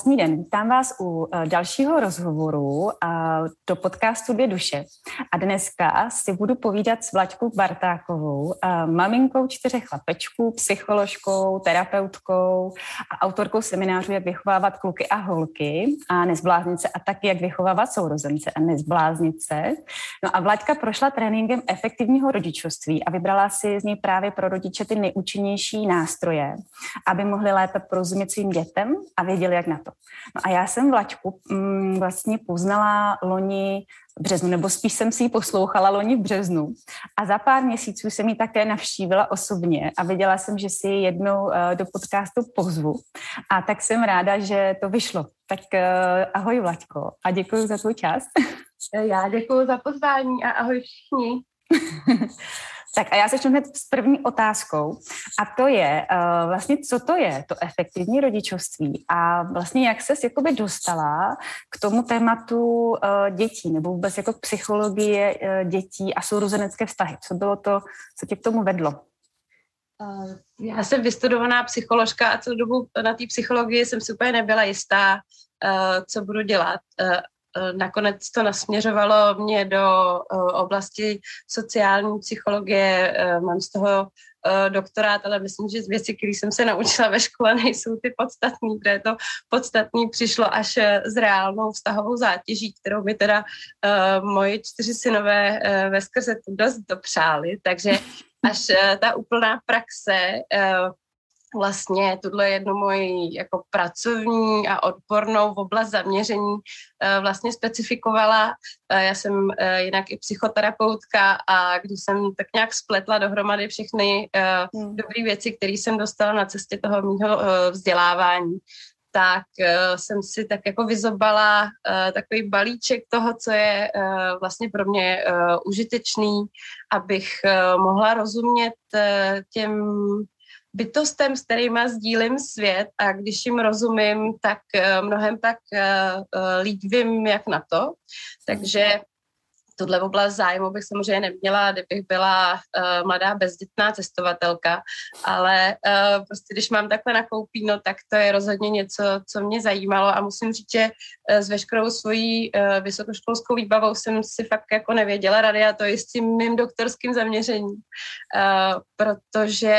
Krásný den, vítám vás u dalšího rozhovoru do podcastu Dvě duše. A dneska si budu povídat s Vlaďkou Bartákovou, maminkou 4 chlapečků, psycholožkou, terapeutkou a autorkou seminářů Jak vychovávat kluky a holky a nezbláznit se a taky Jak vychovávat sourozence a nezbláznit se. No a Vlaďka prošla tréninkem efektivního rodičovství a vybrala si z něj právě pro rodiče ty nejúčinnější nástroje, aby mohli lépe porozumět svým dětem a věděli, jak na to. No a já jsem Vlaďku vlastně poznala loni v březnu, nebo spíš jsem si ji poslouchala loni v březnu a za pár měsíců jsem ji také navštívila osobně a věděla jsem, že si ji jednou do podcastu pozvu a tak jsem ráda, že to vyšlo. Tak ahoj Vlaďko a děkuji za tvůj čas. Já děkuji za pozvání a ahoj všichni. Tak a já začnu hned s první otázkou a to je vlastně, co to je to efektivní rodičovství a vlastně jak ses jakoby dostala k tomu tématu dětí nebo vůbec jako psychologie dětí a sourozenecké vztahy. Co bylo to, co tě k tomu vedlo? Já jsem vystudovaná psycholožka a celou dobu na té psychologii jsem si úplně nebyla jistá, co budu dělat. Nakonec to nasměřovalo mě do oblasti sociální psychologie, mám z toho doktorát, ale myslím, že z věcí, které jsem se naučila ve škole, nejsou ty podstatný, protože to podstatný přišlo až s reálnou vztahovou zátěží, kterou mi teda moji 4 synové veskrze dost dopřáli, takže až ta úplná praxe vlastně tuhle jednu moji jako pracovní a odbornou oblast zaměření vlastně specifikovala. Já jsem jinak i psychoterapeutka a když jsem tak nějak spletla dohromady všechny dobré věci, které jsem dostala na cestě toho mýho vzdělávání, tak jsem si tak jako vyzobala takový balíček toho, co je vlastně pro mě užitečný, abych mohla rozumět těm bytostem, s kterýma sdílím svět a když jim rozumím, tak mnohem tak líp vím, jak na to. Takže tuhle oblast zájmu bych samozřejmě neměla, kdybych byla mladá bezdětná cestovatelka, ale prostě když mám takhle nakoupíno, tak to je rozhodně něco, co mě zajímalo a musím říct, že s veškerou svojí vysokoškolskou výbavou jsem si fakt jako nevěděla rady a to i s tím mým doktorským zaměřením, protože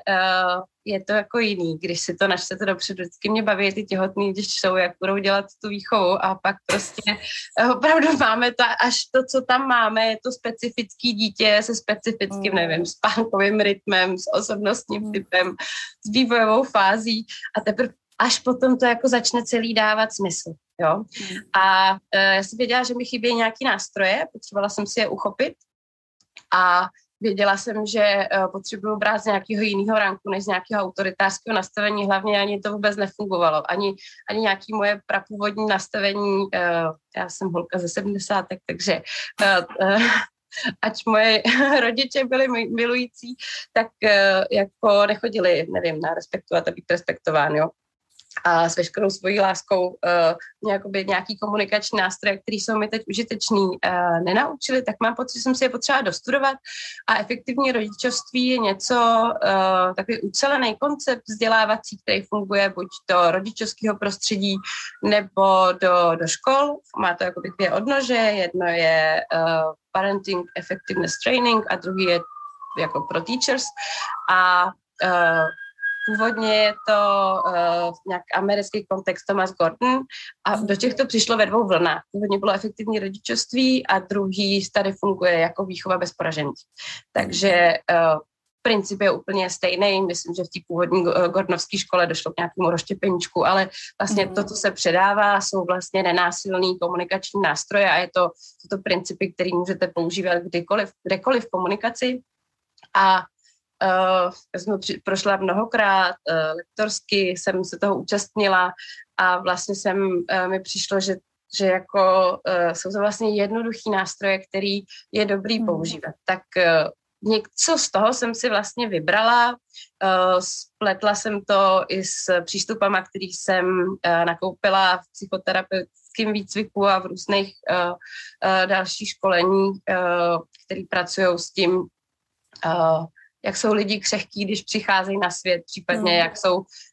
je to jako jiný, když si to načtete dopředu. Vždycky mě baví ty těhotný, když jsou, jak budou dělat tu výchovu a pak prostě opravdu máme až to, co tam máme, je to specifický dítě se specifickým, nevím, spánkovým rytmem, s osobnostním typem, s vývojovou fází a teprve až potom to jako začne celý dávat smysl. Jo? A já jsem věděla, že mi chybí nějaký nástroje, potřebovala jsem si je uchopit a věděla jsem, že potřebuju brát z nějakého jiného ranku, než z nějakého autoritářského nastavení. Hlavně ani to vůbec nefungovalo. Ani nějaké moje prapůvodní nastavení, já jsem holka ze 70, takže ať moje rodiče byli milující, tak jako nechodili, nevím, na respektovat a být respektován, jo. A s veškerou svojí láskou nějaký komunikační nástroje, které jsou mi teď užitečný, nenaučili, tak mám pocit, že jsem si je potřeba dostudovat a efektivní rodičovství je něco, takový ucelený koncept vzdělávací, který funguje buď do rodičovského prostředí nebo do škol. Má to jakoby 2 odnože, jedno je Parenting Effectiveness Training a druhý je jako pro teachers a původně je to nějak americký kontext Thomas Gordon a do těchto přišlo ve 2 vlnách. Původně bylo efektivní rodičovství a druhý tady funguje jako výchova bez poražení. Takže princip je úplně stejný. Myslím, že v té původní gordonovské škole došlo k nějakému rozštěpeníčku, ale vlastně to, co se předává, jsou vlastně nenásilný komunikační nástroje a je to principy, které můžete používat kdekoliv v komunikaci. A jsem prošla mnohokrát, lektorsky jsem se toho účastnila a vlastně mi přišlo, že jako jsou to vlastně jednoduchý nástroje, který je dobrý používat. Tak něco z toho jsem si vlastně vybrala, spletla jsem to i s přístupama, který jsem nakoupila v psychoterapeutickém výcviku a v různých dalších školení, který pracují s tím, jak jsou lidi křehký, když přicházejí na svět, případně jak jsou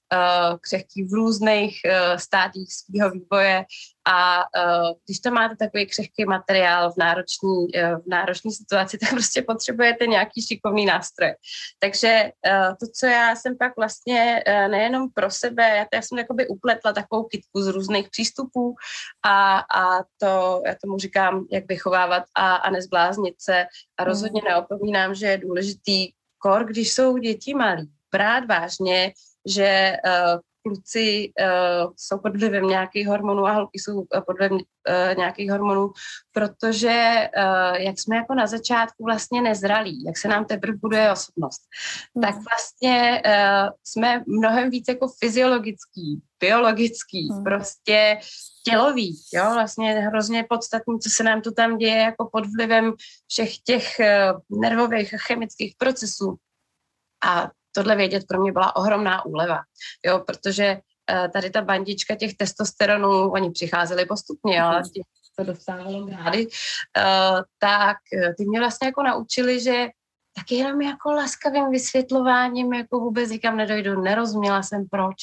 křehký v různých stádiích svého vývoje a když to máte takový křehký materiál v náročné situaci, tak prostě potřebujete nějaký šikovný nástroj. Takže to, co já jsem pak vlastně nejenom pro sebe, já jsem jakoby upletla takovou kytku z různých přístupů a to, já tomu říkám, jak vychovávat a nezbláznit se a rozhodně neopomínám, že je důležitý když jsou děti malí, brát vážně, že kluci jsou pod vlivem nějakých hormonů a holky jsou pod vlivem nějakých hormonů, protože jak jsme jako na začátku vlastně nezralí, jak se nám teprve buduje osobnost, tak vlastně jsme mnohem víc jako fyziologický, biologický, prostě tělový, jo, vlastně hrozně podstatný, co se nám tu tam děje jako pod vlivem všech těch nervových a chemických procesů. A tohle vědět pro mě byla ohromná úleva, jo, protože tady ta bandička těch testosteronů, oni přicházeli postupně, ale těch to dostávalo grády, tak ty mě vlastně jako naučili, že taky jenom jako laskavým vysvětlováním, jako vůbec nikam nedojdu, nerozuměla jsem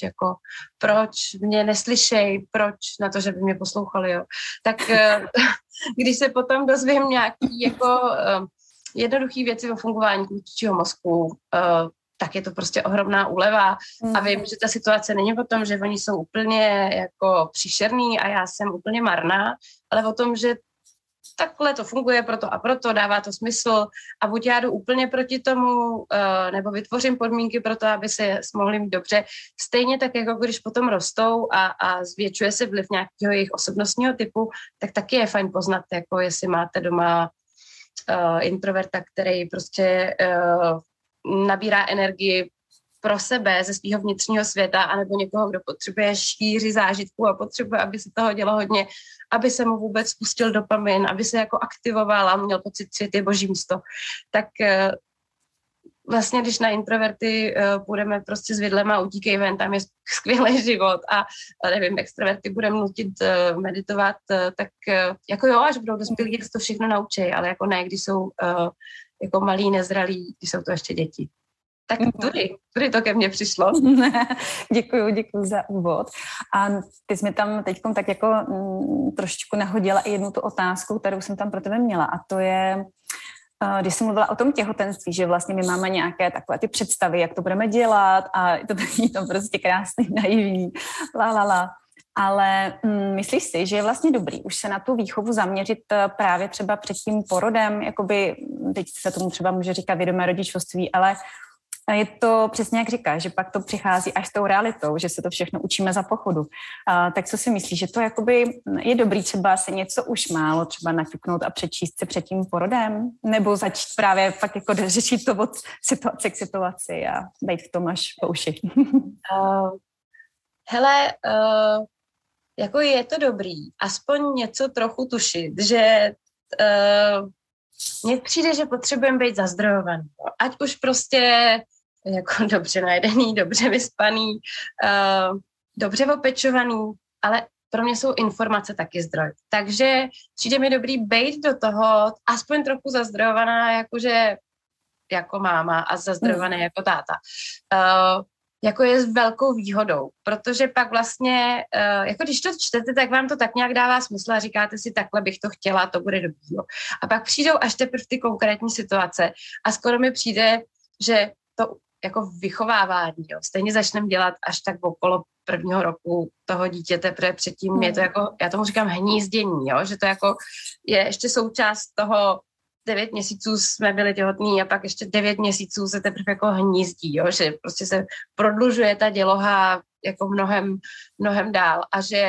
proč mě neslyšej, proč na to, že by mě poslouchali, jo. Tak když se potom dozvím nějaký jako jednoduchý věci o fungování klučího mozku, tak je to prostě ohromná úleva a vím, že ta situace není o tom, že oni jsou úplně jako příšerný a já jsem úplně marná, ale o tom, že takhle to funguje proto a proto, dává to smysl a buď já jdu úplně proti tomu, nebo vytvořím podmínky pro to, aby se mohli mít dobře. Stejně tak, jako když potom rostou a zvětšuje se vliv nějakého jejich osobnostního typu, tak taky je fajn poznat, jako jestli máte doma introverta, který prostě nabírá energii pro sebe ze svého vnitřního světa, anebo někoho, kdo potřebuje šíři zážitků a potřebuje, aby se toho dělo hodně, aby se mu vůbec spustil dopamin, aby se jako aktivoval a měl pocit, že je boží místo. Tak vlastně, když na introverty půjdeme prostě s vidlem a utíkej ven, tam je skvělý život a nevím, extroverty budeme nutit meditovat, tak jako jo, až budou dospělí, jak to všechno naučí, ale jako ne, když jsou jako malí, nezralí, když jsou to ještě děti. Tak tudy to ke mně přišlo. Děkuju za úvod. A ty jsi mi tam teď tak jako trošičku nahodila i jednu tu otázku, kterou jsem tam pro tebe měla, a to je, když jsem mluvila o tom těhotenství, že vlastně my máme nějaké takové ty představy, jak to budeme dělat a je to prostě krásný, naivní, Ale myslíš si, že je vlastně dobrý už se na tu výchovu zaměřit právě třeba před tím porodem, jakoby, teď se tomu třeba může říkat vědomé rodičovství, ale je to přesně jak říkáš, že pak to přichází až s tou realitou, že se to všechno učíme za pochodu. Tak co si myslíš, že to jakoby je dobrý třeba se něco už málo třeba naťuknout a přečíst se před tím porodem? Nebo začít právě fakt jako řešit to od situace k situaci a být v tom až po uši? Jako je to dobrý, aspoň něco trochu tušit, že mně přijde, že potřebujeme být zazdrojovaný. Ať už prostě jako dobře najedený, dobře vyspaný, dobře opečovaný, ale pro mě jsou informace taky zdroj. Takže přijde mi dobrý být do toho aspoň trochu zazdrojovaná, jakože jako máma a zazdrojovaný jako táta. Jako je s velkou výhodou, protože pak vlastně, jako když to čtete, tak vám to tak nějak dává smysl a říkáte si, takhle bych to chtěla, to bude dobrý. Jo. A pak přijdou až teprve ty konkrétní situace a skoro mi přijde, že to jako vychovávání, jo, stejně začneme dělat až tak okolo 1. roku toho dítěte, protože předtím je to jako, já tomu říkám hnízdění, jo, že to jako je ještě součást toho 9 měsíců jsme byli těhotní a pak ještě 9 měsíců se teprve jako hnízdí, jo? Že prostě se prodlužuje ta děloha jako mnohem dál a že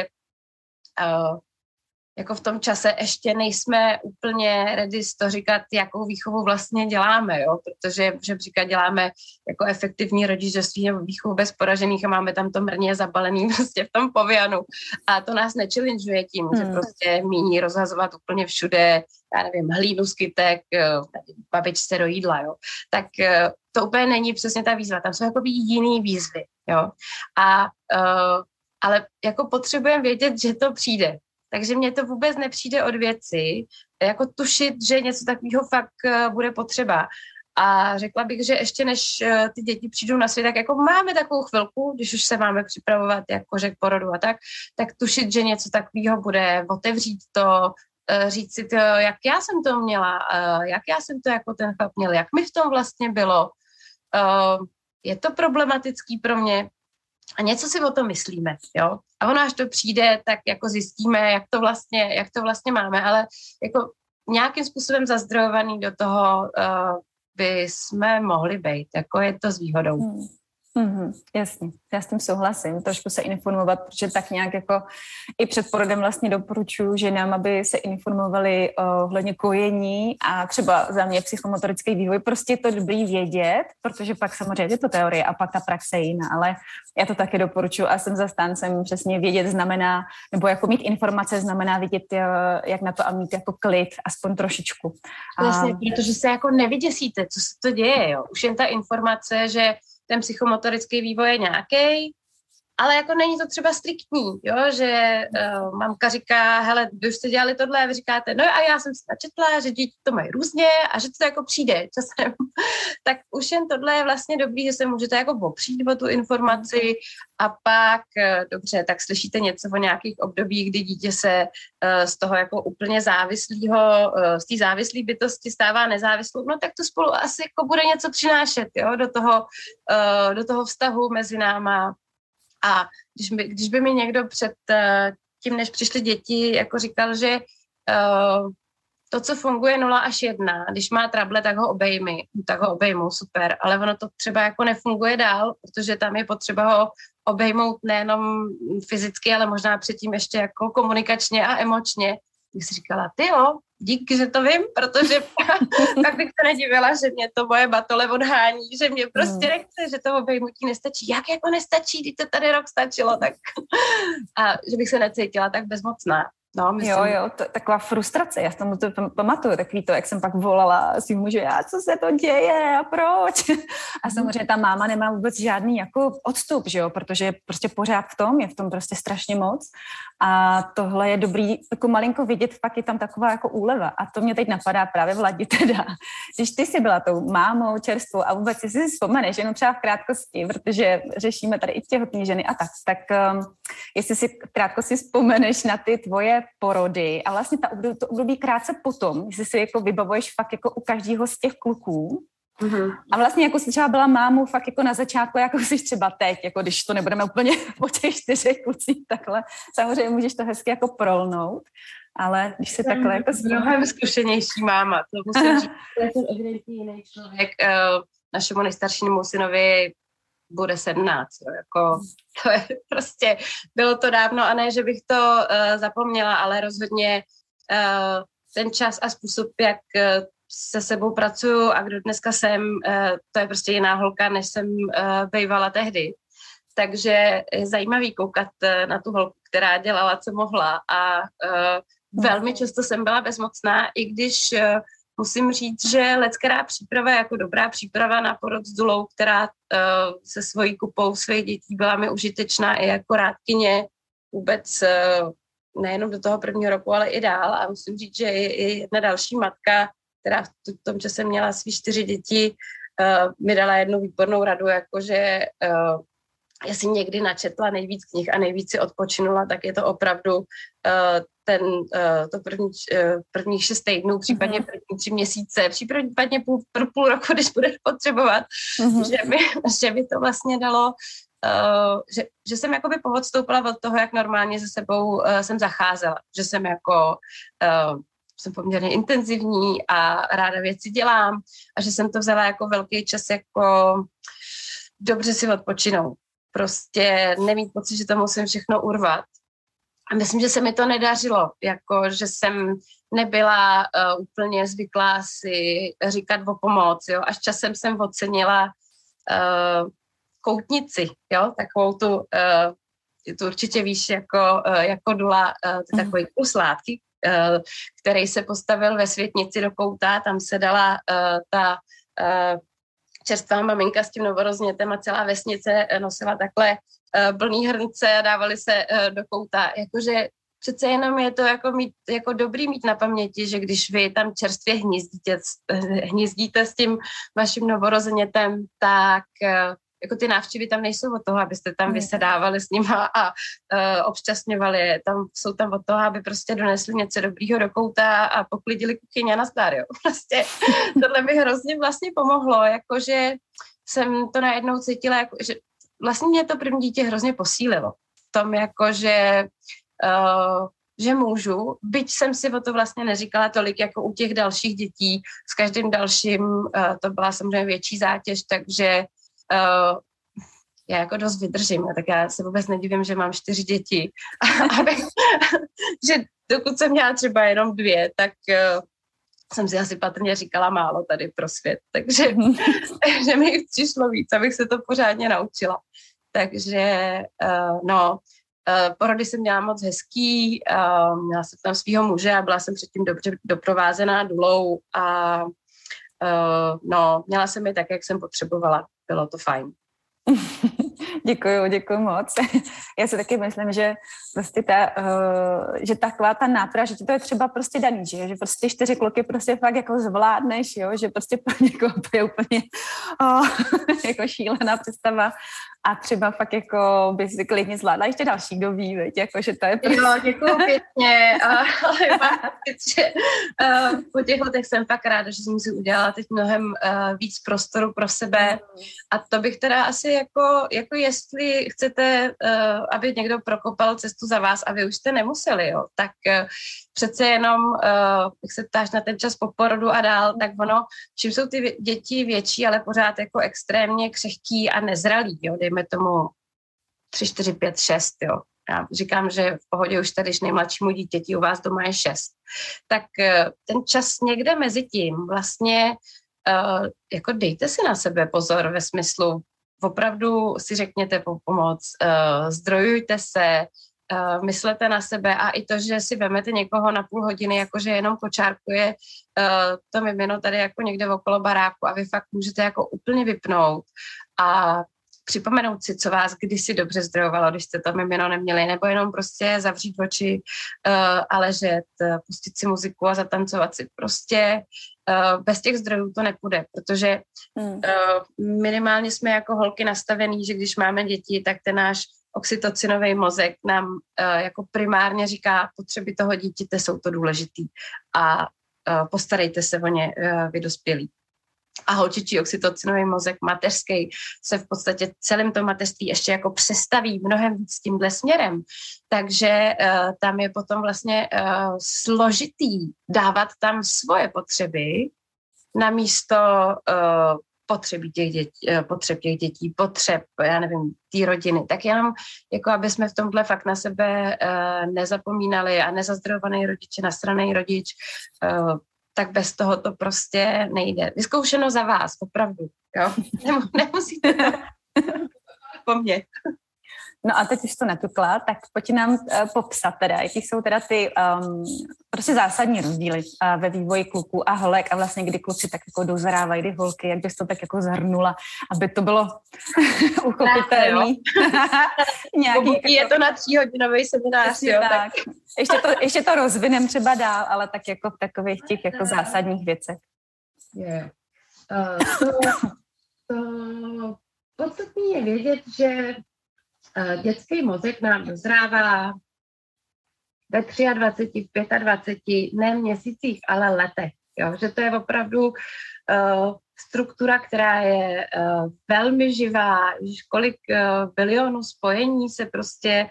jako v tom čase ještě nejsme úplně ready to říkat, jakou výchovu vlastně děláme, jo? Protože říkat, děláme jako efektivní rodičovství nebo výchovu bez poražených a máme tam to mrně zabalený prostě v tom povianu a to nás nechallengeuje tím, že prostě míní rozhazovat úplně všude, já nevím, hlínu z kytek, babičce do jídla, jo? Tak to úplně není přesně ta výzva, tam jsou jako jiný výzvy, jo? Ale jako potřebujeme vědět, že to přijde. Takže mně to vůbec nepřijde od věci, jako tušit, že něco takového fakt bude potřeba. A řekla bych, že ještě než ty děti přijdou na svět, tak jako máme takovou chvilku, když už se máme připravovat jako k porodu a tak tušit, že něco takového bude, otevřít to, říct si to, jak já jsem to měla, jak já jsem to jako ten chlap měl, jak mi v tom vlastně bylo. Je to problematický pro mě a něco si o tom myslíme, jo. A ono, až to přijde, tak jako zjistíme, jak to vlastně máme, ale jako nějakým způsobem zazdrojovaný do toho by jsme mohli být, jako je to s výhodou. Jasně, já s tím souhlasím, trošku se informovat, protože tak nějak jako i před porodem vlastně doporučuji ženám, aby se informovali ohledně kojení a třeba za mě psychomotorický vývoj, prostě je to dobrý vědět, protože pak samozřejmě je to teorie a pak ta praxe je jiná, ale já to taky doporučuji a jsem zastáncem přesně vědět znamená, nebo jako mít informace znamená vidět, jak na to a mít jako klid, aspoň trošičku. Jasně, protože se jako nevyděsíte, co se to děje, jo. Už jen ta informace, že ten psychomotorický vývoj je nějaký, ale jako není to třeba striktní, jo, že mamka říká, hele, vy už jste dělali tohle a vy říkáte, no a já jsem si načetla, že děti to mají různě a že to jako přijde časem. Tak už jen tohle je vlastně dobrý, že se můžete jako opřít o tu informaci a pak, dobře, tak slyšíte něco o nějakých obdobích, kdy dítě se z toho jako úplně závislého, z té závislé bytosti stává nezávislou, no tak to spolu asi jako bude něco přinášet, jo, do toho vztahu mezi náma. A když by mi někdo před tím, než přišly děti, jako říkal, že to, co funguje 0 až 1, když má trable, tak ho obejmu, super, ale ono to třeba jako nefunguje dál, protože tam je potřeba ho obejmout nejenom fyzicky, ale možná předtím ještě jako komunikačně a emočně. Když si říkala, ty jo, díky, že to vím, protože pak bych se nedivila, že mě to moje batole odhání, že mě prostě nechce, že to obejmutí nestačí. Jak jako nestačí, když to tady rok stačilo, tak a že bych se necítila tak bezmocná. No, myslím. Jo, taková frustrace, já si to pamatuju, takový to, jak jsem pak volala svým muži, co se to děje a proč? A samozřejmě ta máma nemá vůbec žádný jako odstup, že jo, protože je prostě pořád je v tom prostě strašně moc a tohle je dobrý jako malinko vidět, fakt je tam taková jako úleva a to mě teď napadá právě Vladi teda, když ty jsi byla tou mámou čerstvou a vůbec si vzpomeneš, jenom třeba v krátkosti, protože řešíme tady i těhotné ženy a tak jestli si v krátkosti vzpomeneš na ty tvoje porody a vlastně to období krátce potom, jestli si jako vybavuješ fakt jako u každého z těch kluků. A vlastně jako jsi třeba byla mámou fakt jako na začátku, jako jsi třeba teď, jako když to nebudeme úplně po těch 4 klucích takhle, samozřejmě můžeš to hezky jako prolnout, ale když se takhle jako... Mnohem zkušenější máma, to musím říct, to je ten evidentně jiný člověk. Našemu nejstaršímu synovi bude 17, jo, jako to je prostě, bylo to dávno a ne, že bych to zapomněla, ale rozhodně ten čas a způsob, jak se sebou pracuju a kdo dneska jsem, to je prostě jiná holka, než jsem bývala tehdy. Takže je zajímavý koukat na tu holku, která dělala, co mohla a velmi často jsem byla bezmocná, i když musím říct, že leckerá příprava jako dobrá příprava na porod s Dulou, která se svojí kupou svých dětí byla mi užitečná i jako rádkyně vůbec nejenom do toho 1. roku, ale i dál. A musím říct, že i jedna další matka, která v tom čase měla svý 4 děti, mi dala jednu výbornou radu, jakože jestli někdy načetla nejvíc knih a nejvíc si odpočinula, tak je to opravdu prvních 6 týdnů, případně první 3 měsíce, případně půl roku, když budeš potřebovat, že by to vlastně dalo, že jsem jakoby poodstoupila od toho, jak normálně se sebou jsem zacházela, že jsem jako jsem poměrně intenzivní a ráda věci dělám a že jsem to vzala jako velký čas, jako dobře si odpočinout. Prostě nemít pocit, že to musím všechno urvat. A myslím, že se mi to nedařilo, jako že jsem nebyla úplně zvyklá si říkat o pomoc, jo. Až časem jsem ocenila koutnici, jo, takovou tu určitě víš, jako Dula, to je takový kus látky, který se postavil ve světnici do kouta, tam se dala ta čerstvá maminka s tím novoroznětem a celá vesnice nosila takhle plný hrnce a dávali se do kouta. Jakože přece jenom je to jako dobrý mít na paměti, že když vy tam čerstvě hnízdíte s tím vaším novorozenětem, tak jako ty návštěvy tam nejsou od toho, abyste tam vysedávali s nima a obšťastňovali je. Jsou tam od toho, aby prostě donesli něco dobrýho do kouta a poklidili kuchyně a nazdar, jo. Prostě tohle mi hrozně vlastně pomohlo, jakože jsem to najednou cítila, jako, že vlastně mě to první dítě hrozně posílilo. V tom jakože že můžu, byť jsem si o to vlastně neříkala tolik jako u těch dalších dětí, s každým dalším to byla samozřejmě větší zátěž, takže já jako dost vydržím, tak já se vůbec nedivím, že mám 4 děti, že dokud jsem měla třeba jenom 2, tak jsem si asi patrně říkala málo tady pro svět, takže že mi jich přišlo víc, abych se to pořádně naučila. Takže porody jsem měla moc hezký, měla jsem tam svýho muže a byla jsem předtím dobře doprovázená důlou a měla jsem je tak, jak jsem potřebovala. Bylo to fajn. Děkuju moc. Já si taky myslím, že prostě že taková ta náprava, že ti to je třeba prostě daný, že prostě 4 kluky prostě fakt jako zvládneš, jo, že prostě pro někoho to je úplně jako šílená představa a třeba fakt jako by si klidně zvládla ještě další, kdo ví, veď, jako, že to je prostě... Jo, děkuju pěkně, ale mám pocit, že po těch letech jsem fakt ráda, že jsem si udělala teď mnohem víc prostoru pro sebe a to bych teda asi jako jestli chcete, aby někdo prokopal cestu za vás a vy už jste nemuseli, jo, tak přece jenom, jak se ptáš na ten čas po porodu a dál, tak ono, čím jsou ty děti větší, ale pořád jako extrémně křehký a nezralý, jo, dejme tomu 3, 4, 5, 6, jo. Já říkám, že v pohodě už tady, když nejmladšímu dítěti u vás doma je 6. Tak ten čas někde mezi tím vlastně jako dejte si na sebe pozor ve smyslu, opravdu si řekněte pomoc, zdrojujte se, myslete na sebe a i to, že si vemete někoho na půl hodiny, jakože jenom kočárkuje to mimino tady jako někde okolo baráku a vy fakt můžete jako úplně vypnout a připomenout si, co vás kdysi dobře zdrojovalo, když jste to mimino neměli, nebo jenom prostě zavřít oči a ležet, pustit si muziku a zatancovat si. Prostě bez těch zdrojů to nepůjde, protože minimálně jsme jako holky nastavený, že když máme děti, tak ten náš oxytocinový mozek nám jako primárně říká, potřeby toho dítěte jsou to důležitý a postarejte se o ně, vy dospělí. A holčičí oxytocinový mozek mateřský se v podstatě celým tom mateřství ještě jako přestaví mnohem víc tímhle směrem. Takže tam je potom vlastně složitý dávat tam svoje potřeby namísto potřeb těch dětí, potřeb, já nevím, té rodiny. Tak jenom, jako aby jsme v tomhle fakt na sebe nezapomínali a nezazdrojovaný rodič, nastranný rodič, tak bez toho to prostě nejde. Vyzkoušeno za vás, opravdu. Jo? Nemusíte to po mně. No a teď už to netukla, tak pojď nám popsat teda, jaký jsou teda ty prostě zásadní rozdíly ve vývoji kluků a holek a vlastně kdy kluci tak jako dozrávají, kdy holky, jak bys to tak jako zhrnula, aby to bylo uchopitelné. Je to na 3hodinový seminář, jo. Tak. Ještě to rozvinem třeba dál, ale tak jako v takových těch jako zásadních věcech. Yeah. Podstatné je vědět, že dětský mozek nám dozrává ve 23, v 25, ne měsících, ale letech. Jo? Že to je opravdu struktura, která je velmi živá, kolik bilionů spojení se prostě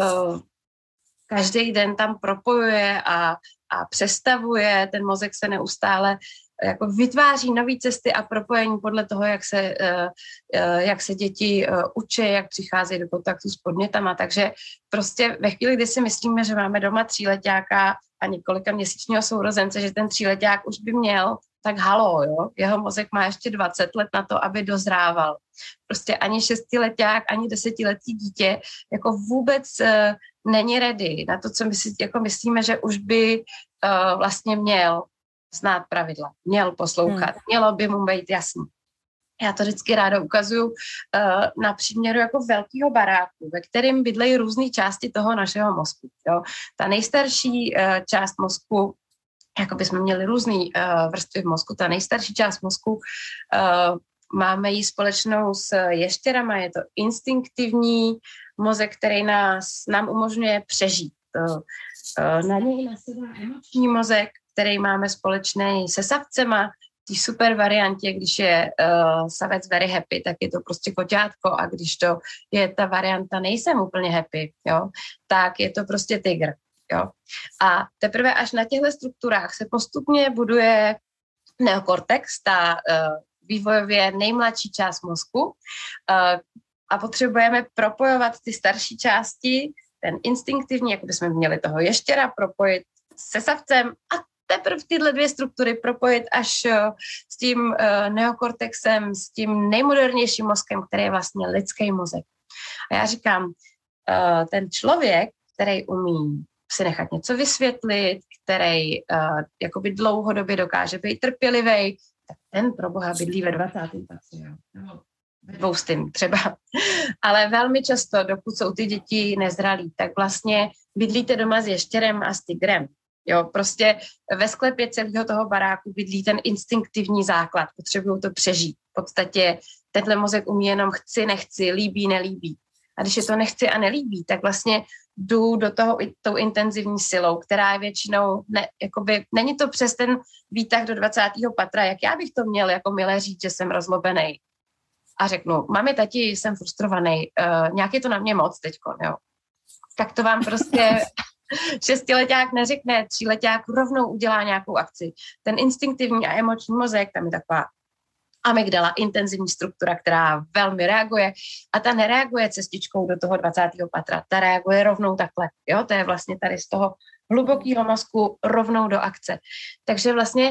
každý den tam propojuje a přestavuje, ten mozek se neustále jako vytváří nové cesty a propojení podle toho, jak se děti učí, jak přicházejí do kontaktu s podnětama. Takže prostě ve chvíli, kdy si myslíme, že máme doma 3letáka a několika měsíčního sourozence, že ten 3leták už by měl, tak halo, jo? Jeho mozek má ještě 20 let na to, aby dozrával. Prostě ani 6leták, ani 10letý dítě jako vůbec není ready na to, co my si jako myslíme, že už by vlastně měl znát pravidla, měl poslouchat, mělo by mu být jasný. Já to vždycky ráda ukazuju na příměru jako velkého baráku, ve kterém bydlejí různé části toho našeho mozku. Jo. Ta nejstarší část mozku, jako bychom měli různé vrstvy v mozku, ta nejstarší část mozku máme ji společnou s ještěrama, je to instinktivní mozek, který nám umožňuje přežít. Na něj nasedá emoční mozek, který máme společný se savcema, v té super variantě, když je savec very happy, tak je to prostě koťátko, a když to je ta varianta nejsem úplně happy, jo, tak je to prostě tygr. Jo. A teprve až na těchto strukturách se postupně buduje neokortex, ta vývojově nejmladší část mozku, a potřebujeme propojovat ty starší části, ten instinktivní, jako bychom měli toho ještěra, propojit se savcem a teprve tyhle dvě struktury propojit až s tím neokortexem, s tím nejmodernějším mozkem, který je vlastně lidský mozek. A já říkám, ten člověk, který umí si nechat něco vysvětlit, který jakoby dlouhodobě dokáže být trpělivý, tak ten pro boha bydlí ve 20. patře, ve 200 třeba. Ale velmi často, dokud jsou ty děti nezralí, tak vlastně bydlíte doma s ještěrem a s tygrem. Jo, prostě ve sklepě celého toho baráku bydlí ten instinktivní základ, potřebují to přežít. V podstatě tenhle mozek umí jenom chci, nechci, líbí, nelíbí. A když je to nechci a nelíbí, tak vlastně jdu do toho tou intenzivní silou, která je většinou, není to přes ten výtah do 20. patra, jak já bych to měl jako milé říct, že jsem rozlobenej. A řeknu, mami, tati, jsem frustrovaný, nějak je to na mě moc teďko, jo. Tak to vám prostě 6leták neřekne, 3leták rovnou udělá nějakou akci. Ten instinktivní a emoční mozek, tam je taková amygdala, intenzivní struktura, která velmi reaguje, a ta nereaguje cestičkou do toho 20. patra, ta reaguje rovnou takhle, jo, to je vlastně tady z toho hlubokého mozku rovnou do akce. Takže vlastně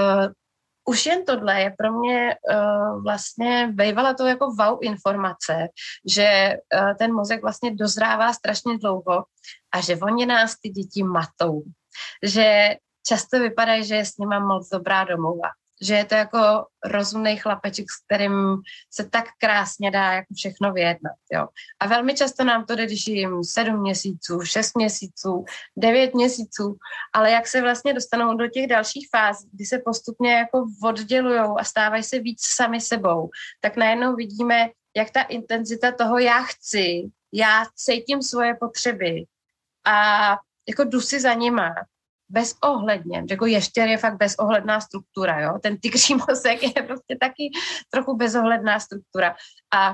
už jen tohle je pro mě vlastně bývala to jako wow informace, že ten mozek vlastně dozrává strašně dlouho a že oni nás ty děti matou. Že často vypadají, že je s nima moc dobrá domluva. Že je to jako rozumný chlapeček, s kterým se tak krásně dá jako všechno vyjednat. Jo. A velmi často nám to jde, když jim 7 měsíců, 6 měsíců, 9 měsíců, ale jak se vlastně dostanou do těch dalších fází, kdy se postupně jako oddělujou a stávají se víc sami sebou, tak najednou vidíme, jak ta intenzita toho já chci, já cítím svoje potřeby a jako jdu si za nima, bezohledně, jako ještěr je fakt bezohledná struktura, jo, ten tygří mozek je prostě taky trochu bezohledná struktura a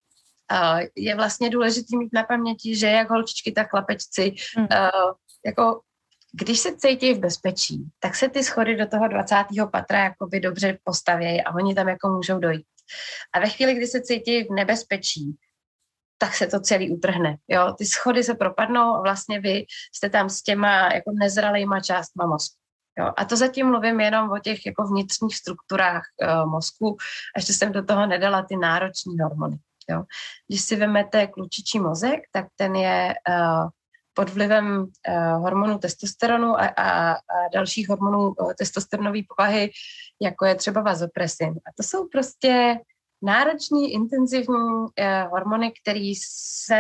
je vlastně důležitý mít na paměti, že jak holčičky, tak chlapečci, jako když se cítí v bezpečí, tak se ty schody do toho 20. patra jakoby dobře postavějí a oni tam jako můžou dojít. A ve chvíli, kdy se cítí v nebezpečí, tak se to celý utrhne. Jo? Ty schody se propadnou a vlastně vy jste tam s těma jako nezralejma částma mozku. Jo? A to zatím mluvím jenom o těch jako vnitřních strukturách mozku, a ještě jsem do toho nedala ty nároční hormony. Jo? Když si vezmete klučičí mozek, tak ten je pod vlivem hormonu testosteronu a dalších hormonů testosteronové povahy, jako je třeba vazopresin. A to jsou prostě nároční, intenzivní hormony, které se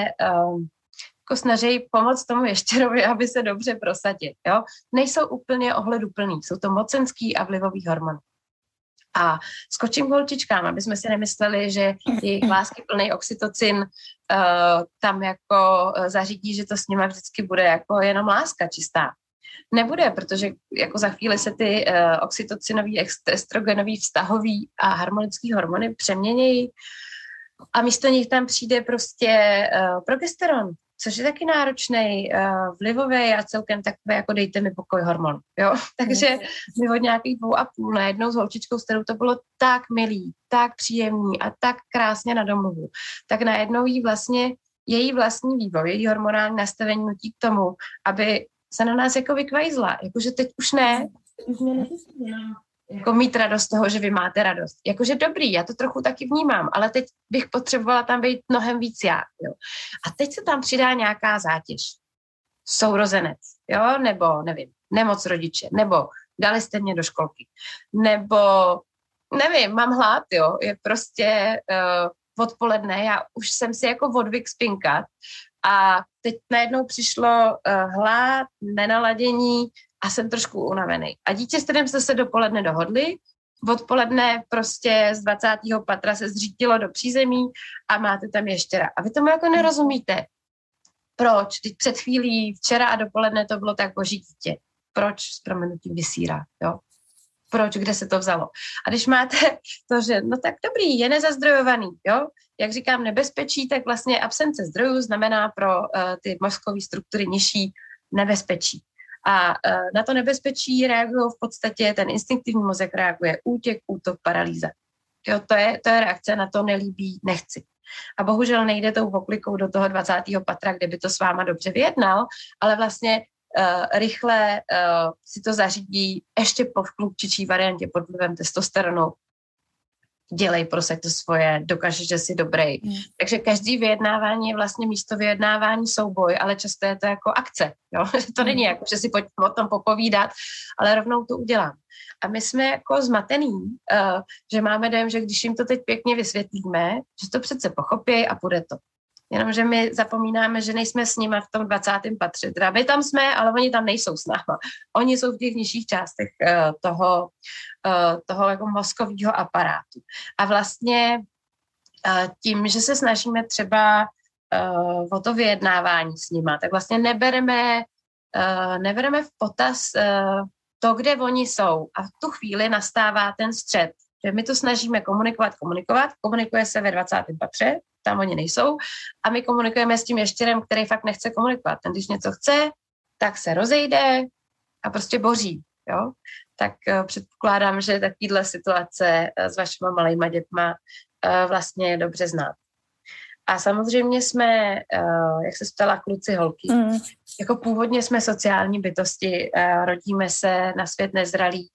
jako snaží pomoct tomu ještěrovi, aby se dobře prosadil. Jo? Nejsou úplně ohleduplný, jsou to mocenský a vlivový hormony. A skočím k holčičkám, aby jsme si nemysleli, že jejich láskyplný oxytocin tam jako zařídí, že to s nimi vždycky bude jako jenom láska čistá. Nebude, protože jako za chvíli se ty oxytocinový, estrogenový, vztahový a harmonický hormony přeměnějí a místo nich tam přijde prostě progesteron, což je taky náročný, vlivový a celkem takové jako dejte mi pokoj hormon. Jo? Takže my od nějakých 2,5 najednou s holčičkou, s kterou to bylo tak milý, tak příjemný a tak krásně na domluvu, tak najednou její vlastní vývoj, její hormonální nastavení nutí k tomu, aby se na nás jako vykvajzla. Jakože teď už ne, už mě jako mít radost toho, že vy máte radost. Jakože dobrý, já to trochu taky vnímám, ale teď bych potřebovala tam být mnohem víc já. Jo. A teď se tam přidá nějaká zátěž. Sourozenec, jo, nebo nevím, nemoc rodiče, nebo dali jste mě do školky, nebo nevím, mám hlad, jo, je prostě odpoledne, já už jsem si jako odvyk spinkat a teď najednou přišlo hlad, nenaladění a jsem trošku unavený. A dítě, s kterým jste se dopoledne dohodli, odpoledne prostě z 20. patra se zřítilo do přízemí a máte tam ještěra. A vy tomu jako nerozumíte. Proč? Teď před chvílí, včera a dopoledne to bylo tak boží dítě. Proč s prominutím vysírá, jo? Proč, kde se to vzalo? A když máte to, že no tak dobrý, je nezazdrojovaný, jo? Jak říkám, nebezpečí, tak vlastně absence zdrojů znamená pro ty mozkové struktury nižší nebezpečí. A na to nebezpečí reagují v podstatě, ten instinktivní mozek reaguje útěk, útok, paralýza. Jo, to je reakce na to nelíbí, nechci. A bohužel nejde tou oklikou do toho 20. patra, kde by to s váma dobře vyjednal, ale vlastně rychle si to zařídí ještě po klučičí variantě pod vlivem testosteronu. Dělej, prosaď to svoje, dokážeš, že jsi dobrý. Takže každý vyjednávání je vlastně místo vyjednávání souboj, ale často je to jako akce. Jo? To není jako, že si pojďme o tom popovídat, ale rovnou to udělám. A my jsme jako zmatený, že máme dojem, že když jim to teď pěkně vysvětlíme, že to přece pochopí a půjde to. Jenomže my zapomínáme, že nejsme s nimi v tom 20. patře. Teda my tam jsme, ale oni tam nejsou s náma. Oni jsou v těch nižších částech toho jako mozkového aparátu. A vlastně tím, že se snažíme třeba o to vyjednávání s nima, tak vlastně nebereme v potaz to, kde oni jsou. A v tu chvíli nastává ten střet. Že my to snažíme komunikuje se ve 20. patře, tam oni nejsou, a my komunikujeme s tím ještěrem, který fakt nechce komunikovat. Ten, když něco chce, tak se rozejde a prostě boří, jo. Tak předpokládám, že takovýhle situace s vašima malejma dětma vlastně je dobře znát. A samozřejmě jsme, jak se ptala, kluci, holky, jako původně jsme sociální bytosti, rodíme se na svět nezralí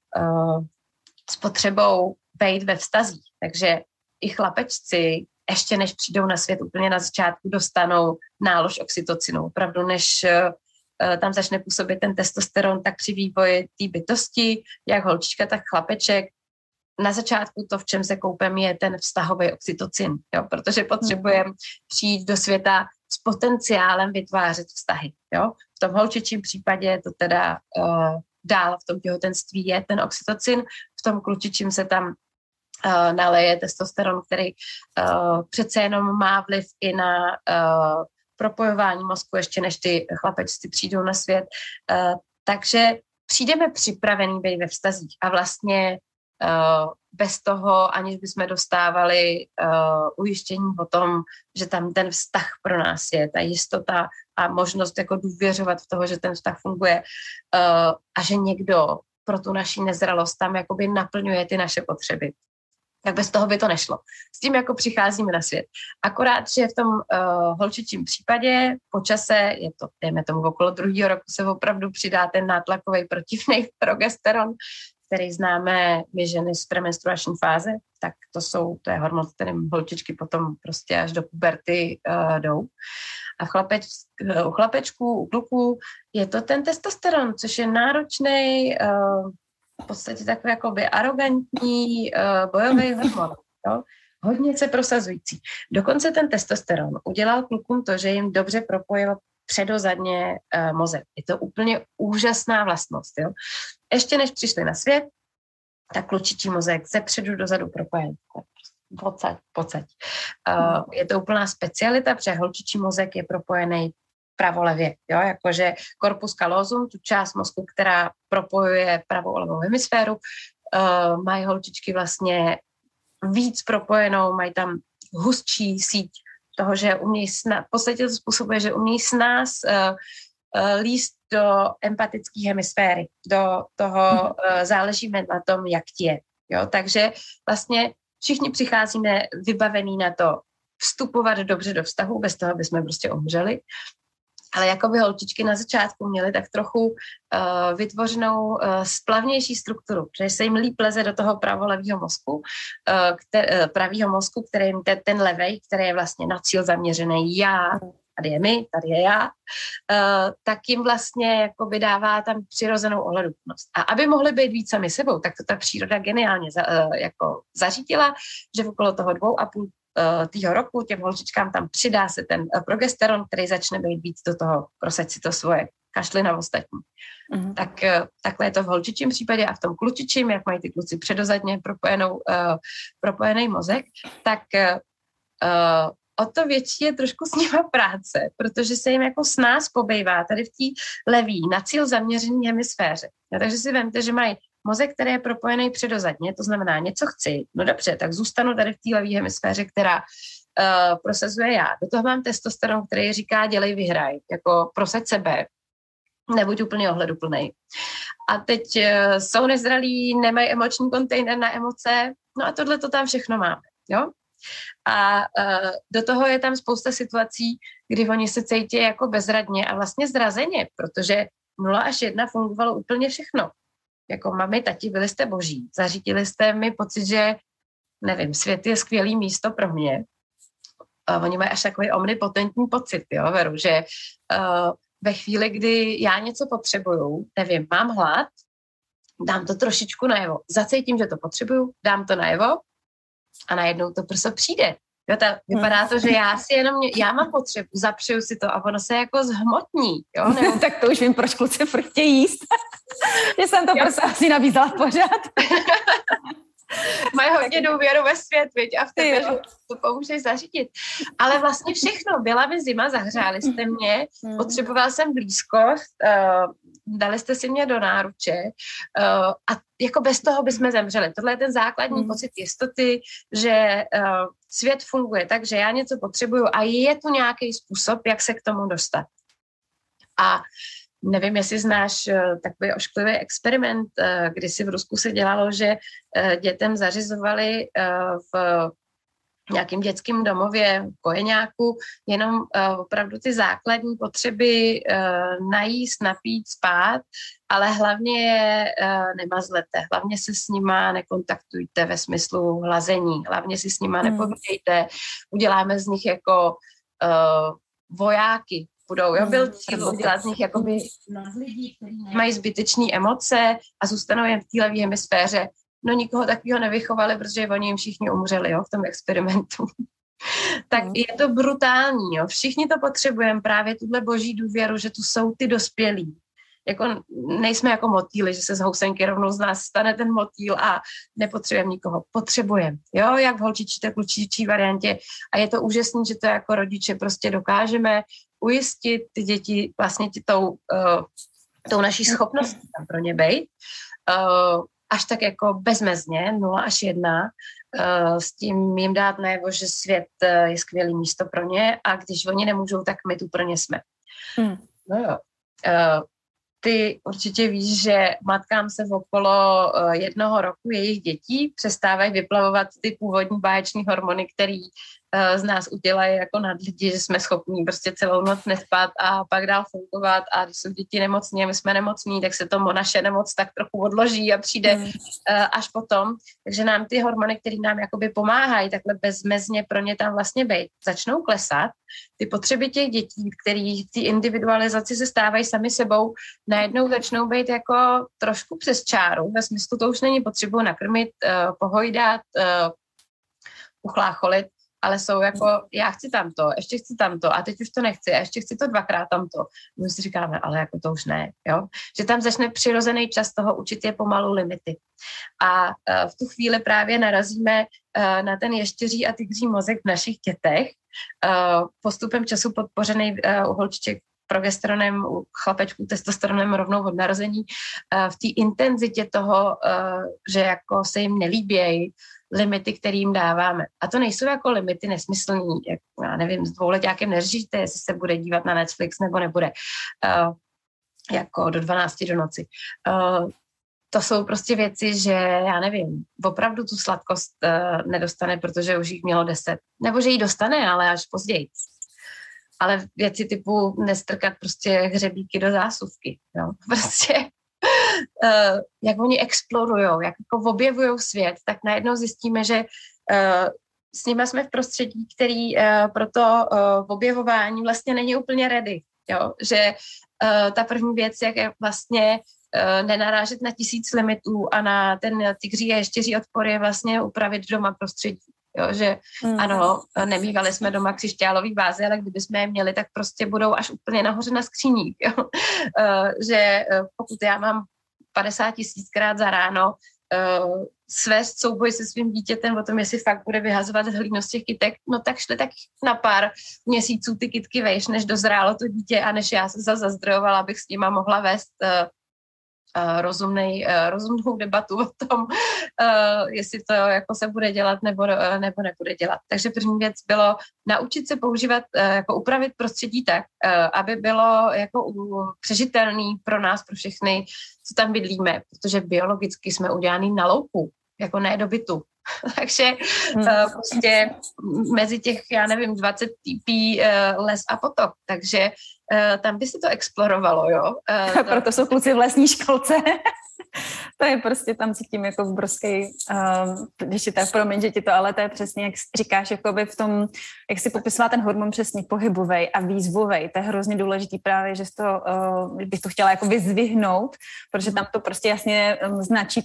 s potřebou být ve vztazích. Takže i chlapečci ještě než přijdou na svět úplně na začátku, dostanou nálož oxytocinu. Opravdu, než tam začne působit ten testosteron, tak při vývoji té bytosti, jak holčička, tak chlapeček, na začátku to, v čem se koupem, je ten vztahový oxytocin, jo? Protože potřebujeme přijít do světa s potenciálem vytvářet vztahy. Jo? V tom holčičím případě to teda dál v tom těhotenství je ten oxytocin, v tom klučičím se tam naleje testosteron, který přece jenom má vliv i na propojování mozku, ještě než ty chlapečci přijdou na svět. Takže přijdeme připravený být ve vztazích a vlastně bez toho, aniž bychom dostávali ujištění o tom, že tam ten vztah pro nás je, ta jistota a možnost jako důvěřovat v toho, že ten vztah funguje a že někdo pro tu naši nezralost tam jakoby naplňuje ty naše potřeby. Tak bez toho by to nešlo. S tím jako přicházíme na svět. Akorát, že v tom holčičím případě po čase, je to, dejme tomu, okolo 2. roku se opravdu přidá ten nátlakový protivný progesteron, který známe my ženy z premenstruační fáze, tak to je hormon, kterým holčičky potom prostě až do puberty jdou. A u chlapečků, u kluků je to ten testosteron, což je náročný, v podstatě takový jakoby arrogantní bojový hormon. Jo? Hodně se prosazující. Dokonce ten testosteron udělal klukům to, že jim dobře propojil předozadně mozek. Je to úplně úžasná vlastnost. Jo? Ještě než přišli na svět, tak klučičí mozek ze předu dozadu propojen. Pocať. Je to úplná specialita, protože holčičí mozek je propojený pravolevě, jo, jakože corpus callosum, tu část mozku, která propojuje pravou a levou hemisféru, mají holčičky vlastně víc propojenou, mají tam hustší síť toho, že umějí v podstatě to způsobuje, že umějí s nás líst do empatické hemisféry, do toho záležíme na tom, jak ti je, jo, takže vlastně všichni přicházíme vybavení na to vstupovat dobře do vztahu, bez toho bychom prostě umřeli. Ale jakoby holčičky na začátku měly tak trochu vytvořenou splavnější strukturu, protože se jim líp leze do toho pravolevého mozku, pravýho mozku, který jim ten levej, který je vlastně na cíl zaměřený já, tady je my, tady je já, tak jim vlastně jako dává tam přirozenou ohleduplnost. A aby mohli být víc sami sebou, tak to ta příroda geniálně jako zařídila, že okolo toho 2,5 týho roku těm holčičkám tam přidá se ten progesteron, který začne být víc do toho, prosaď si to svoje, kašli na ostatní. Tak takhle je to v holčičím případě a v tom klučičím, jak mají ty kluci předozadně propojený mozek, tak o to větší je trošku s nima práce, protože se jim jako s nás pobejvá tady v té levý na cíl zaměřený hemisféře. Takže si vemte, že mají mozek, který je propojený předozadně, to znamená něco chci, no dobře, tak zůstanu tady v té levý hemisféře, která prosazuje já. Do toho mám testosteron, který říká dělej, vyhraj, jako prosaď sebe, nebuď úplně ohleduplnej. A teď jsou nezralí, nemají emoční kontejner na emoce, no a tohle to tam všechno máme, jo? A do toho je tam spousta situací, kdy oni se cítí jako bezradně a vlastně zrazeně, protože 0 až 1 fungovalo úplně všechno. Jako mami, tati, byli jste boží. Zařídili jste mi pocit, že, nevím, svět je skvělý místo pro mě. Oni mají až takový omnipotentní pocit, jo, Veru, že ve chvíli, kdy já něco potřebuju, nevím, mám hlad, dám to trošičku najevo. Zacítím, že to potřebuju, dám to najevo a najednou to prostě přijde. Jo, vypadá to, že já mám potřebu, zapřeju si to a ono se jako zhmotní. Jo? Nebo... Tak to už vím, proč kluci furt chtějí jíst. Že jsem to prostě asi nabízela pořád. Mají hodně důvěru ve svět, viď? A v tebe, že to pomůžeš zařídit. Ale vlastně všechno. Byla by zima, zahřáli jste mě, potřeboval jsem blízkost, dali jste si mě do náruče a jako bez toho bychom zemřeli. Tohle je ten základní pocit jistoty, že svět funguje tak, že já něco potřebuju a je tu nějaký způsob, jak se k tomu dostat. A nevím, jestli znáš takový ošklivý experiment, kdy si v Rusku se dělalo, že dětem zařizovali v nějakým dětským domově, kojeňáku, jenom opravdu ty základní potřeby najíst, napít, spát, ale hlavně je nemazlete, hlavně se s nima nekontaktujte ve smyslu hlazení, hlavně si s nima nepovídejte, uděláme z nich jako vojáky, budou, jo, byl cíl udělat z nich jakoby lidí, kteří mají zbytečné emoce a zůstanou jen v té levý hemisféře. No nikoho takového nevychovali, protože oni jim všichni umřeli, jo, v tom experimentu. Tak je to brutální, jo. Všichni to potřebujeme, právě tuhle boží důvěru, že tu jsou ty dospělí. Jako nejsme jako motýly, že se z housenky rovnou z nás stane ten motýl a nepotřebujeme nikoho. Potřebujeme, jo, jak v holčičí, tak klučičí variantě. A je to úžasné, že to jako rodiče prostě dokážeme ujistit ty děti vlastně tou naší schopností tam pro ně bejt. Až tak jako bezmezně, 0 až 1, s tím jim dát najevo, že svět je skvělý místo pro ně a když oni nemůžou, tak my tu pro ně jsme. No jo. Ty určitě víš, že matkám se okolo 1 roku jejich dětí přestávají vyplavovat ty původní báječní hormony, který z nás udělají jako nadlidi, že jsme schopní prostě celou noc nespat a pak dál fungovat a když jsou děti nemocní a my jsme nemocní, tak se to naše nemoc tak trochu odloží a přijde až potom. Takže nám ty hormony, které nám jakoby pomáhají takhle bezmezně pro ně tam vlastně být, začnou klesat. Ty potřeby těch dětí, které v té individualizaci se stávají sami sebou, najednou začnou být jako trošku přes čáru. Ve smyslu to už není potřebu nakrmit, pohojdat, uchlácholit, ale jsou jako, já chci tamto, ještě chci tamto a teď už to nechci a ještě chci to 2krát tamto. My si říkáme, ale jako to už ne, jo. Že tam začne přirozený čas toho učit je pomalu limity. A v tu chvíli právě narazíme na ten ještěří a tygří mozek v našich dětech, postupem času podpořený u holčiček progesteronem, u chlapečků testosteronem rovnou od narození, v té intenzitě toho, že jako se jim nelíbějí limity, které jim dáváme. A to nejsou jako limity nesmyslný, jak, já nevím, s 2letákem neřešíte, jestli se bude dívat na Netflix nebo nebude, jako do 12 do noci. To jsou prostě věci, že já nevím, opravdu tu sladkost nedostane, protože už jich mělo 10. Nebo že ji dostane, ale až později. Ale věci typu nestrkat prostě hřebíky do zásuvky. Jo? Prostě jak oni explorujou, jak jako objevujou svět, tak najednou zjistíme, že s nimi jsme v prostředí, který pro to objevování vlastně není úplně ready. Jo? Že ta první věc, jak je vlastně nenarážet na 1000 limitů a na ten tygří a ještěří odpor je vlastně upravit doma prostředí. Jo, že ano, nemývali jsme doma křišťálový vázy, ale kdyby jsme je měli, tak prostě budou až úplně nahoře na skříních. Jo. Že pokud já mám 50 000krát za ráno svést souboj se svým dítětem o tom, jestli fakt bude vyhazovat hlínu z těch kytek, no tak šli tak na pár měsíců ty kytky vejš, než dozrálo to dítě a než já se zazdrojovala, abych s nima mohla vést rozumnou debatu o tom, jestli to jako se bude dělat nebo nebude dělat. Takže první věc bylo naučit se používat, jako upravit prostředí tak, aby bylo jako přežitelný pro nás, pro všechny, co tam bydlíme, protože biologicky jsme udělaný na louku, jako ne do bytu. Takže prostě mezi těch, já nevím, 20 TP les a potok, takže tam by se to explorovalo, jo. Proto jsou kluci v lesní školce. To je prostě, tam cítím jako obrovský, když je tak, promiň, že ti to, ale to je přesně, jak říkáš, jakoby v tom, jak si popisovala ten hormon přesně pohybovej a výzvovej, to je hrozně důležitý právě, že bych to chtěla jako vyzdvihnout, protože tam to prostě jasně značí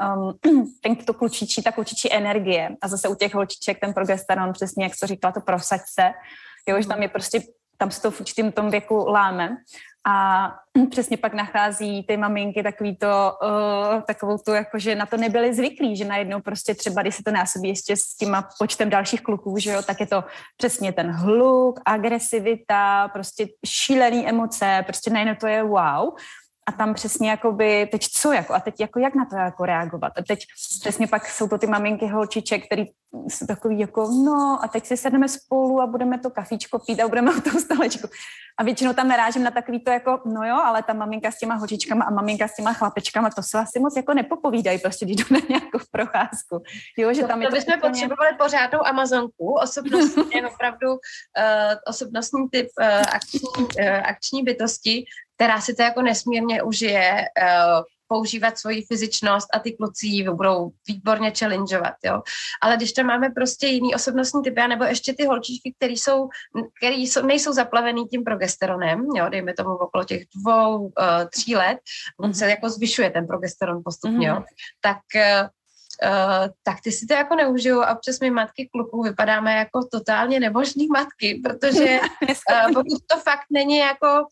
to klučičí, ta klučičí energie a zase u těch holčiček ten progesteron, přesně jak to říkala, to prosaď se, jo, že tam je prostě, tam se to v určitým tom věku láme. A přesně pak nachází ty maminky takovou tu, jako, že na to nebyly zvyklí, že najednou prostě třeba, když se to násobí ještě s tím počtem dalších kluků, že jo, tak je to přesně ten hluk, agresivita, prostě šílený emoce, prostě najednou to je wow. A tam přesně jakoby, teď co jako, a teď jako jak na to jako reagovat. A teď přesně pak jsou to ty maminky holčiček, který jsou takový jako, no a teď si sedneme spolu a budeme to kafíčko pít a budeme o tom stolečku. A většinou tam narážím na takový to jako, no jo, ale ta maminka s těma holčičkama a maminka s těma chlapečkama, to se asi moc jako nepopovídají, prostě když jdou na nějakou procházku. Jo, že tam to bychom potřebovali pořádnou amazonku, osobnostní opravdu osobnostní typ akční bytosti, která si to jako nesmírně užije, používat svoji fyzičnost a ty kluci ji budou výborně challengeovat, jo. Ale když tam máme prostě jiný osobnostní typy, nebo ještě ty holčičky, který nejsou zaplavený tím progesteronem, jo, dejme tomu okolo těch 2-3 let, on se jako zvyšuje ten progesteron postupně, jo, tak ty si to jako neužijou a občas my matky kluků vypadáme jako totálně nemožný matky, protože pokud to fakt není jako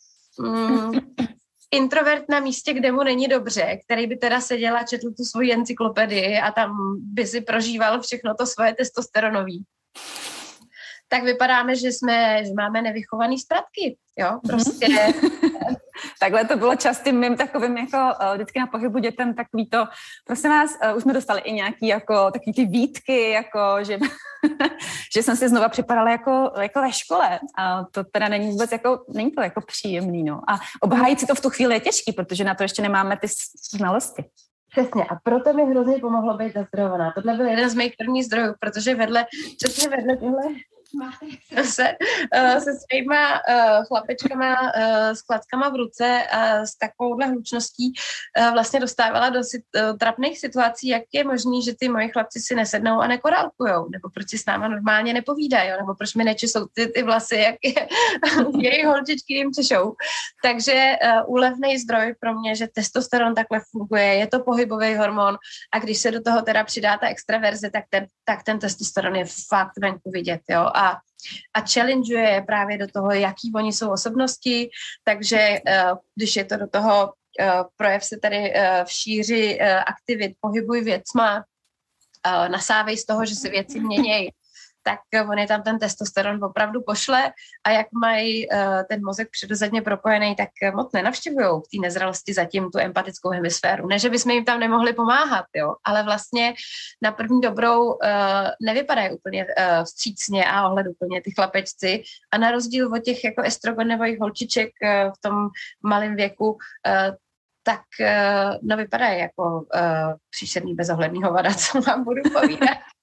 introvert na místě, kde mu není dobře, který by teda seděl a četl tu svoji encyklopedii a tam by si prožíval všechno to svoje testosteronový, tak vypadáme, že máme nevychovaný spratky, jo, prostě. Takhle to bylo častým mým takovým jako vždycky na pohybu dětem takový to, prosím vás, už jsme dostali i nějaký jako takový ty výtky, jako že, že jsem si znova připadala jako ve škole a to teda není vůbec jako, není to jako příjemný, no. A obhájit si to v tu chvíli je těžký, protože na to ještě nemáme ty znalosti. Přesně, a proto mi hrozně pomohlo být zazdrojovaná. Tohle byl jeden z mých prvních zdrojů, protože přesně vedle tyhle se svýma chlapečkama s klackama v ruce a s takovouhle hlučností vlastně dostávala do trapných situací, jak je možný, že ty moji chlapci si nesednou a nekorálkujou, nebo proč si s náma normálně nepovídají, nebo proč mi nečesou ty vlasy, jak jejich holčičky jim češou. Takže úlevný zdroj pro mě, že testosteron takhle funguje, je to pohybový hormon a když se do toho teda přidá ta extraverze, tak ten testosteron je fakt venku vidět, jo, a challengeuje právě do toho, jaký oni jsou osobnosti, takže když je to do toho projev se tady v šíři aktivit, pohybuj věcma, nasávej z toho, že se věci měnějí, tak on je tam ten testosteron opravdu pošle a jak mají ten mozek přirozeně propojený, tak moc nenavštěvujou v té nezralosti zatím tu empatickou hemisféru. Ne, že bychom jim tam nemohli pomáhat, jo, ale vlastně na první dobrou nevypadají úplně vstřícně a ohleduplně ty chlapečci a na rozdíl od těch jako estrogenových holčiček v tom malém věku, tak vypadají jako příšerný bezohledný hovada, co vám budu povídat.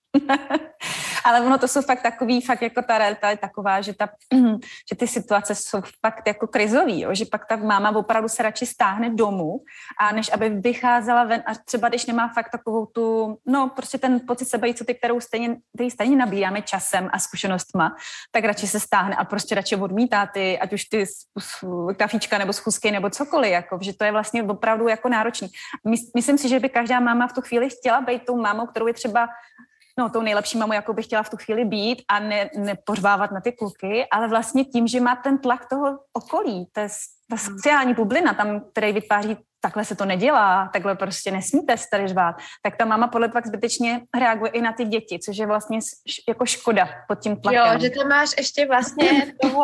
Ale ono to jsou fakt takový, fakt jako ta realita je taková, že ty situace jsou fakt jako krizový, jo? Že pak ta máma opravdu se radši stáhne domů, a než aby vycházela ven a třeba když nemá fakt takovou tu, no prostě ten pocit sebejistoty, který stejně nabíjáme časem a zkušenostma, tak radši se stáhne a prostě radši odmítá ty, ať už ty kafíčka nebo schůzky nebo cokoliv, jako, že to je vlastně opravdu jako náročný. Myslím si, že by každá máma v tu chvíli chtěla být tou mámou, kterou je třeba tou nejlepší mamou, jakou bych chtěla v tu chvíli být a nepořvávat na ty kluky, ale vlastně tím, že má ten tlak toho okolí, ta sociální bublina tam, který vytváří, takhle se to nedělá, takhle prostě nesmíte se tady řvát, tak ta máma podle pak zbytečně reaguje i na ty děti, což je vlastně jako škoda pod tím tlakem. Jo, že ty máš ještě vlastně toho...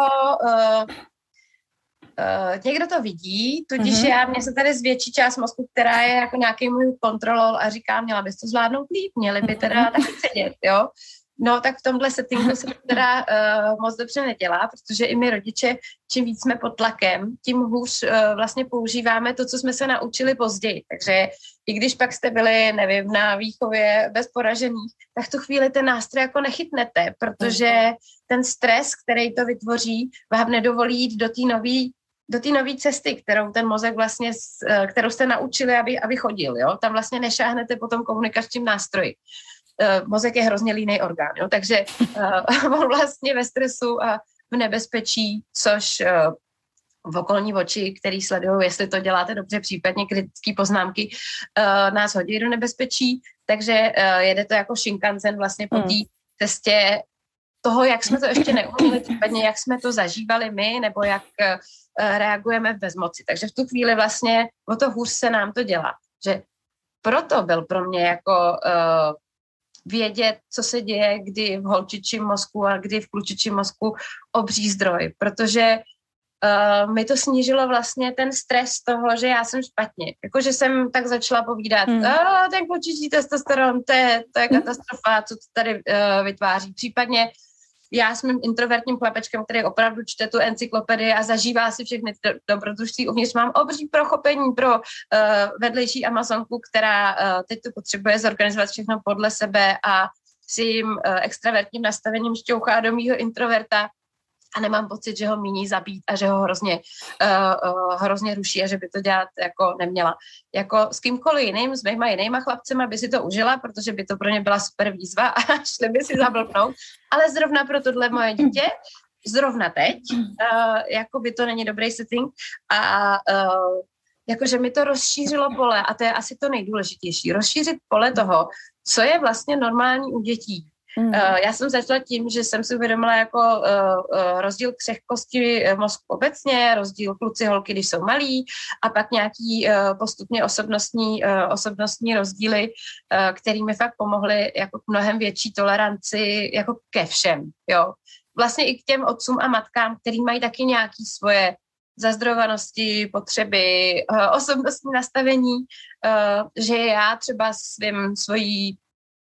někdo to vidí, tudíž mně se tady zvětší část mozku, která je jako nějaký můj kontrolol a říká, měla bys to zvládnout líp, měli by teda taky sedět, jo. No tak v tomhle settingu se to teda moc dobře nedělá, protože i my rodiče, čím víc jsme pod tlakem, tím hůř vlastně používáme to, co jsme se naučili později. Takže i když pak jste byli, nevím, na výchově bez poražených, tak tu chvíli ten nástroj jako nechytnete, protože ten stres, který to vytvoří, vám nedovolí jít do té nové cesty, kterou ten mozek vlastně, kterou jste naučili, aby chodil, jo? Tam vlastně nešáhnete po tom komunikačním nástroji. Mozek je hrozně línej orgán, jo? Takže on vlastně ve stresu a v nebezpečí, což v okolní oči, který sledují, jestli to děláte dobře, případně kritické poznámky, nás hodí do nebezpečí, takže jede to jako Shinkansen vlastně po té cestě toho, jak jsme to ještě neuměli, případně jak jsme to zažívali my, nebo jak reagujeme v bezmoci. Takže v tu chvíli vlastně o to hůř se nám to dělá. Že proto byl pro mě jako vědět, co se děje, kdy v holčičím mozku a kdy v klučičím mozku obří zdroj, protože mi to snížilo vlastně ten stres toho, že já jsem špatně. Jakože jsem tak začala povídat, ten klučičí testosteron, to je katastrofa, co to tady vytváří. Případně já s mým introvertním chlapečkem, který opravdu čte tu encyklopedii a zažívá si všechny dobrodružství uvnitř, mám obří pochopení pro vedlejší Amazonku, která teď to potřebuje zorganizovat všechno podle sebe a svým extravertním nastavením šťouchá do mýho introverta a nemám pocit, že ho míní zabít a že ho hrozně ruší a že by to dělat jako neměla. Jako s kýmkoliv jiným, s mýma jinýma chlapcema by si to užila, protože by to pro ně byla super výzva a šli by si zablbnout, ale zrovna pro tohle moje dítě, zrovna teď, jako by to není dobrý setting a jakože mi to rozšířilo pole a to je asi to nejdůležitější, rozšířit pole toho, co je vlastně normální u dětí. Já jsem začala tím, že jsem si uvědomila jako rozdíl křehkosti mozku obecně, rozdíl kluci, holky, když jsou malí a pak nějaký postupně osobnostní rozdíly, který mi fakt pomohly jako k mnohem větší toleranci jako ke všem, jo. Vlastně i k těm otcům a matkám, který mají taky nějaký svoje zazdrovanosti, potřeby, osobnostní nastavení, že já třeba svojí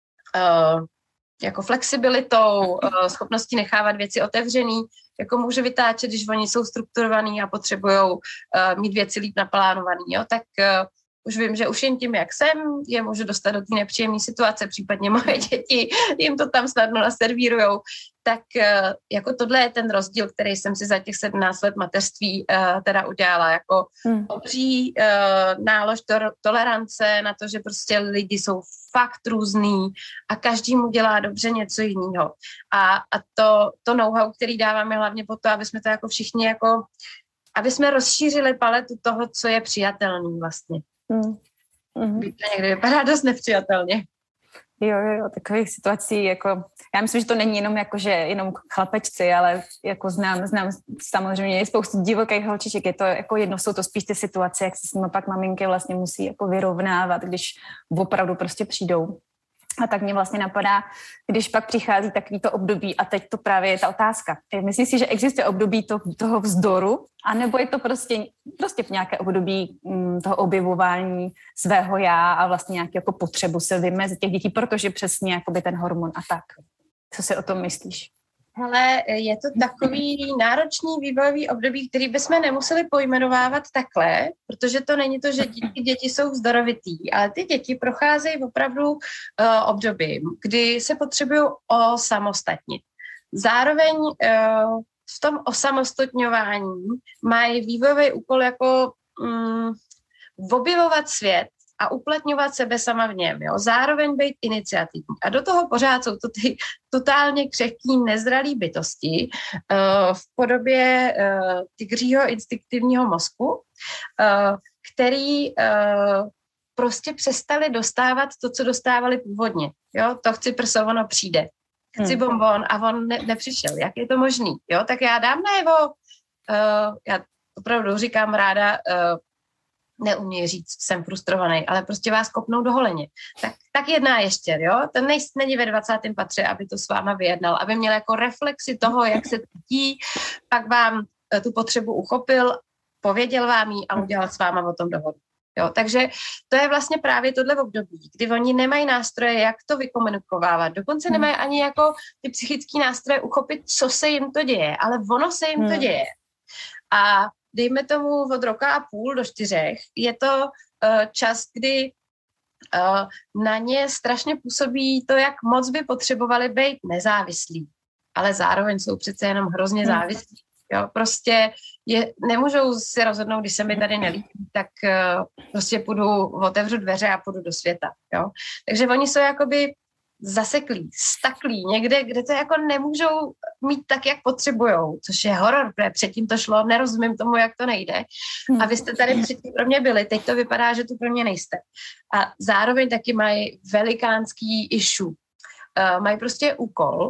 jako flexibilitou, schopností nechávat věci otevřený, jako můžu vytáčet, když oni jsou strukturovaný a potřebujou mít věci líp naplánovaný, jo, tak už vím, že už jen tím, jak jsem, je můžu dostat do té nepříjemné situace, případně moje děti jim to tam snadno naservírujou, tak jako tohle je ten rozdíl, který jsem si za těch 17 let mateřství teda udělala, jako obří nálož tolerance na to, že prostě lidi jsou fakt různý a každý mu dělá dobře něco jiného. A to know-how, který dáváme hlavně po to, aby jsme to jako všichni jako, aby jsme rozšířili paletu toho, co je přijatelný vlastně. Být to někdy vypadá dost nepřijatelně. Jo, takových situací, jako, já myslím, že to není jenom jako, že jenom chlapečci, ale jako znám samozřejmě spoustu divokých holčiček, je to jako jedno, jsou to spíš ty situace, jak se s nimi pak maminky vlastně musí jako vyrovnávat, když opravdu prostě přijdou. A tak mě vlastně napadá, když pak přichází takovýto období a teď to právě je ta otázka. Myslíš si, že existuje období toho vzdoru, anebo je to prostě v nějaké období toho objevování svého já a vlastně nějaký jako potřebu se vymezit těch dětí, protože přesně jakoby ten hormon a tak. Co si o tom myslíš? Hele, je to takový náročný vývojový období, který bychom nemuseli pojmenovávat takhle, protože to není to, že děti jsou vzdorovitý, ale ty děti procházejí opravdu obdobím, kdy se potřebují osamostatnit. Zároveň v tom osamostatňování mají vývojový úkol jako objevovat svět a uplatňovat sebe sama v něm. Jo? Zároveň být iniciativní. A do toho pořád jsou to ty totálně křehký, nezralý bytosti v podobě tygřího instinktivního mozku, který prostě přestali dostávat to, co dostávali původně. Jo? To chci prso, ono přijde. Chci bonbon a on nepřišel. Jak je to možný? Jo? Tak já dám najevo, já opravdu říkám ráda, neumějí říct, jsem frustrovaný, ale prostě vás kopnou do holeně. Tak jedná ještě, jo? Ten není ve 20. patře, aby to s váma vyjednal, aby měl jako reflexi toho, jak se cítí, pak vám tu potřebu uchopil, pověděl vám ji a udělal s váma o tom dohodu. Jo? Takže to je vlastně právě tohle období, kdy oni nemají nástroje, jak to vykomunikovávat. Dokonce nemají ani jako ty psychické nástroje uchopit, co se jim to děje, ale ono se jim to děje. A dejme tomu od roka a půl do 4, je to čas, kdy na ně strašně působí to, jak moc by potřebovali být nezávislí, ale zároveň jsou přece jenom hrozně závislí. Jo? Prostě nemůžou si rozhodnout, když se mi tady nelíbí, tak prostě otevřu dveře a půjdu do světa. Jo? Takže oni jsou jakoby zaseklí, staklí někde, kde to jako nemůžou mít tak, jak potřebujou, což je horor, protože předtím to šlo, nerozumím tomu, jak to nejde. A vy jste tady předtím pro mě byli, teď to vypadá, že tu pro mě nejste. A zároveň taky mají velikánský issue. Mají prostě úkol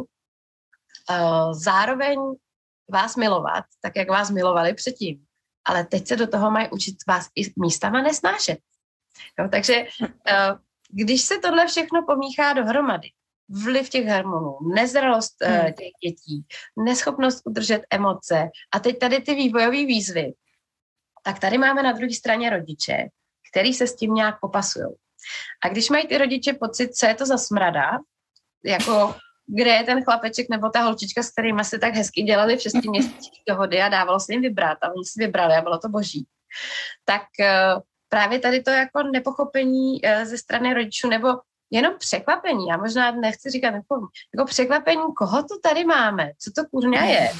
zároveň vás milovat, tak jak vás milovali předtím. Ale teď se do toho mají učit vás i místama nesnášet. Jo, takže když se tohle všechno pomíchá dohromady, vliv těch hormonů, nezralost těch dětí, neschopnost udržet emoce a teď tady ty vývojové výzvy, tak tady máme na druhé straně rodiče, který se s tím nějak popasují. A když mají ty rodiče pocit, co je to za smrada, jako kde je ten chlapeček nebo ta holčička, s kterýma se tak hezky dělali v 6 měsících dohody a dávalo se jim vybrat a oni si vybrali a bylo to boží, tak právě tady to jako nepochopení ze strany rodičů nebo jenom překvapení, já možná nechci říkat jako překvapení, koho to tady máme, co to kurňa je,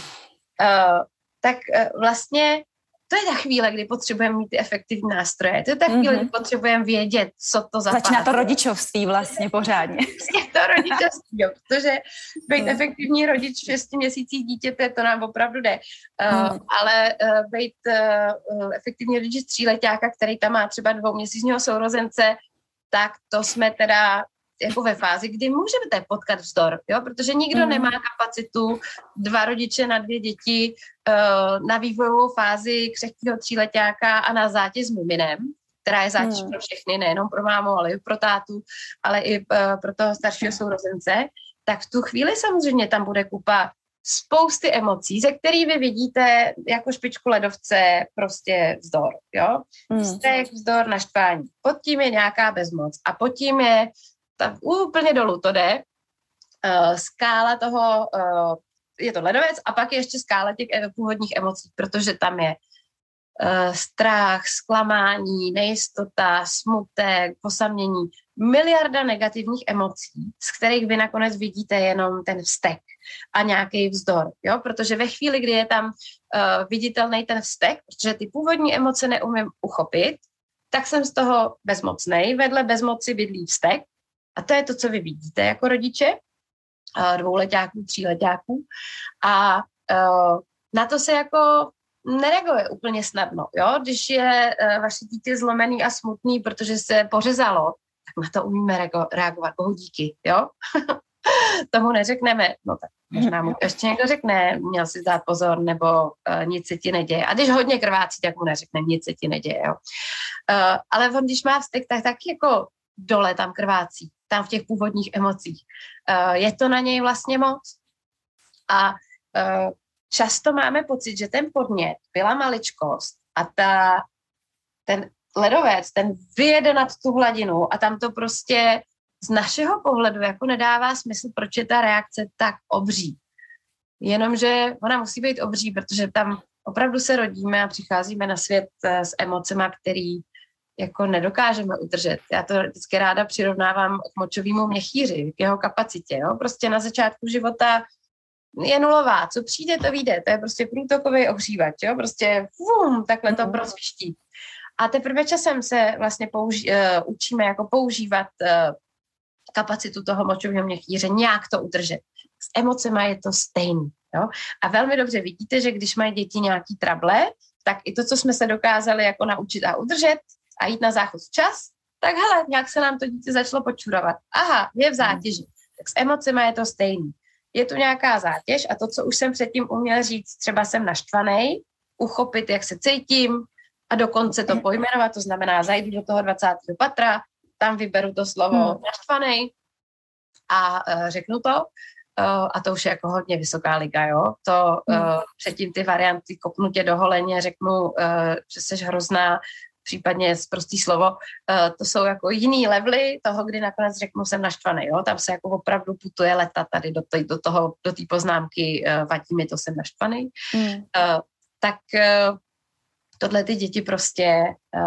tak vlastně to je ta chvíle, kdy potřebujeme mít ty efektivní nástroje. To je ta chvíle, kdy potřebujeme vědět, co to za Začíná to rodičovství vlastně pořádně. To rodičovství, jo, protože být efektivní rodič v 6 měsících dítěte, to nám opravdu jde. Ale být efektivní rodič 3letáka, který tam má třeba 2měsíčního sourozence, tak to jsme teda jako ve fázi, kdy můžeme potkat vzdor, jo? Protože nikdo nemá kapacitu 2 rodiče na 2 děti na vývojovou fázi křehkého 3letáka a na zátěž s miminem, která je zátěž pro všechny, nejenom pro mámu, ale i pro tátu, ale i pro toho staršího sourozence, tak v tu chvíli samozřejmě tam bude kupa spousty emocí, ze kterých vy vidíte jako špičku ledovce prostě vzdor, jo? Vztek, vzdor, naštvání. Pod tím je nějaká bezmoc a pod tím je tak úplně dolů to jde. Skála toho, je to ledovec a pak je ještě skála těch původních emocí, protože tam je strach, zklamání, nejistota, smutek, osamění, miliarda negativních emocí, z kterých vy nakonec vidíte jenom ten vztek a nějaký vzdor, jo? Protože ve chvíli, kdy je tam viditelný ten vztek, protože ty původní emoce neumím uchopit, tak jsem z toho bezmocnej, vedle bezmoci bydlí vztek. A to je to, co vy vidíte jako rodiče, 2letáků, 3letáků. A na to se jako nereaguje úplně snadno. Jo? Když je vaše dítě zlomený a smutný, protože se pořezalo, tak na to umíme reagovat. Bohu díky. Jo? Tomu neřekneme, no tak možná mu ještě někdo řekne, měl si dát pozor, nebo nic se ti neděje. A když hodně krvácí, tak mu neřekne, nic se ti neděje. Jo? Ale on, když má vztek, tak jako dole tam krvácí, tam v těch původních emocích. Je to na něj vlastně moc. A často máme pocit, že ten podnět byla maličkost a ten ledovec, ten vyjede nad tu hladinu a tam to prostě z našeho pohledu jako nedává smysl, proč je ta reakce tak obří. Jenomže ona musí být obří, protože tam opravdu se rodíme a přicházíme na svět s emocema, který jako nedokážeme udržet. Já to vždycky ráda přirovnávám k močovému měchýři, k jeho kapacitě. Jo? Prostě na začátku života je nulová. Co přijde, to vyjde. To je prostě průtokový ohřívač. Jo? Prostě takhle to prosviští. A teprve časem se vlastně učíme jako používat kapacitu toho močového měchýře, nějak to udržet. S emocema je to stejný. Jo? A velmi dobře vidíte, že když mají děti nějaký trable, tak i to, co jsme se dokázali jako naučit a udržet a jít na záchod včas, tak hele, nějak se nám to dítě začalo počurovat. Aha, je v zátěži. Tak s emocema je to stejný. Je tu nějaká zátěž a to, co už jsem předtím uměl říct, třeba jsem naštvanej, uchopit, jak se cítím a dokonce to pojmenovat, to znamená zajdu do toho 20. patra, tam vyberu to slovo naštvanej a řeknu to. A to už je jako hodně vysoká liga, jo. To předtím ty varianty kopnu tě do holeně, řeknu, že jsi hrozná, případně prostý slovo, to jsou jako jiný levely toho, kdy nakonec řeknu, jsem naštvaný, jo. Tam se jako opravdu putuje leta tady do té poznámky, vadí mi to, jsem naštvaný. Tak tohle ty děti prostě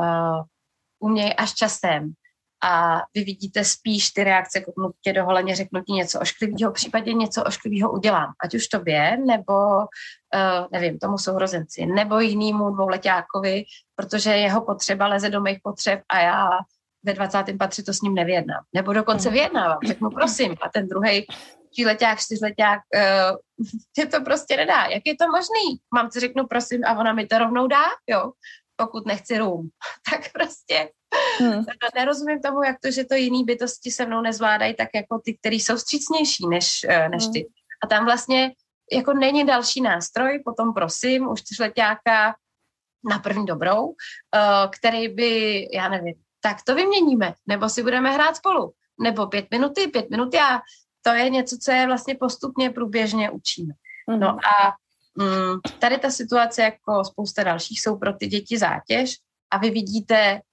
umějí až časem. A vy vidíte spíš ty reakce, kopnu tě do holeně, řeknu ti něco ošklivého, případně něco ošklivého udělám. Ať už tobě, nebo nevím, tomu sourozenci, nebo jinýmu dvouletákovi, protože jeho potřeba leze do mých potřeb a já ve 20. patře to s ním nevyjednám. Nebo dokonce vyjednávám, řeknu prosím. A ten druhej tříleták, čtyřleták, je to prostě nedá. Jak je to možný? Mamce řeknu prosím a ona mi to rovnou dá, jo? Pokud nechci rum. Tak prostě nerozumím tomu, jak to, že to jiný bytosti se mnou nezvládají, tak jako ty, který jsou vstřícnější než ty. A tam vlastně jako není další nástroj, potom prosím, už čtyřletáka na první dobrou, který by, já nevím, tak to vyměníme, nebo si budeme hrát spolu, nebo 5 minut já. To je něco, co je vlastně postupně, průběžně učíme. No a tady ta situace, jako spousta dalších, jsou pro ty děti zátěž a vy vidíte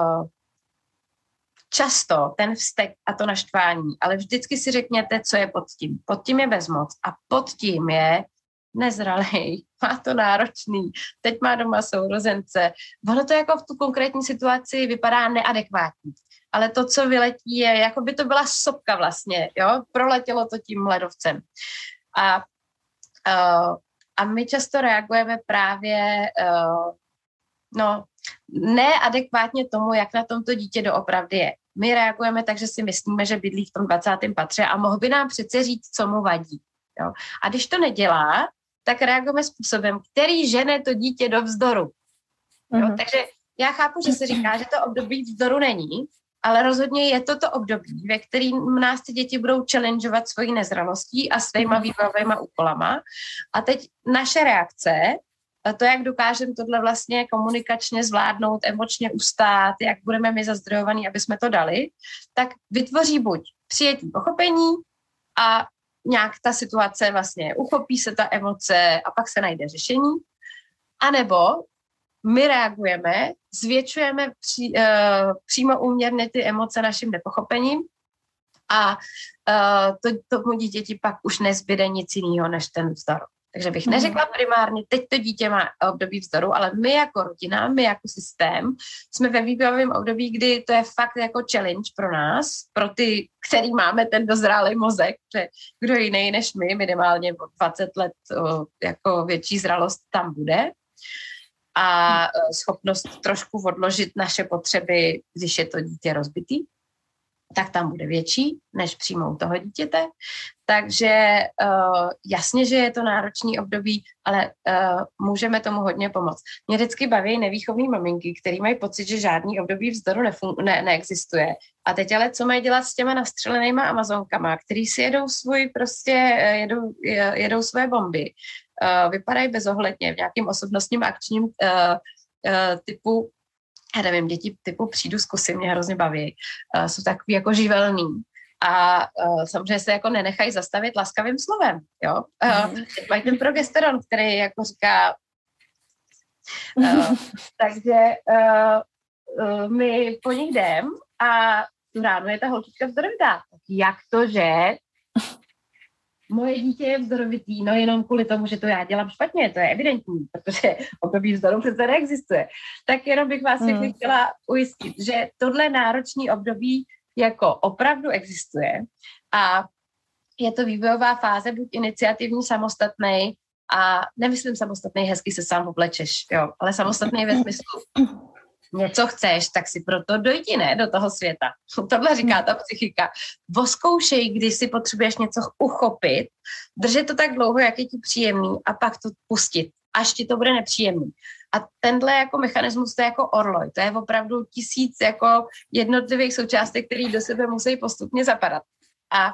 často ten vztek a to naštvání, ale vždycky si řekněte, co je pod tím. Pod tím je bezmoc a pod tím je nezralej, má to náročný, teď má doma sourozence. Ono to jako v tu konkrétní situaci vypadá neadekvátní, ale to, co vyletí, je, jako by to byla sopka vlastně, jo, proletělo to tím ledovcem. A my často reagujeme právě neadekvátně tomu, jak na tom to dítě doopravdy je. My reagujeme tak, že si myslíme, že bydlí v tom 20. patře a mohl by nám přece říct, co mu vadí. Jo? A když to nedělá, tak reagujeme způsobem, který žene to dítě do vzdoru. Jo? Takže já chápu, že se říká, že to období vzdoru není, ale rozhodně je to období, ve kterým nás ty děti budou challengeovat svojí nezralostí a svýma výbavovýma úkolama. A teď naše reakce, to, jak dokážeme tohle vlastně komunikačně zvládnout, emočně ustát, jak budeme my zazdrojovaní, aby jsme to dali, tak vytvoří buď přijetí, pochopení a nějak ta situace vlastně uchopí se ta emoce a pak se najde řešení, anebo my reagujeme, zvětšujeme přímo úměrně ty emoce našim nepochopením a tomu dítěti pak už nezbyde nic jiného než ten vzdor. Takže bych neřekla primárně, teď to dítě má období vzdoru, ale my jako rodina, my jako systém, jsme ve vývojovém období, kdy to je fakt jako challenge pro nás, pro ty, který máme ten dozrálý mozek, že kdo jiný než my, minimálně o 20 let jako větší zralost tam bude. A schopnost trošku odložit naše potřeby, když je to dítě rozbitý, tak tam bude větší, než přijmout toho dítěte. Takže jasně, že je to náročný období, ale můžeme tomu hodně pomoct. Mě vždycky baví nevýchovný maminky, který mají pocit, že žádný období vzdoru neexistuje. A teď ale co mají dělat s těma nastřelenýma Amazonkama, který si jedou své bomby, vypadají bezohledně v nějakým osobnostním akčním typu, já nevím, děti typu přijdu, zkusím, mě hrozně baví, jsou takový jako živelný a samozřejmě se jako nenechají zastavit laskavým slovem, jo. Mají ten progesteron, který jako říká, takže my po nich jdem a tu ráno je ta holčička vzdorovitá. Tak jak to, že moje dítě je vzdorovitý, no jenom kvůli tomu, že to já dělám špatně, to je evidentní, protože období vzdoru přece neexistuje. Tak jenom bych vás všechny chtěla ujistit, že tohle náročný období jako opravdu existuje a je to vývojová fáze, buď iniciativní, samostatnej, a nemyslím samostatnej, hezky se sám oblečeš, jo, ale samostatnej ve smyslu něco chceš, tak si proto dojdi, ne, do toho světa. Tohle říká ta psychika. Voskoušej, když si potřebuješ něco uchopit, držet to tak dlouho, jak je ti příjemný a pak to pustit, až ti to bude nepříjemný. A tenhle jako mechanismus, to je jako orloj, to je opravdu 1000 jako jednotlivých součástek, které do sebe musí postupně zapadat. A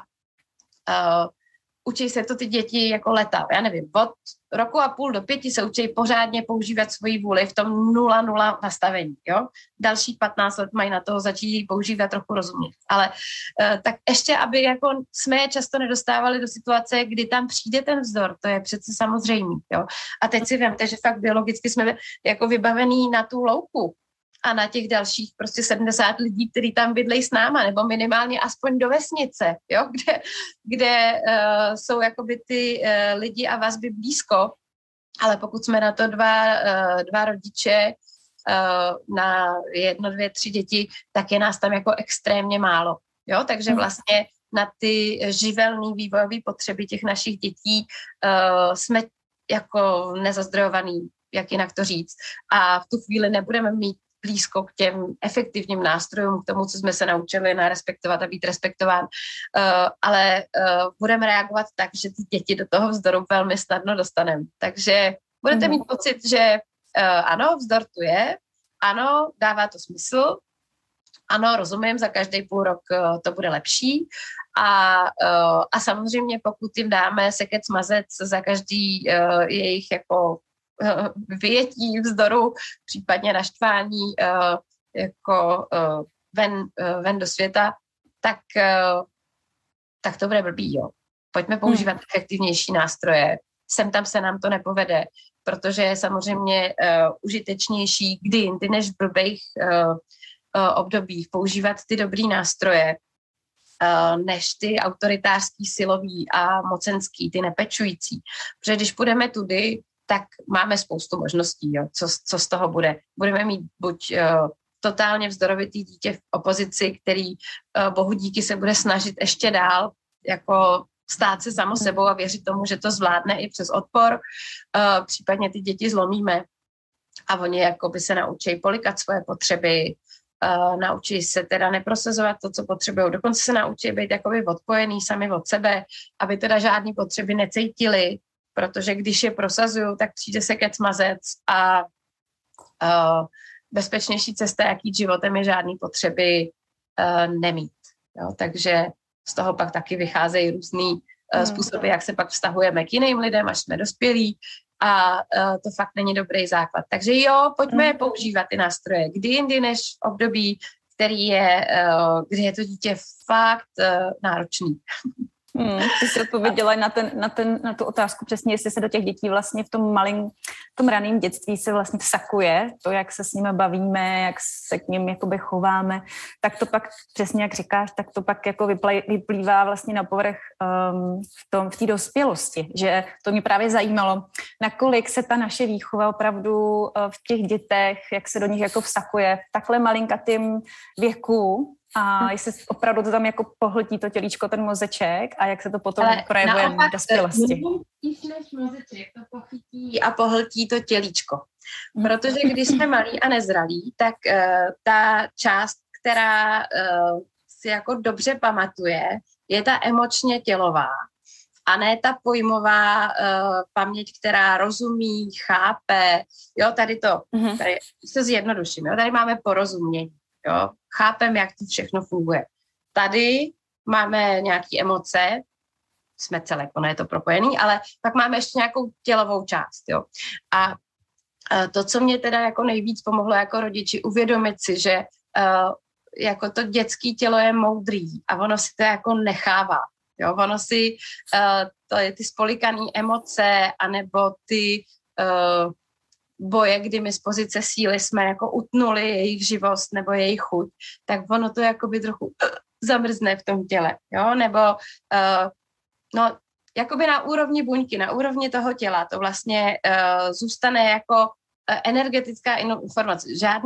učí se to ty děti jako leta, já nevím, od roku a půl do 5 se učí pořádně používat svoji vůli v tom 0,0 nastavení, jo. Dalších 15 let mají na to začít používat trochu rozumět. Ale tak ještě, aby jako jsme je často nedostávali do situace, kdy tam přijde ten vzdor, to je přece samozřejmý, jo. A teď si vemte, že fakt biologicky jsme jako vybavení na tu louku a na těch dalších prostě 70 lidí, kteří tam bydlejí s náma, nebo minimálně aspoň do vesnice, jo, kde jsou jakoby ty lidi a vazby blízko, ale pokud jsme na to dva rodiče na 1, 2, 3 děti, tak je nás tam jako extrémně málo, jo, takže vlastně na ty živelné vývojové potřeby těch našich dětí jsme jako nezazdrojovaný, jak jinak to říct, a v tu chvíli nebudeme mít blízko k těm efektivním nástrojům, k tomu, co jsme se naučili respektovat a být respektován, ale budeme reagovat tak, že ty děti do toho vzdoru velmi snadno dostaneme. Takže budete mít pocit, že ano, vzdor tu je, ano, dává to smysl, ano, rozumím, za každý půl rok to bude lepší a samozřejmě pokud jim dáme sekec mazec za každý jejich jako vyjetí vzdoru, případně naštvání jako ven do světa, tak to bude blbý, jo. Pojďme používat efektivnější nástroje. Sem tam se nám to nepovede, protože je samozřejmě užitečnější kdy jindy než v blbých obdobích používat ty dobrý nástroje, než ty autoritářský, silový a mocenský, ty nepečující. Protože když půjdeme tudy, tak máme spoustu možností, jo, co z toho bude. Budeme mít buď totálně vzdorovitý dítě v opozici, který bohu díky se bude snažit ještě dál jako stát se samo sebou a věřit tomu, že to zvládne i přes odpor. Případně ty děti zlomíme a oni jakoby se naučí polikat svoje potřeby, naučí se teda neprosazovat to, co potřebují. Dokonce se naučí být jakoby odpojený sami od sebe, aby teda žádný potřeby necítili, protože když je prosazují, tak přijde sekec mazec a bezpečnější cesta, jaký životem je žádný potřeby nemít. Jo? Takže z toho pak taky vycházejí různý způsoby, jak se pak vztahujeme k jiným lidem, až jsme dospělí a to fakt není dobrý základ. Takže jo, pojďme používat ty nástroje. Kdy jindy než v období, kdy je to dítě fakt náročný. Ty jsi odpověděla na tu otázku přesně, jestli se do těch dětí vlastně v tom raném dětství se vlastně vsakuje, to, jak se s nimi bavíme, jak se k ním jakoby chováme, tak to pak přesně, jak říkáš, tak to pak jako vyplývá vlastně na povrch v té dospělosti, že to mě právě zajímalo, nakolik se ta naše výchova opravdu v těch dětech, jak se do nich jako vsakuje v takhle malinkatým věku, a jestli opravdu to tam jako pohltí to tělíčko, ten mozeček a jak se to potom projevuje v dospělosti. Než mozeček to pochytí a pohltí to tělíčko. Protože když jsme malí a nezralí, tak ta část, která si jako dobře pamatuje, je ta emočně tělová a ne ta pojmová paměť, která rozumí, chápe. Jo, tady se zjednoduším. Jo, tady máme porozumění. Jo, chápem, jak to všechno funguje. Tady máme nějaké emoce, jsme celé, ono je to propojený, ale pak máme ještě nějakou tělovou část. Jo. A to, co mě teda jako nejvíc pomohlo jako rodiči, uvědomit si, že jako to dětské tělo je moudrý a ono si to jako nechává. Jo. Ono si ty spolikané emoce anebo ty boje, kdy my z pozice síly jsme jako utnuli jejich živost nebo jejich chuť, tak ono to jakoby trochu zamrzne v tom těle, jo, nebo jakoby na úrovni buňky, na úrovni toho těla, to vlastně zůstane jako energetická informace,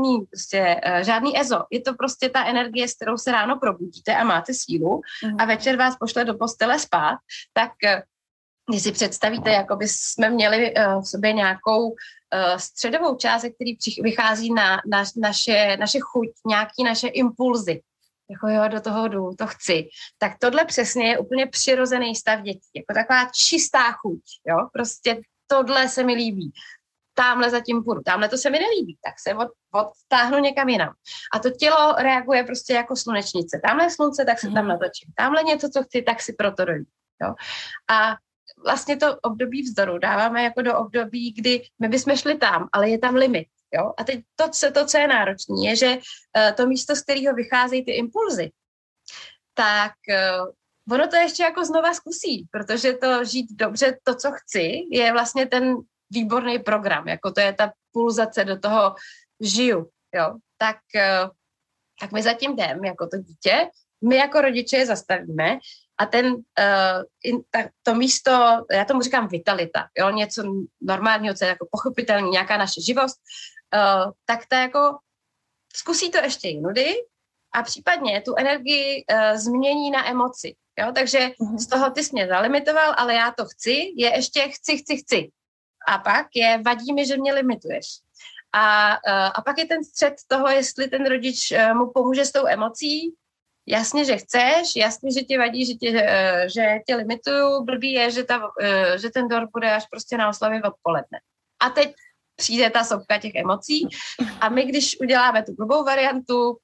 žádný EZO. Je to prostě ta energie, s kterou se ráno probudíte a máte sílu a večer vás pošle do postele spát, tak když si představíte, jako by jsme měli v sobě nějakou středovou část, který vychází na naše chuť, nějaký naše impulzy, jako jo, do toho jdu, to chci, tak tohle přesně je úplně přirozený stav dětí, jako taková čistá chuť, jo, prostě tohle se mi líbí. Tamhle zatím půjdu, tamhle to se mi nelíbí, tak se odtáhnu někam jinam. A to tělo reaguje prostě jako slunečnice. Tamhle je slunce, tak se tam natočím. Tamhle něco, co chci, tak si proto dojdu. Jo? A vlastně to období vzdoru dáváme jako do období, kdy my bychom šli tam, ale je tam limit. Jo? A teď to, co je náročné, je, že to místo, z kterého vycházejí ty impulzy, tak ono to ještě jako znova zkusí, protože to žít dobře, to, co chci, je vlastně ten výborný program, jako to je ta pulzace do toho žiju, jo, tak my zatím jdeme jako to dítě, my jako rodiče je zastavíme a to místo, já tomu říkám vitalita, jo, něco normálního, co je jako pochopitelný, nějaká naše živost, tak ta jako zkusí to ještě jinudy a případně tu energii změní na emoci, jo, takže z toho ty jsi mě zalimitoval, ale já to chci, je ještě chci. A pak vadí mi, že mě limituješ. A pak je ten střed toho, jestli ten rodič mu pomůže s tou emocí. Jasně, že chceš, jasně, že tě vadí, že tě limituju. Blbý je, že ten dort bude až prostě na oslavě odpoledne. A teď přijde ta sopka těch emocí a my, když uděláme tu blbou variantu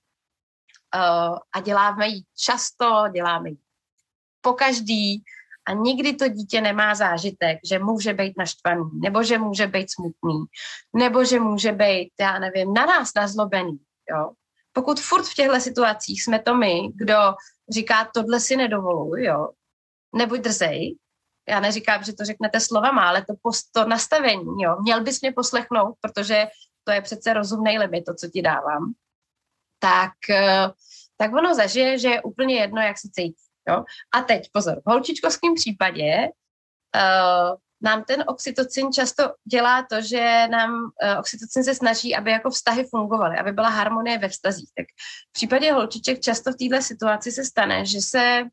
a děláme ji často, děláme ji pokaždý, a nikdy to dítě nemá zážitek, že může být naštvaný, nebo že může být smutný, nebo že může být, já nevím, na nás nazlobený. Jo? Pokud furt v těchto situacích jsme to my, kdo říká, tohle si nedovoluji, jo? Nebuď drzej, já neříkám, že to řeknete slovama, ale to nastavení, jo? Měl bys mě poslechnout, protože to je přece rozumný limit, to, co ti dávám, tak ono zažije, že je úplně jedno, jak se cítí. Jo? A teď pozor, v holčičkovském případě nám ten oxytocin často dělá to, že nám oxytocin se snaží, aby jako vztahy fungovaly, aby byla harmonie ve vztazích. Tak v případě holčiček často v této situaci se stane, že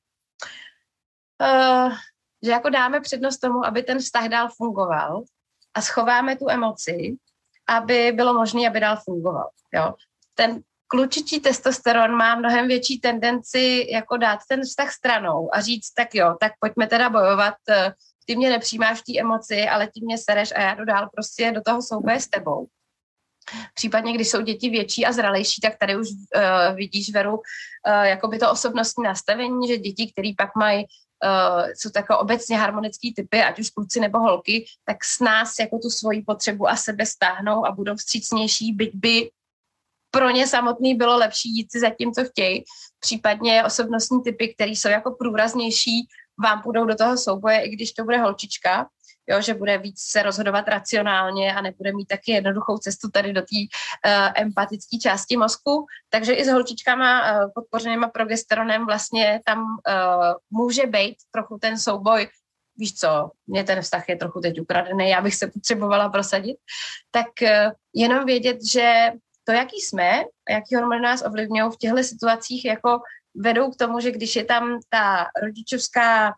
jako dáme přednost tomu, aby ten vztah dál fungoval a schováme tu emoci, aby bylo možné, aby dál fungoval. Jo? Ten klučičí testosteron má mnohem větší tendenci jako dát ten vztah stranou a říct, tak jo, tak pojďme teda bojovat, ty mě nepřijímáš v té emoci, ale ty mě sereš a já jdu dál prostě do toho souboje s tebou. Případně, když jsou děti větší a zralejší, tak tady už vidíš, Veru, jakoby to osobnostní nastavení, že děti, který pak mají, jsou takové obecně harmonický typy, ať už kluci nebo holky, tak s nás jako tu svoji potřebu a sebe stáhnou a budou vstřícnější, byť by pro ně samotný bylo lepší jít si za tím, co chtějí. Případně osobnostní typy, které jsou jako průraznější, vám půjdou do toho souboje, i když to bude holčička, jo, že bude víc se rozhodovat racionálně a nebude mít taky jednoduchou cestu tady do té empatické části mozku. Takže i s holčičkama podpořenýma progesteronem vlastně tam může být trochu ten souboj. Víš co, mě ten vztah je trochu teď ukradený, já bych se potřebovala prosadit. Tak jenom vědět, že to, jaký jsme, jaký hormony nás ovlivňují v těchto situacích, jako vedou k tomu, že když je tam ta rodičovská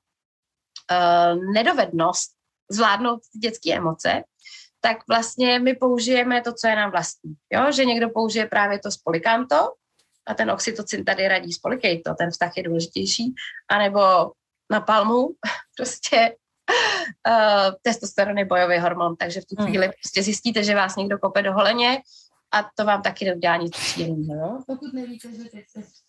nedovednost zvládnout ty dětské emoce, tak vlastně my použijeme to, co je nám vlastní. Jo? Že někdo použije právě to spolikám to a ten oxytocin tady radí spolikej to, ten vztah je důležitější, anebo na palmu prostě testosteron je bojový hormon, takže v tu chvíli prostě zjistíte, že vás někdo kope do holeně a to vám taky neudělá nic příjemného. Pokud nevíte, že teď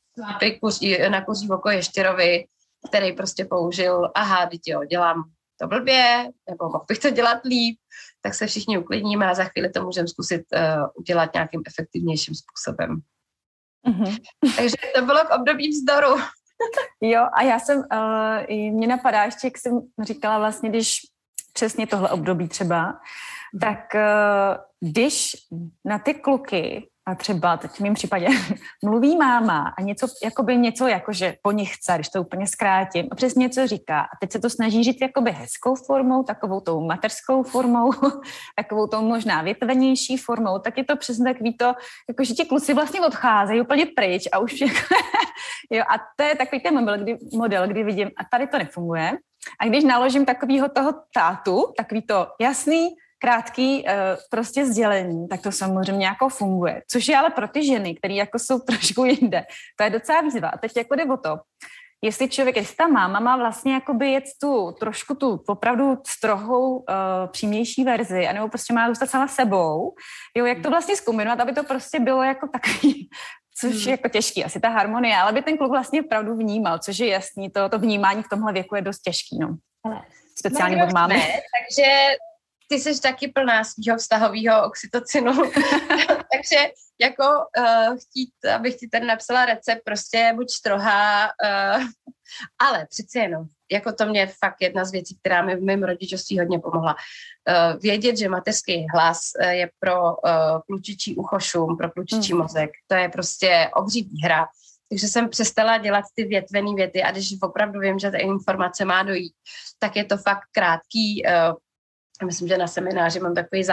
se nakuří oko ještěrovi, který prostě použil, teď jo, dělám to blbě, nebo mohl bych to dělat líp, tak se všichni uklidníme a za chvíli to můžeme zkusit udělat nějakým efektivnějším způsobem. Mm-hmm. Takže to bylo k období vzdoru. Jo, a já jsem, mě napadá ještě, jak jsem říkala vlastně, když přesně tohle období třeba, tak když na ty kluky A třeba teď v mém případě mluví máma a něco jakože po nich chce, když to úplně zkrátím, a přesně něco říká. A teď se to snaží říct jakoby hezkou formou, takovou tou mateřskou formou, takovou tou možná větvenější formou, tak je to přesně takový to, jakože ti kluci vlastně odcházejí úplně pryč a už jo, a to je takový ten model, kdy vidím, a tady to nefunguje. A když naložím takovýho toho tátu, takový to jasný, krátký prostě sdělení, tak to samozřejmě jako funguje. Což je ale pro ty ženy, které jako jsou trošku jinde. To je docela výzva. A teď jako jde o to, jestli ta máma má vlastně jakoby jet trošku tu opravdu strohou, přímější verzi, anebo prostě má zůstat sama sebou, jo, jak to vlastně zkombinovat, aby to prostě bylo jako takový, což je jako těžký, asi ta harmonie, ale by ten kluk vlastně opravdu vnímal, což je jasný, to vnímání v tomhle věku je dost těžký, no. Speciálně od mámy. Takže ty jsi taky plná svýho vztahového oxytocinu, takže jako chtít, abych ti tady napsala recept, prostě buď strohá, ale přeci jenom, jako to mě fakt jedna z věcí, která mi v mém rodičovství hodně pomohla. Vědět, že mateřský hlas je pro klučičí ucho šum, pro klučičí mozek, to je prostě obří výhra. Takže jsem přestala dělat ty větvený věty a když opravdu vím, že ta informace má dojít, tak je to fakt krátký. Myslím, že na semináři mám takový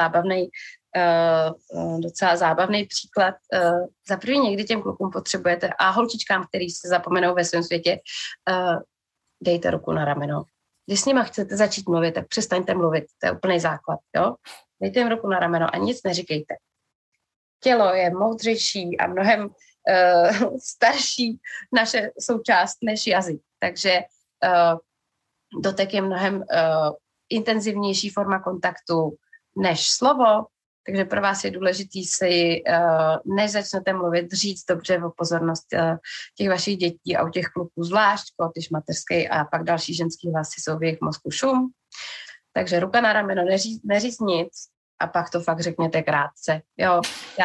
docela zábavný příklad. Za první někdy těm klukům potřebujete a holčičkám, který se zapomenou ve svém světě, dejte ruku na rameno. Když s nima chcete začít mluvit, tak přestaňte mluvit. To je úplný základ. Jo? Dejte jim ruku na rameno a nic neříkejte. Tělo je moudřejší a mnohem starší naše součást než jazyk. Takže dotek je mnohem intenzivnější forma kontaktu než slovo, takže pro vás je důležitý si, než začnete mluvit, říct dobře o pozornost těch vašich dětí a u těch kluků zvlášť, když mateřský a pak další ženský hlasy jsou v jejich mozku šum. Takže ruka na rameno, neříct nic a pak to fakt řekněte krátce. Jo,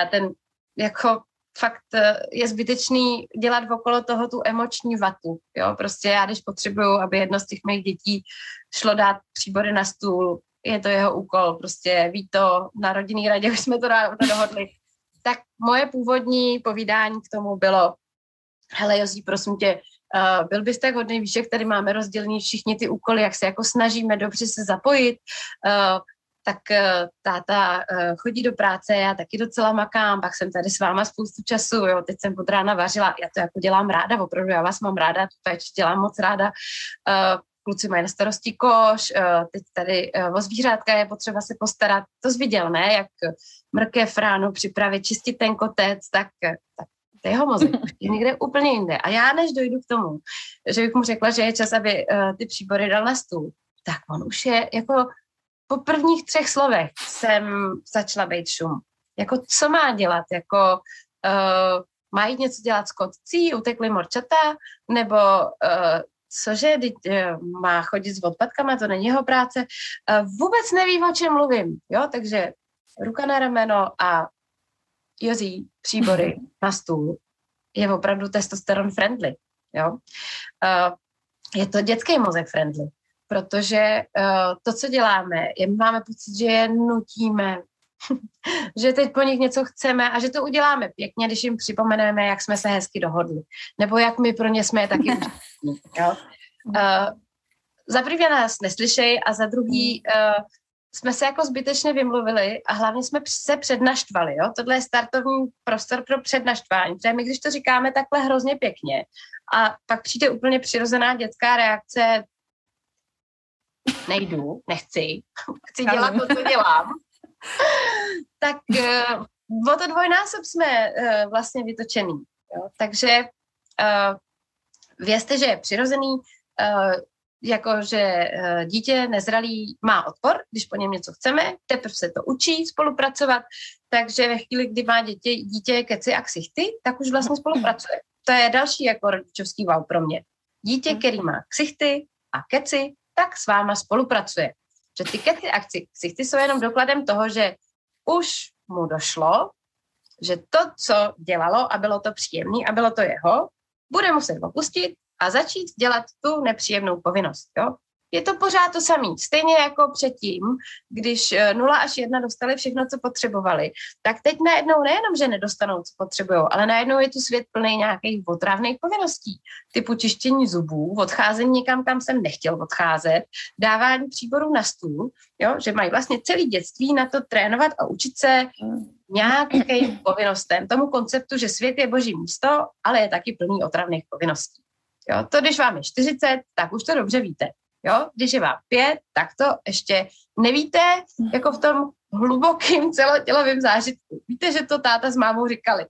fakt je zbytečný dělat okolo toho tu emoční vatu. Jo? Prostě já, když potřebuju, aby jedno z těch mých dětí šlo dát příbory na stůl, je to jeho úkol, prostě ví to, na rodinný radě už jsme to dohodli. Tak moje původní povídání k tomu bylo, hele Jozí, prosím tě, byl bys tak hodný, víš, jak tady máme rozdělený všichni ty úkoly, jak se jako snažíme dobře se zapojit, tak táta chodí do práce, já taky docela makám, pak jsem tady s váma spoustu času, jo, teď jsem od rána vařila, já to jako dělám ráda, opravdu, já vás mám ráda, péč dělám moc ráda, kluci mají na starosti koš, teď tady o zvířátka je potřeba se postarat, to jsi viděl, ne, jak mrkev ráno připravit, čistit ten kotec, tak to jeho mozek je někde úplně jinde. A já než dojdu k tomu, že bych mu řekla, že je čas, aby ty příbory dal na stůl, tak on už je jako po prvních 3 slovech jsem začala být šum. Jako co má dělat? Jako má jít něco dělat s kotcí, utekly morčata? Nebo cože, má chodit s odpadkama, to není jeho práce. Vůbec neví, o čem mluvím. Jo? Takže ruka na rameno a Jozí, příbory na stůl je opravdu testosteron friendly. Jo? Je to dětský mozek friendly. Protože to, co děláme, máme pocit, že je nutíme, že teď po nich něco chceme a že to uděláme pěkně, když jim připomeneme, jak jsme se hezky dohodli. Nebo jak my pro ně jsme taky úžasní. Za první nás neslyšej a za druhý jsme se jako zbytečně vymluvili a hlavně jsme se přednaštvali. Jo? Tohle je startovní prostor pro přednaštvání. Protože my, když to říkáme takhle hrozně pěkně a pak přijde úplně přirozená dětská reakce, nejdu, nechci, chci dělat to, co dělám, tak o to dvojnásob jsme vlastně vytočený. Jo? Takže vězte, že je přirozený, že dítě nezralý má odpor, když po něm něco chceme, teprve se to učí spolupracovat, takže ve chvíli, kdy má dítě keci a ksichty, tak už vlastně spolupracuje. To je další jako rodičovský wow pro mě. Dítě, který má ksichty a keci, tak s váma spolupracuje. Že ty keci a ksichty jsou jenom dokladem toho, že už mu došlo, že to, co dělalo a bylo to příjemné a bylo to jeho, bude muset opustit a začít dělat tu nepříjemnou povinnost. Jo? je to pořád to samé. Stejně jako předtím, když 0 až 1 dostali všechno, co potřebovali, tak teď najednou nejenom, že nedostanou, co potřebují, ale najednou je tu svět plný nějakých otravných povinností, typu čištění zubů, odcházení někam, kam jsem nechtěl odcházet, dávání příborů na stůl, jo, že mají vlastně celé dětství na to trénovat a učit se nějakým povinnostem, tomu konceptu, že svět je boží místo, ale je taky plný otravných povinností. Jo, to, když vám je 40, tak už to dobře víte. Jo, když je vám 5, tak to ještě nevíte, jako v tom hlubokým celotělovým zážitku. Víte, že to táta s mámou říkali.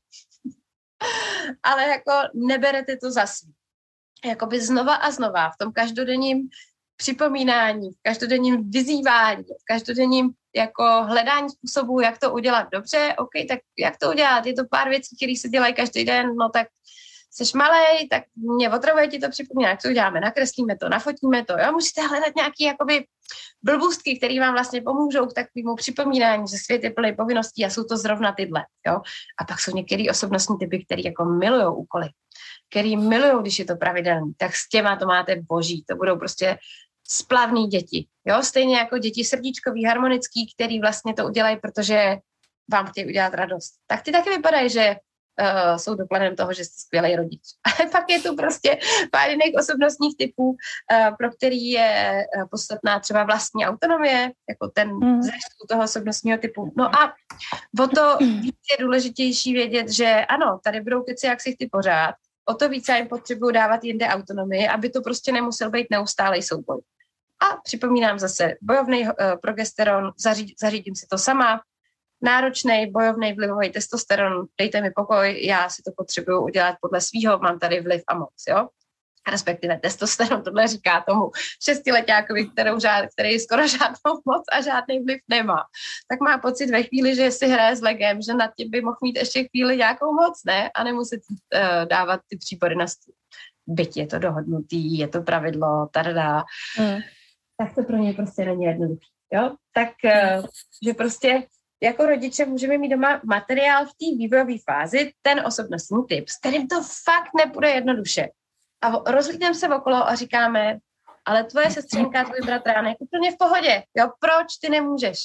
Ale jako neberete to za svý. Jakoby znova a znova v tom každodenním připomínání, v každodenním vyzývání, v každodenním jako hledání způsobů, jak to udělat dobře, OK, tak jak to udělat? Je to pár věcí, které se dělají každý den, no tak seš malej, tak mě otravuje ti to připomíná, jak to uděláme, nakreslíme to, nafotíme to, jo, musíte hledat nějaký jakoby blbůstky, které vám vlastně pomůžou k takovému připomínání, že svět je plný povinností a jsou to zrovna tyhle, jo. A pak jsou některé osobnostní typy, které jako milujou úkoly, který milujou, když je to pravidelný, tak s těma to máte boží, to budou prostě splavný děti, jo, stejně jako děti srdíčkový, harmonický, který vlastně to udělají, protože vám chtějí udělat radost. Tak ty taky vypadají, že jsou dokladem toho, že jste skvělý rodič. Ale pak je tu prostě pár jiných osobnostních typů, pro který je podstatná třeba vlastní autonomie, jako ten u toho osobnostního typu. No a o to víc je důležitější vědět, že ano, tady budou keci, jak si chci pořád, o to víc já jim potřebuju dávat jinde autonomii, aby to prostě nemusel být neustálej souboj. A připomínám zase, bojovný progesteron, zařídím si to sama, náročnej, bojovný, vlivový testosteron, dejte mi pokoj, já si to potřebuju udělat podle svýho, mám tady vliv a moc, jo? Respektive testosteron, tohle říká tomu 6letákovi, který skoro žádnou moc a žádný vliv nemá. Tak má pocit ve chvíli, že si hraje s legem, že nad tím by mohl mít ještě chvíli nějakou moc, ne? A nemuset dávat ty příbory na stůl. Byť je to dohodnutý, je to pravidlo, tadadá. Tak to pro něj prostě není jednoduché, jo? Tak, že prostě jako rodiče můžeme mít doma materiál v té vývojové fázi, ten osobnostní typ, s kterým to fakt nepůjde jednoduše. A rozhlídneme se okolo a říkáme, ale tvoje sestřenka, tvůj bratránek, úplně v pohodě, jo, proč ty nemůžeš?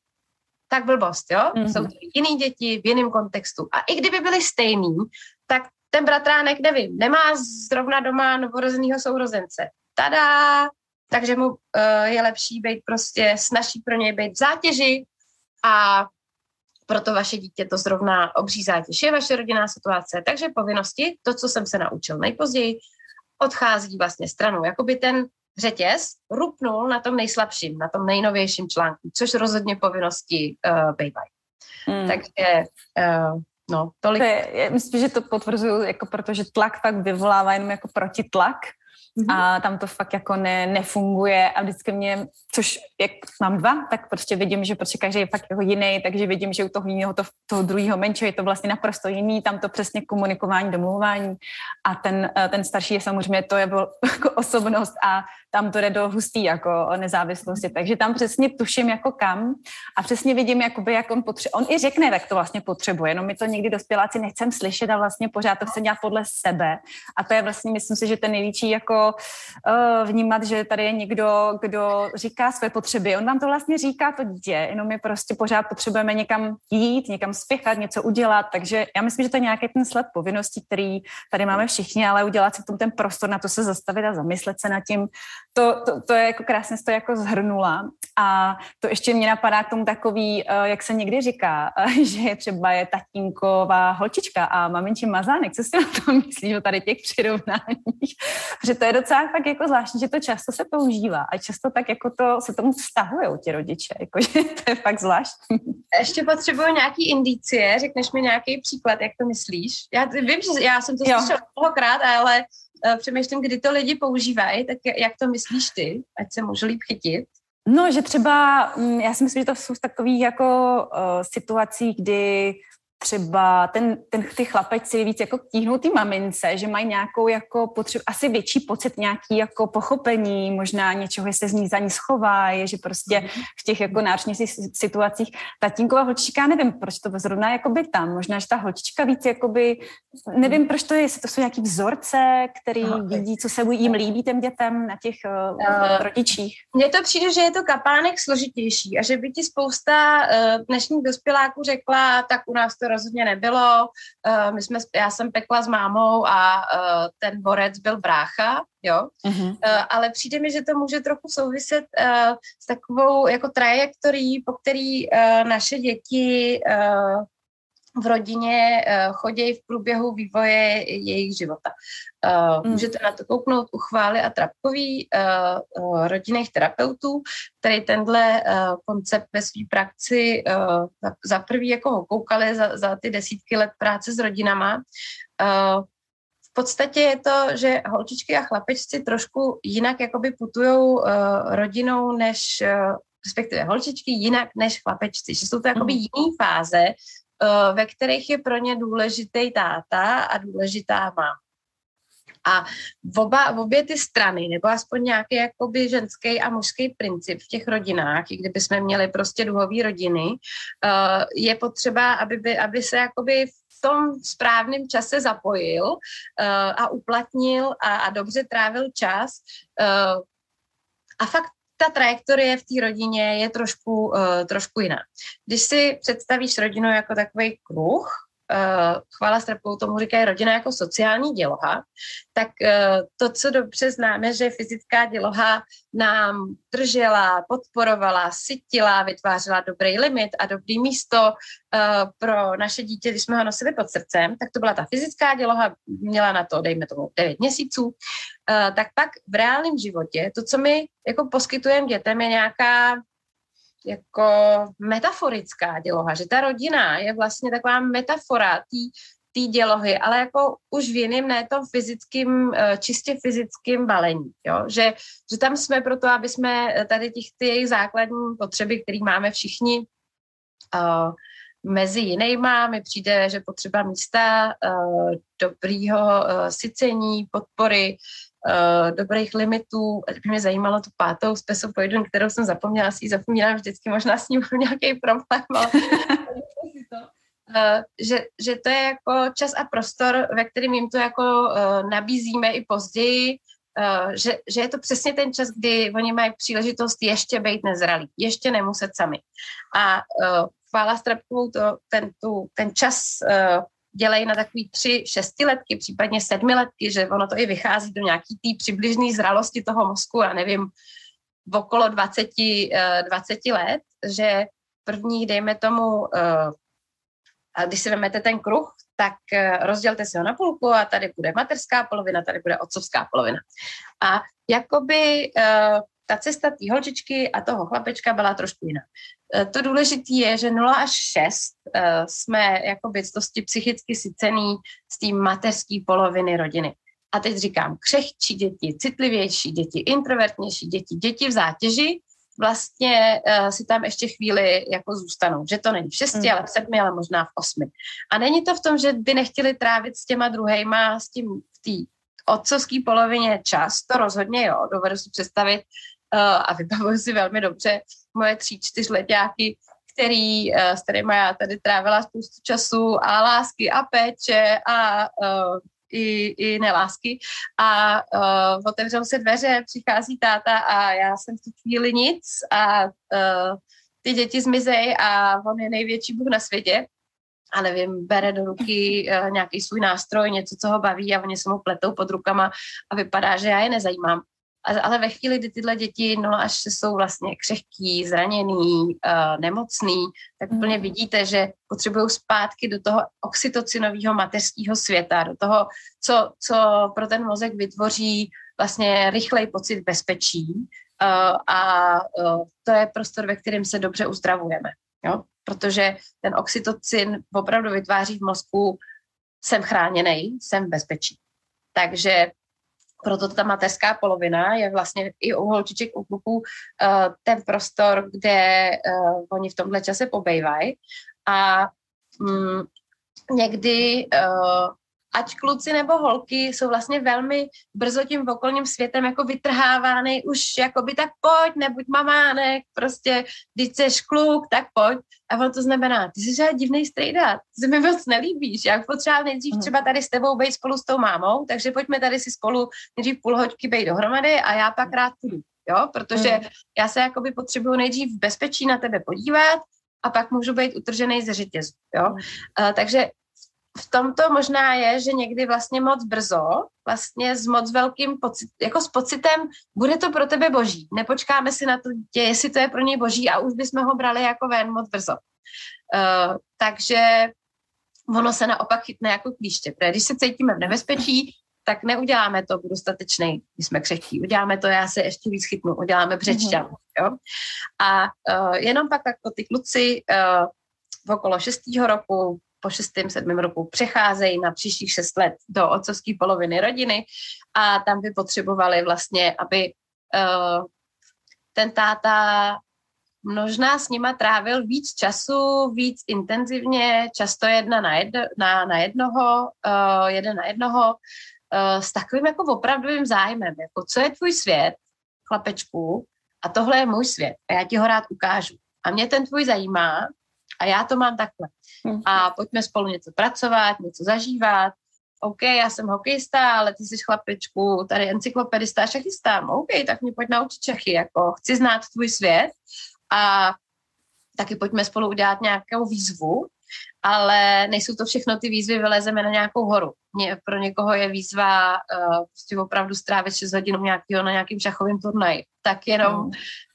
Tak blbost, jo? Jsou to jiný děti v jiném kontextu. A i kdyby byli stejný, tak ten bratránek, nevím, nemá zrovna doma novorozeného sourozence. Tada! Takže mu je lepší být prostě, snaží pro něj být v zátěži, a proto vaše dítě to zrovna obří zátěž je vaše rodinná situace. Takže povinnosti, to, co jsem se naučil nejpozději, odchází vlastně stranou. Jakoby ten řetěz rupnul na tom nejslabším, na tom nejnovějším článku, což rozhodně povinnosti bývají. Takže no, tolik. Myslím, že to potvrzuju, jako protože tlak fakt vyvolává jenom jako protitlak. A tam to fakt jako nefunguje a vždycky mě, což jak mám 2, tak prostě vidím, že prostě každý je fakt jako jiný, takže vidím, že u toho jiného, toho druhého menšího je to vlastně naprosto jiný, tam to přesně komunikování, domluvání a ten starší je samozřejmě, to je jako osobnost a tam to jde do hustý jako nezávislosti, takže tam přesně tuším jako kam a přesně vidím, jakoby, jak on potřebuje, on i řekne, jak to vlastně potřebuje, jenom my to někdy dospěláci nechcem slyšet a vlastně pořád to chce dělat podle sebe a to je vlastně, myslím si, že ten největší jako vnímat, že tady je někdo, kdo říká své potřeby. On vám to vlastně říká, to dítě, jenom my prostě pořád potřebujeme někam jít, někam spěchat, něco udělat, takže já myslím, že to je nějaký ten sled povinností, který tady máme všichni, ale udělat si v tom ten prostor na to se zastavit a zamyslet se nad tím, to je jako krásně to jako zhrnula a to ještě mě napadá k tomu takový, jak se někdy říká, že třeba je tatínková holčička a maminčí mazánek, co si na to myslíš o tady těch přirovnáních, že to je docela tak jako zvláštní, že to často se používá a často tak jako to se tomu vztahujou ti rodiče, jakože to je fakt zvláštní. Ještě potřebuju nějaký indicie, řekneš mi nějaký příklad, jak to myslíš? Já vím, že já jsem to slyšela mnohokrát, ale přemýšlím, kdy to lidi používají, tak jak to myslíš ty, ať se můžu líp chytit? No, že třeba, já si myslím, že to jsou takové jako situací, kdy třeba ty chlapečci víc jako tíhnou ty mamince, že mají nějakou jako potřebu, asi větší pocit nějaký jako pochopení, možná něčeho, jestli se za ní schovají, že prostě v těch jako náročných situacích tatínková holčička, nevím, proč to zrovna jakoby tam, možná, že ta holčička víc jakoby, nevím, proč to je, jestli to jsou nějaký vzorce, který vidí, co se jim líbí těm dětem na těch rodičích. Mně to přijde, že je to kapánek složitější a že by ti spousta dnešních dospěláků řekla, tak u nás to rozhodně nebylo. Já jsem pekla s mámou a ten borec byl brácha, jo. Ale přijde mi, že to může trochu souviset s takovou jako trajektorií, po který naše děti v rodině chodí v průběhu vývoje jejich života. Můžete na to kouknout u Chvály a Trapkový, rodinných terapeutů, který tenhle koncept ve své praxi za prvý jako ho koukali za ty desítky let práce s rodinama. V podstatě je to, že holčičky a chlapečci trošku jinak jakoby putujou rodinou než, respektive holčičky jinak než chlapečci, že jsou to jakoby jiný fáze, ve kterých je pro ně důležitý táta a důležitá máma. A obě ty strany, nebo aspoň nějaký jakoby ženský a mužský princip v těch rodinách, i kdyby jsme měli prostě duhový rodiny, je potřeba, aby se jakoby v tom správném čase zapojil a uplatnil a dobře trávil čas. A fakt ta trajektorie v té rodině je trošku jiná. Když si představíš rodinu jako takový kruh, Chvála s Trapkou tomu říkají rodina jako sociální děloha, tak to, co dobře známe, že fyzická děloha nám držela, podporovala, sytila, vytvářela dobrý limit a dobrý místo pro naše dítě, když jsme ho nosili pod srdcem, tak to byla ta fyzická děloha, měla na to, dejme tomu, 9 měsíců, tak pak v reálném životě to, co my jako poskytujeme dětem, je nějaká jako metaforická děloha, že ta rodina je vlastně taková metafora té dělohy, ale jako už v jiném, ne tom fyzickým, čistě fyzickým balení, jo? Že tam jsme proto, aby jsme tady ty jejich základní potřeby, které máme všichni mezi jinýma, mi přijde, že potřeba místa, dobrýho sycení, podpory, dobrých limitů. A mě zajímalo tu 5. spesopoidon, kterou jsem zapomněla, si ji zapomínám vždycky, možná s ním mám nějaký problém, ale že to je jako čas a prostor, ve kterým jim to jako nabízíme i později, že je to přesně ten čas, kdy oni mají příležitost ještě být nezralí, ještě nemuset sami. A Chvála s Trapkovou ten čas dělají na takový 3 šestiletky, případně 7letky, že ono to i vychází do nějaký té přibližné zralosti toho mozku, já nevím, v okolo 20 let, že první, dejme tomu, a když si vezmete ten kruh, tak rozdělte si ho na půlku a tady bude mateřská polovina, tady bude otcovská polovina. A jakoby ta cesta té holčičky a toho chlapečka byla trošku jiná. To důležité je, že 0 až 6 jsme jako bytosti psychicky sycený z té mateřské poloviny rodiny. A teď říkám, křehčí děti, citlivější děti, introvertnější děti v zátěži, vlastně si tam ještě chvíli jako zůstanou. Že to není v 6, ale v 7, ale možná v 8. A není to v tom, že by nechtěli trávit s těma druhejma, s tím v té otcovské polovině čas, to rozhodně jo, dovedu si představit a vybavuju si velmi dobře moje 3-4letáky, s kterými já tady trávila spoustu času a lásky a péče a i nelásky a otevřou se dveře, přichází táta a já jsem v tu chvíli nic a ty děti zmizej a on je největší bůh na světě a nevím, bere do ruky nějaký svůj nástroj, něco, co ho baví a oni se mu pletou pod rukama a vypadá, že já je nezajímám. Ale ve chvíli, kdy tyhle děti 0 až 6 jsou vlastně křehký, zraněný, nemocný, tak úplně vidíte, že potřebují zpátky do toho oxytocinového mateřského světa, do toho, co pro ten mozek vytvoří vlastně rychlej pocit bezpečí a to je prostor, ve kterém se dobře uzdravujeme. Jo? Protože ten oxytocin opravdu vytváří v mozku, jsem chráněnej, jsem v bezpečí. Takže proto ta mateřská polovina je vlastně i u holčiček, u kluků ten prostor, kde oni v tomhle čase pobejvají. A někdy ať kluci nebo holky jsou vlastně velmi brzo tím okolním světem jako vytrhávány už jakoby tak pojď, nebuď mamánek, prostě když jsi kluk, tak pojď. A ono to znamená, ty jsi žádný divnej strejda, ty se mi moc nelíbíš, já potřeba nejdřív třeba tady s tebou být spolu s tou mámou, takže pojďme tady si spolu nejdřív půl hoďky být dohromady a já pak rád půjdu, jo, protože já se jakoby potřebuju nejdřív v bezpečí na tebe podívat a pak můžu být utržený ze řetězu, jo. Takže v tomto možná je, že někdy vlastně moc brzo, vlastně s moc velkým jako s pocitem, bude to pro tebe boží. Nepočkáme si na to dítě, jestli to je pro něj boží a už bychom ho brali jako ven moc brzo. Takže ono se naopak chytne jako klíště. Protože když se cítíme v nebezpečí, tak neuděláme to, budu statečnej, když jsme křehký. Uděláme to, já se ještě víc chytnu, uděláme břečťan. Jo? A jenom pak jako ty kluci okolo 6. roku, po 6., 7. roku přecházejí na příštích 6 let do otcovské poloviny rodiny a tam by potřebovali vlastně, aby ten táta možná s nima trávil víc času, víc intenzivně, často jeden na jednoho, s takovým jako opravdovým zájmem, jako co je tvůj svět, chlapečku, a tohle je můj svět a já ti ho rád ukážu. A mě ten tvůj zajímá a já to mám takhle. A pojďme spolu něco pracovat, něco zažívat. OK, já jsem hokejista, ale ty jsi chlapečku, tady encyklopedista, šachista. OK, tak mě pojď naučit šachy, jako chci znát tvůj svět a taky pojďme spolu udělat nějakou výzvu, ale nejsou to všechno ty výzvy, vylezeme na nějakou horu. Pro někoho je výzva prostě opravdu strávit 6 hodin na nějakým šachovým turnaji. Tak jenom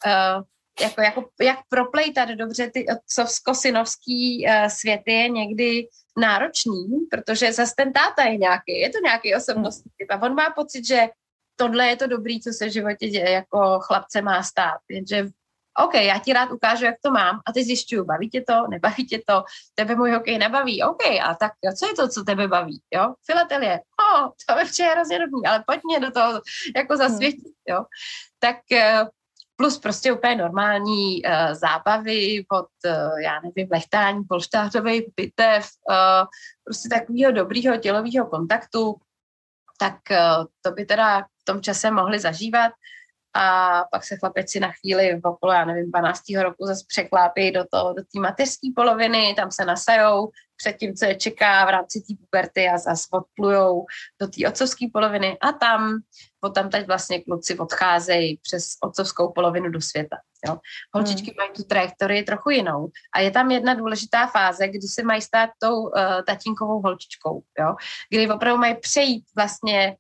jak proplejtat dobře ty otcovsko-synovský světy je někdy náročný, protože zase ten táta je to nějaký osobnostní typ a on má pocit, že tohle je to dobrý, co se v životě děje, jako chlapce má stát. Jenže OK, já ti rád ukážu, jak to mám a teď zjišťuju, baví tě to, nebaví tě to, tebe můj hokej nebaví, OK, a tak co je to, co tebe baví, jo? Filatelie, to je hrozně dobrý, ale pojď mě do toho jako zasvětit, jo? Tak plus prostě úplně normální zábavy od, já nevím, lechtání, polštářových bitev, prostě takového dobrýho tělového kontaktu, tak to by teda v tom čase mohli zažívat a pak se chlapeci na chvíli okolo, já nevím, 12. roku zase překlápí do té mateřské poloviny, tam se nasajou před tím, co je čeká v rámci té puberty a zase odplujou do té otcovské poloviny a tam teď vlastně kluci odcházejí přes otcovskou polovinu do světa. Jo. Holčičky mají tu trajektorii trochu jinou a je tam jedna důležitá fáze, kdy se mají stát tou tatínkovou holčičkou, jo, kdy opravdu mají přejít vlastně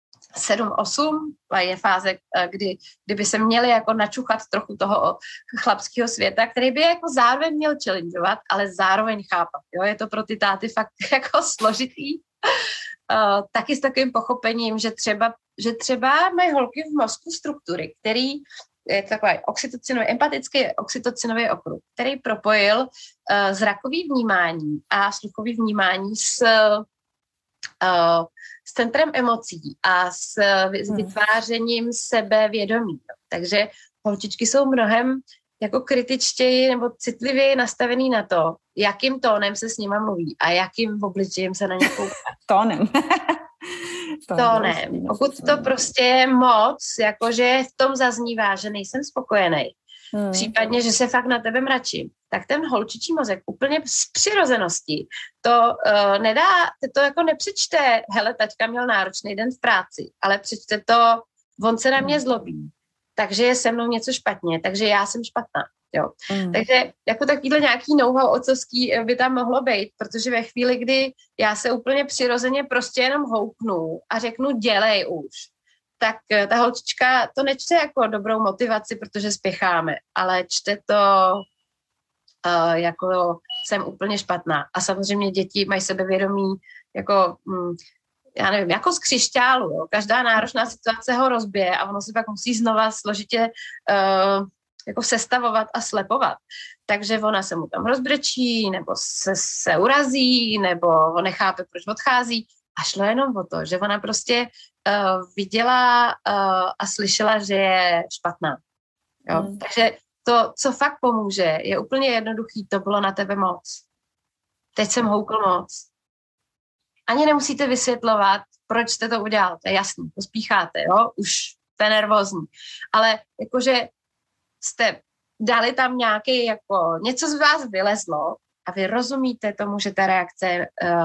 7-8 je fáze, kdyby se měli jako načuchat trochu toho chlapského světa, který by jako zároveň měl challengeovat, ale zároveň chápat. Jo? Je to pro ty táty fakt jako složitý. Taky s takovým pochopením, že třeba mají holky v mozku struktury, který je takový empatický oxytocinový okruh, který propojil zrakový vnímání a sluchový vnímání s centrem emocí a s vytvářením sebevědomí. Takže holčičky jsou mnohem jako kritičtěji nebo citlivěji nastavený na to, jakým tónem se s nima mluví a jakým obličejem se na ně kouká. Tónem. Tónem. Pokud to prostě je moc, jakože v tom zaznívá, že nejsem spokojený, případně, že se fakt na tebe mračím, tak ten holčičí mozek úplně z přirozenosti to to jako nepřečte, hele, taťka měl náročný den v práci, ale přečte to, on se na mě zlobí, takže je se mnou něco špatně, takže já jsem špatná. Jo. Takže jako takovýhle nějaký know-how otcovský by tam mohlo být, protože ve chvíli, kdy já se úplně přirozeně prostě jenom houpnu a řeknu dělej už, tak ta holčička to nečte jako dobrou motivaci, protože spěcháme, ale čte to jako jsem úplně špatná. A samozřejmě děti mají sebevědomí jako, já nevím, jako z křišťálu. Jo. Každá náročná situace ho rozbije a ono se pak musí znova složitě jako sestavovat a slepovat. Takže ona se mu tam rozbrečí, nebo se urazí, nebo on nechápe, proč odchází. A šlo jenom o to, že ona prostě viděla a slyšela, že je špatná. Jo? Takže to, co fakt pomůže, je úplně jednoduchý, to bylo na tebe moc. Teď jsem houkl moc. ani nemusíte vysvětlovat, proč jste to udělal, to je jasný, pospícháte, jo, už jste nervózní, ale jakože jste dali tam nějaký, jako něco z vás vylezlo a vy rozumíte tomu, že ta reakce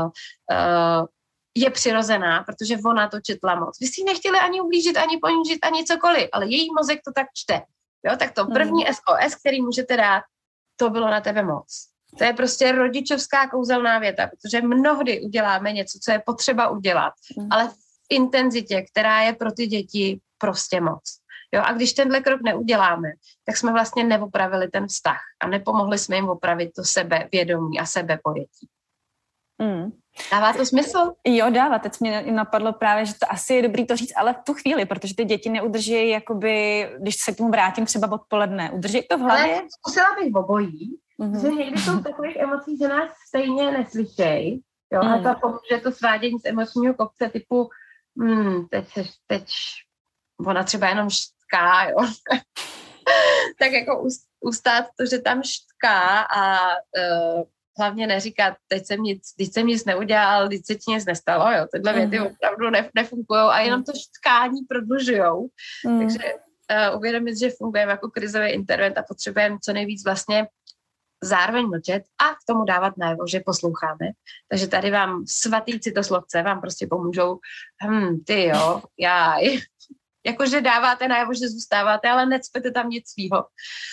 je přirozená, protože ona to četla moc. Vy si nechtěli ani ublížit, ani ponížit, ani cokoliv, ale její mozek to tak čte. Jo, tak to první SOS, který můžete dát, to bylo na tebe moc. To je prostě rodičovská kouzelná věta, protože mnohdy uděláme něco, co je potřeba udělat, ale v intenzitě, která je pro ty děti prostě moc. Jo, a když tenhle krok neuděláme, tak jsme vlastně neopravili ten vztah a nepomohli jsme jim opravit to sebevědomí a sebepojetí. Dává to smysl? Jo, dává. Teď mě napadlo právě, že to asi je dobrý to říct, ale v tu chvíli, protože ty děti neudrží, jakoby, když se k tomu vrátím třeba odpoledne, udrží to v hlavě? Ale zkusila bych obojí, že někdy jsou takových emocí, že nás stejně neslyšej, jo, a to pomůže to svádění z emočního kopce typu teď ona třeba jenom štká, jo. Tak jako ustát to, že tam štká a hlavně neříkat, teď jsem nic neudělal, teď se ti nic nestalo, jo. Tyhle věty opravdu nefungujou a jenom to štkání prodlužujou. Takže uvědomit, že fungujeme jako krizový intervent a potřebujeme co nejvíc vlastně zároveň mlčet a k tomu dávat najevo, že posloucháme. Takže tady vám svatý citoslovce vám prostě pomůžou, ty jo, jáj. Jakože dáváte najevo, že zůstáváte, ale necpete tam nic svýho.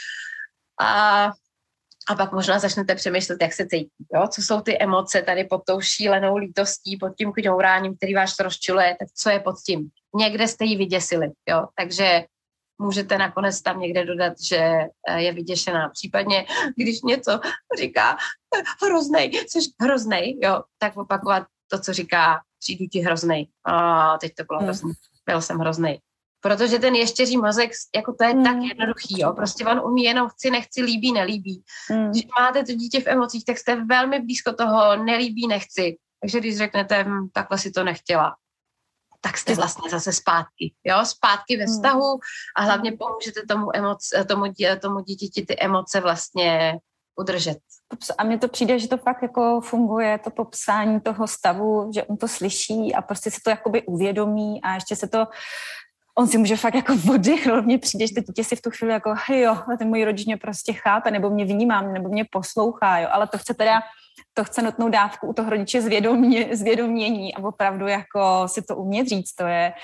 A pak možná začnete přemýšlet, jak se cítí, jo? Co jsou ty emoce tady pod tou šílenou lítostí, pod tím kňouráním, který vás rozčiluje, tak co je pod tím? Někde jste ji vyděsili, jo? Takže můžete nakonec tam někde dodat, že je vyděšená. Případně, když něco říká hroznej, jsi hroznej, jo? Tak opakovat to, co říká, přijdu ti hroznej. A teď to bylo hrozný, byl jsem hroznej. Protože ten ještěří mozek, jako to je tak jednoduchý, jo. Prostě on umí jenom chci, nechci, líbí, nelíbí. Když máte to dítě v emocích, tak jste velmi blízko toho nelíbí, nechci. Takže když řeknete, takhle si to nechtěla, tak jste vlastně zase zpátky, jo. Zpátky ve vztahu a hlavně pomůžete tomu dítěti ty emoce vlastně udržet. A mně to přijde, že to fakt jako funguje, to popsání toho stavu, že on to slyší a prostě se to jakoby uvědomí a ještě se to on si může fakt jako oddechnout, mně přijde, že to dítě si v tu chvíli jako, jo, ten můj rodič mě prostě chápe, nebo mě vnímá, nebo mě poslouchá, jo, ale to chce nutnou dávku u toho rodiče zvědomění a opravdu jako si to umět říct,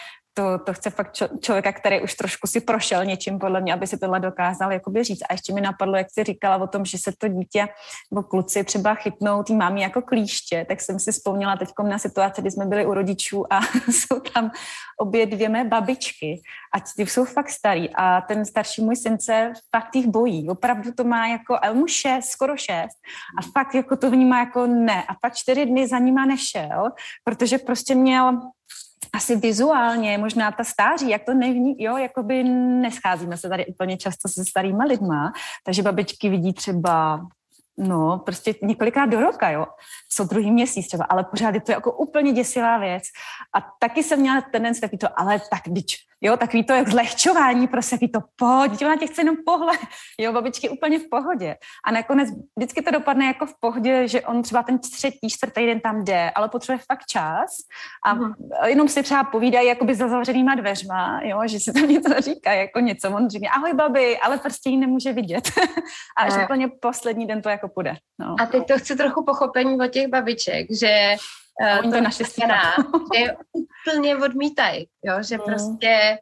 to chce fakt člověka, který už trošku si prošel něčím, podle mě, aby si tohle dokázal jakoby říct. A ještě mi napadlo, jak jsi říkala o tom, že se to dítě nebo kluci třeba chytnou tý mámy jako klíště, tak jsem si vzpomněla teďkom na situaci, kdy jsme byli u rodičů a jsou tam obě dvě mé babičky a ty jsou fakt starý a ten starší můj syn se fakt jich bojí. Opravdu to má jako, a mu 6, skoro 6 a fakt jako to vnímá jako ne. A pak 4 dny za nima nešel, protože prostě měl asi vizuálně, možná ta stáří, jak to nevní, jo, jakoby nescházíme se tady úplně často se starýma lidma, takže babičky vidí třeba, no, prostě několikrát do roka, jo, jsou druhý měsíc třeba, ale pořád je to jako úplně děsivá věc a taky jsem měla tendenci takový to, ale tak jo, takový to zlehčování, prostě takový to pojď, ona tě chce jenom pohled, jo, babičky úplně v pohodě a nakonec vždycky to dopadne jako v pohodě, že on třeba ten 3., 4. den tam jde, ale potřebuje fakt čas a jenom si třeba povídají jakoby za zavřenýma dveřma, jo, že si tam něco říká, jako něco, on říká, ahoj babi, ale prostě ji nemůže vidět a až úplně poslední den to jako půjde. No. A teď to chci trochu pochopení od těch babiček, že to je naše znamená, že úplně odmítají, jo, že prostě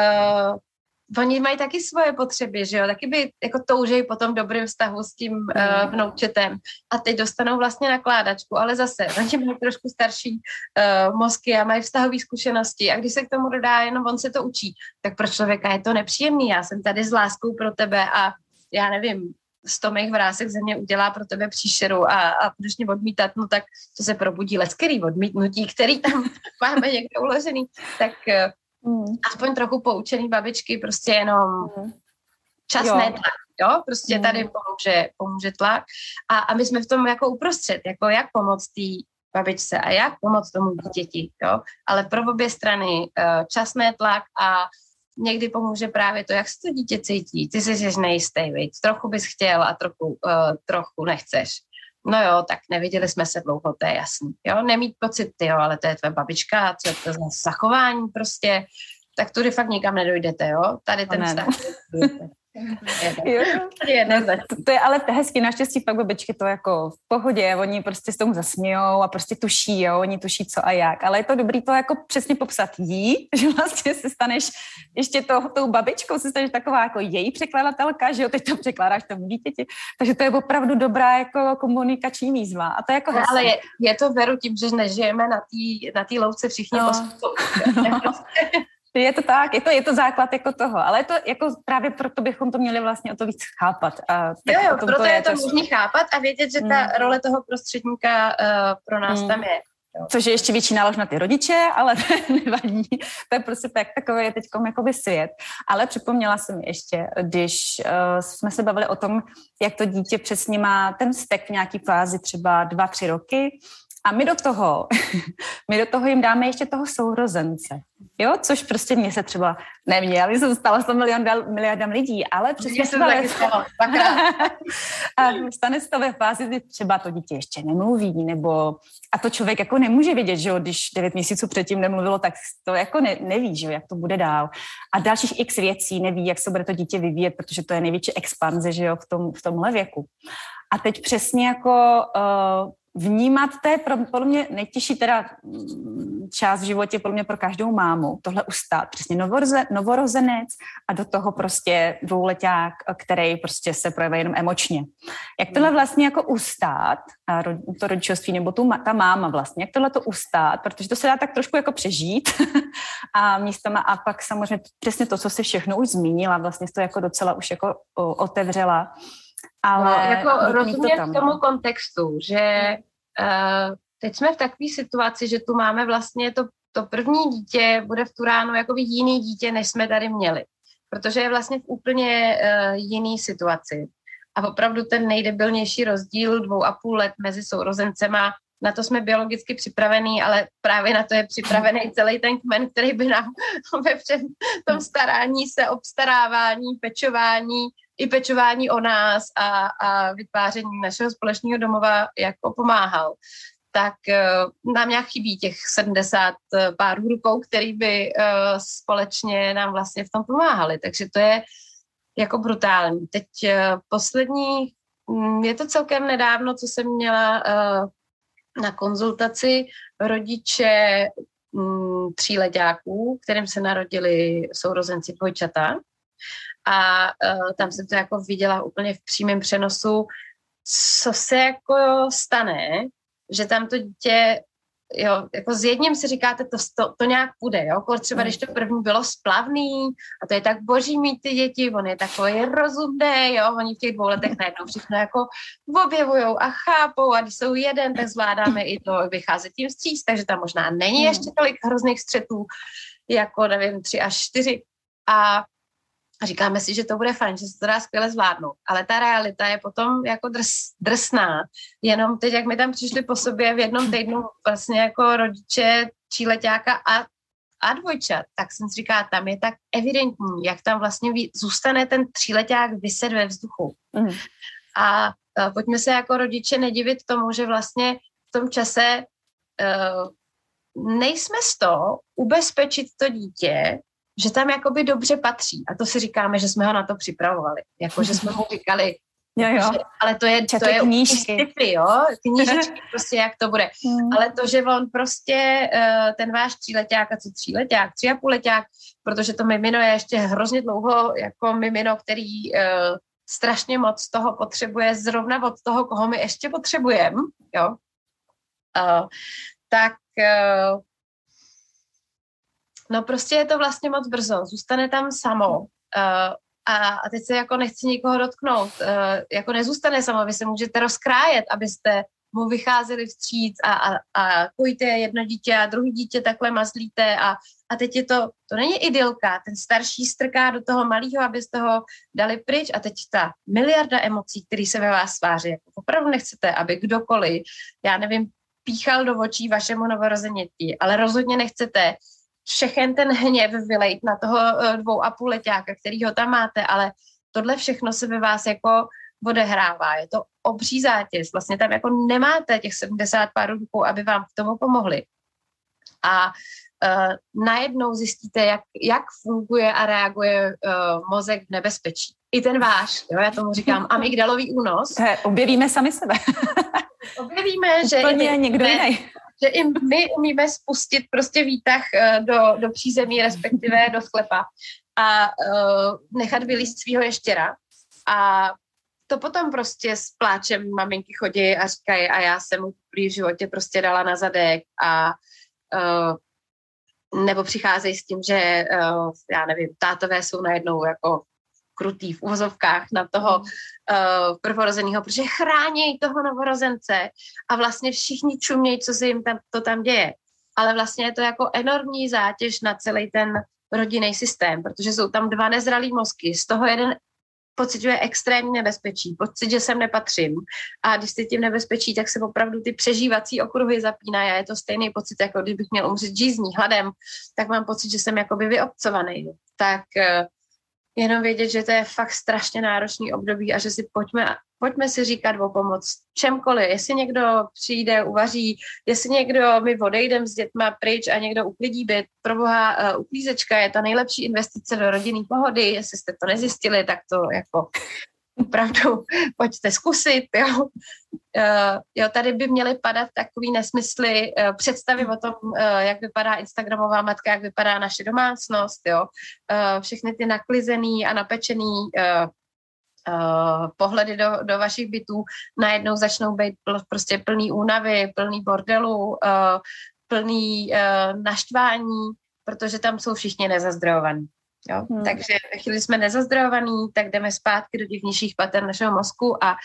oni mají taky svoje potřeby, že jo, taky by jako toužejí po tom dobrým vztahu s tím vnoučetem a teď dostanou vlastně nakládačku, ale zase, oni mají trošku starší mozky a mají vztahové zkušenosti a když se k tomu dodá, jenom on se to učí, tak pro člověka je to nepříjemný, já jsem tady s láskou pro tebe a já nevím, 100 mých vrásek země udělá pro tebe příšeru a budeš mě odmítat, no tak to se probudí leckerý odmítnutí, který tam máme někde uložený, tak aspoň trochu poučený babičky, prostě jenom čas netlak, jo, prostě tady pomůže tlak a my jsme v tom jako uprostřed, jako jak pomoct té babičce a jak pomoct tomu dítěti, jo, ale pro obě strany čas netlak a někdy pomůže právě to, jak se to dítě cítí. Ty jsi nejistý, viď? Trochu bys chtěl a trochu nechceš. No jo, tak neviděli jsme se dlouho, to je jasný. Jo, nemít pocit, jo, ale to je tvoje babička, co je to za zachování prostě, tak tudy fakt nikam nedojdete, jo. Tady ten vztah. To je ale hezky, naštěstí pak babičky to jako v pohodě, oni prostě s tomu zasmějou a prostě tuší, jo, oni tuší co a jak, ale je to dobrý to jako přesně popsat jí, že vlastně se staneš ještě tou babičkou, se staneš taková jako její překladatelka, že jo, teď to překládáš tomu dítěti, takže to je opravdu dobrá jako komunikační výzva a to je jako hezky. Ale je to veru tím, že nežijeme na té louce všichni Je to tak, je to základ jako toho, ale je to jako právě proto bychom to měli vlastně o to víc chápat. Jo, proto je to možný chápat a vědět, že ta role toho prostředníka pro nás tam je. Jo. Což je ještě větší nálož na ty rodiče, ale to nevadí. To je prostě tak, takový je teďkom jakoby svět. Ale připomněla jsem ještě, když jsme se bavili o tom, jak to dítě přesně má ten vztek v nějaký fázi třeba 2-3 roky, a my do toho jim dáme ještě toho sourozence, jo, což prostě mě se třeba nemě, já jsem stala 100 miliardám lidí, ale přesně stane se to ve fázi, kdy třeba to dítě ještě nemluví, nebo a to člověk jako nemůže vědět, že jo, když 9 měsíců předtím nemluvilo, tak to jako neví, že jo, jak to bude dál. A dalších x věcí neví, jak se bude to dítě vyvíjet, protože to je největší expanze, že jo, v tomhle věku. A teď přesně jako vnímat, to je podle mě nejtěžší teda část v životě podle mě pro každou mámu, tohle ustát, přesně novorozenec a do toho prostě dvouleťák, který prostě se projevuje jenom emočně. Jak tohle vlastně jako ustát, to rodičovství nebo ta máma vlastně, jak tohle to ustát, protože to se dá tak trošku jako přežít a místama a pak samozřejmě přesně to, co si všechno už zmínila, vlastně to jako docela už jako otevřela. Ale jako rozumět tomu kontextu, že teď jsme v takové situaci, že tu máme vlastně to první dítě, bude v tu ránu jakoby jiný dítě, než jsme tady měli. Protože je vlastně v úplně jiný situaci. A opravdu ten nejdebilnější rozdíl 2,5 let mezi sourozencema, na to jsme biologicky připravení, ale právě na to je připravený celý ten kmen, který by nám ve všem tom starání se, obstarávání, pečování o nás a vytváření našeho společného domova jako pomáhal. Tak nám nějak chybí těch 70 párů rukou, který by společně nám vlastně v tom pomáhali. Takže to je jako brutální. Teď je to celkem nedávno, co jsem měla na konzultaci rodiče 3letáků, kterým se narodili sourozenci dvojčata. A tam jsem to jako viděla úplně v přímém přenosu, co se jako stane, že tam to dítě, jo, jako s jedním si říkáte, to nějak půjde, jo, třeba když to první bylo splavný a to je tak boží mít ty děti, on je takový rozumný, jo, oni v těch 2 letech najednou všechno jako objevujou a chápou a když jsou jeden, tak zvládáme i to vycházet tím vstříc, takže tam možná není ještě tolik hrozných střetů, jako nevím, 3 až 4 a říkáme si, že to bude fajn, že se to dá skvěle zvládnout. Ale ta realita je potom jako drsná. Jenom teď, jak my tam přišli po sobě v jednom týdnu vlastně jako rodiče 3letáka a dvojčat, tak jsem si říkala, tam je tak evidentní, jak tam vlastně zůstane ten 3leták viset ve vzduchu. A pojďme se jako rodiče nedivit tomu, že vlastně v tom čase nejsme z toho ubezpečit to dítě, že tam jakoby dobře patří. A to si říkáme, že jsme ho na to připravovali. Jako, že jsme mu říkali, jo. Že, ale to je knížky, jo? Knížečky, prostě jak to bude. Ale to, že on prostě, ten váš 3leták, a co 3leták, 3,5leták, protože to mimino je ještě hrozně dlouho jako mimino, který strašně moc toho potřebuje zrovna od toho, koho my ještě potřebujeme, jo? Tak no prostě je to vlastně moc brzo, zůstane tam samo a teď se jako nechci nikoho dotknout, jako nezůstane samo, vy se můžete rozkrájet, abyste mu vycházeli vstříc a kojíte jedno dítě a druhé dítě takhle mazlíte a teď je to není idylka, ten starší strká do toho malého, abyste ho dali pryč a teď ta miliarda emocí, které se ve vás tváří, jako opravdu nechcete, aby kdokoliv, já nevím, píchal do očí vašemu novorozeněti, ale rozhodně nechcete všechen ten hněv vylejt na toho 2,5letáka, kterýho tam máte, ale tohle všechno se ve vás jako odehrává. Je to obří zátěž. Vlastně tam jako nemáte těch 70 párů rukou, aby vám k tomu pomohli. A najednou zjistíte, jak funguje a reaguje mozek v nebezpečí. I ten váš, jo, já tomu říkám amygdalový únos. Objevíme sami sebe. Objevíme, že někdo jiný. Že i my umíme spustit prostě výtah do přízemí, respektive do sklepa a nechat vylízt svýho ještěra. A to potom prostě s pláčem maminky chodí a říkají, a já jsem mu v životě prostě dala na zadek a nebo přicházejí s tím, že já nevím, tátové jsou najednou jako krutý v uvozovkách na toho prvorozeného, protože chrání toho novorozence a vlastně všichni čumějí, co se jim tam děje. Ale vlastně je to jako enormní zátěž na celý ten rodinný systém, protože jsou tam 2 nezralý mozky, z toho jeden pociťuje extrémní nebezpečí, pocit, že sem nepatřím. A když jste tím nebezpečí, tak se opravdu ty přežívací okruhy zapínají a je to stejný pocit, jako kdybych měl umřít žízní, hladem, tak mám pocit, že jsem jakoby vyobcovaný. Tak jenom vědět, že to je fakt strašně náročný období a že si pojďme si říkat o pomoc čemkoliv. Jestli někdo přijde, uvaří, jestli někdo my odejdem s dětma pryč a někdo uklidí byt, proboha, uklízečka je ta nejlepší investice do rodinné pohody, jestli jste to nezjistili, tak to jako opravdu pojďte zkusit, jo. Jo, tady by měly padat takový nesmysly, představy o tom, jak vypadá instagramová matka, jak vypadá naše domácnost, jo. Všechny ty naklizený a napečený pohledy do vašich bytů najednou začnou být prostě plný únavy, plný bordelu, plný naštvání, protože tam jsou všichni nezazdrojovaní. Jo? Takže ve chvíli jsme nezazdrojovaní, tak jdeme zpátky do těch nižších pater našeho mozku a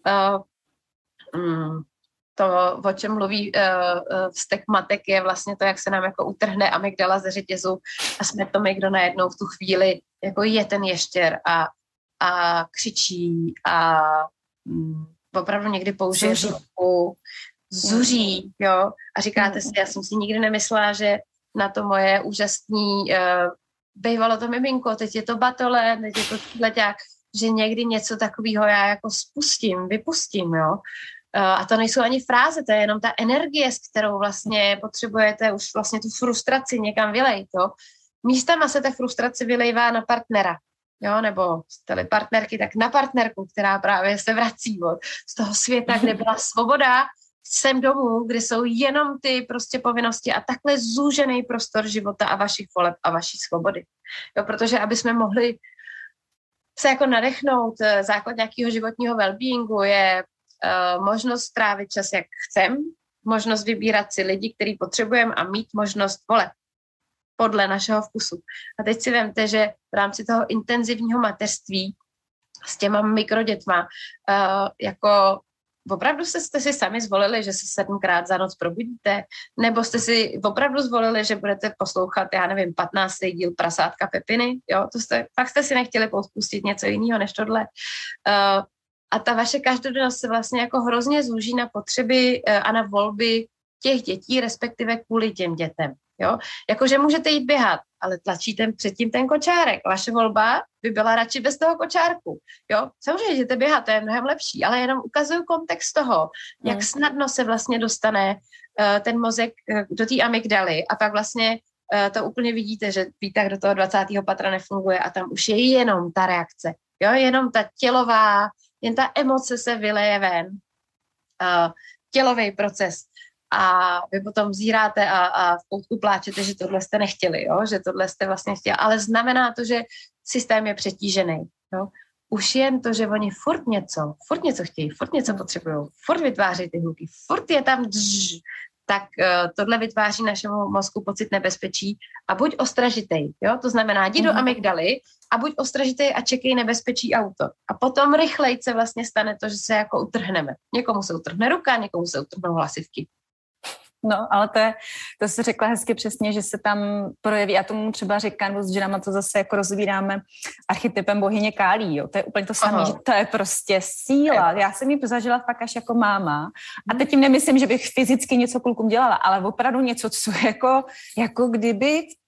to, o čem mluví vztek matek, je vlastně to, jak se nám jako utrhne amygdala ze řetězu a jsme to my, kdo najednou v tu chvíli jako je ten ještěr a křičí a opravdu někdy použije ruku, zuří, jo, a říkáte si, já jsem si nikdy nemyslela, že na to moje úžasný bývalo to miminko, teď je to batole, teď je to leťák, že někdy něco takového já jako vypustím, jo. A to nejsou ani fráze, to je jenom ta energie, s kterou vlastně potřebujete už vlastně tu frustraci někam vylejt, jo. Místama se ta frustrace vylejvá na partnera, jo, nebo jste partnerky, tak na partnerku, která právě se vrací z toho světa, kde byla svoboda, sem domů, kde jsou jenom ty prostě povinnosti a takhle zúžený prostor života a vašich voleb a vaší svobody. Jo, protože aby jsme mohli se jako nadechnout, základ nějakého životního wellbeingu je možnost strávit čas, jak chcem, možnost vybírat si lidi, který potřebujeme a mít možnost volet podle našeho vkusu. A teď si vemte, že v rámci toho intenzivního mateřství s těma mikrodětma jako opravdu jste si sami zvolili, že se 7krát za noc probudíte, nebo jste si opravdu zvolili, že budete poslouchat, já nevím, 15. díl Prasátka Pepiny, jo, fakt jste si nechtěli pustit něco jiného než tohle. A ta vaše každodennost se vlastně jako hrozně zúží na potřeby a na volby těch dětí, respektive kvůli těm dětem. Jo? Jakože můžete jít běhat, ale tlačíte předtím ten kočárek. Vaše volba by byla radši bez toho kočárku. Jo? Samozřejmě, že to běhat, to je mnohem lepší, ale jenom ukazuju kontext toho, jak snadno se vlastně dostane ten mozek do té amygdaly a pak vlastně to úplně vidíte, že výtah do toho 20. patra nefunguje a tam už je jenom ta reakce. Jo? Jenom ta tělová, jen ta emoce se vyleje ven. Tělový proces. A vy potom zíráte a v koutku pláčete, že tohle jste nechtěli, jo? Že tohle jste vlastně chtěli. Ale znamená to, že systém je přetížený. Jo? Už jen to, že oni furt něco chtějí, furt něco potřebují, furt vytváří ty hluky, furt je tam tak tohle vytváří našemu mozku pocit nebezpečí a buď ostražitej, jo? To znamená, jdi do amygdaly a buď ostražitej a čekej nebezpečí auto. A potom rychlejce vlastně stane to, že se jako utrhneme. Někomu se utrhne ruka, někomu se utrhnou hlasivky. No, ale to jsi řekla hezky přesně, že se tam projeví, a tomu třeba říkám s ženama, to zase jako rozvíráme archetypem bohyně Kálí, jo, to je úplně to samé, že to je prostě síla, já jsem ji zažila fakt až jako máma a teď tím nemyslím, že bych fyzicky něco klukům dělala, ale opravdu něco, co jako kdyby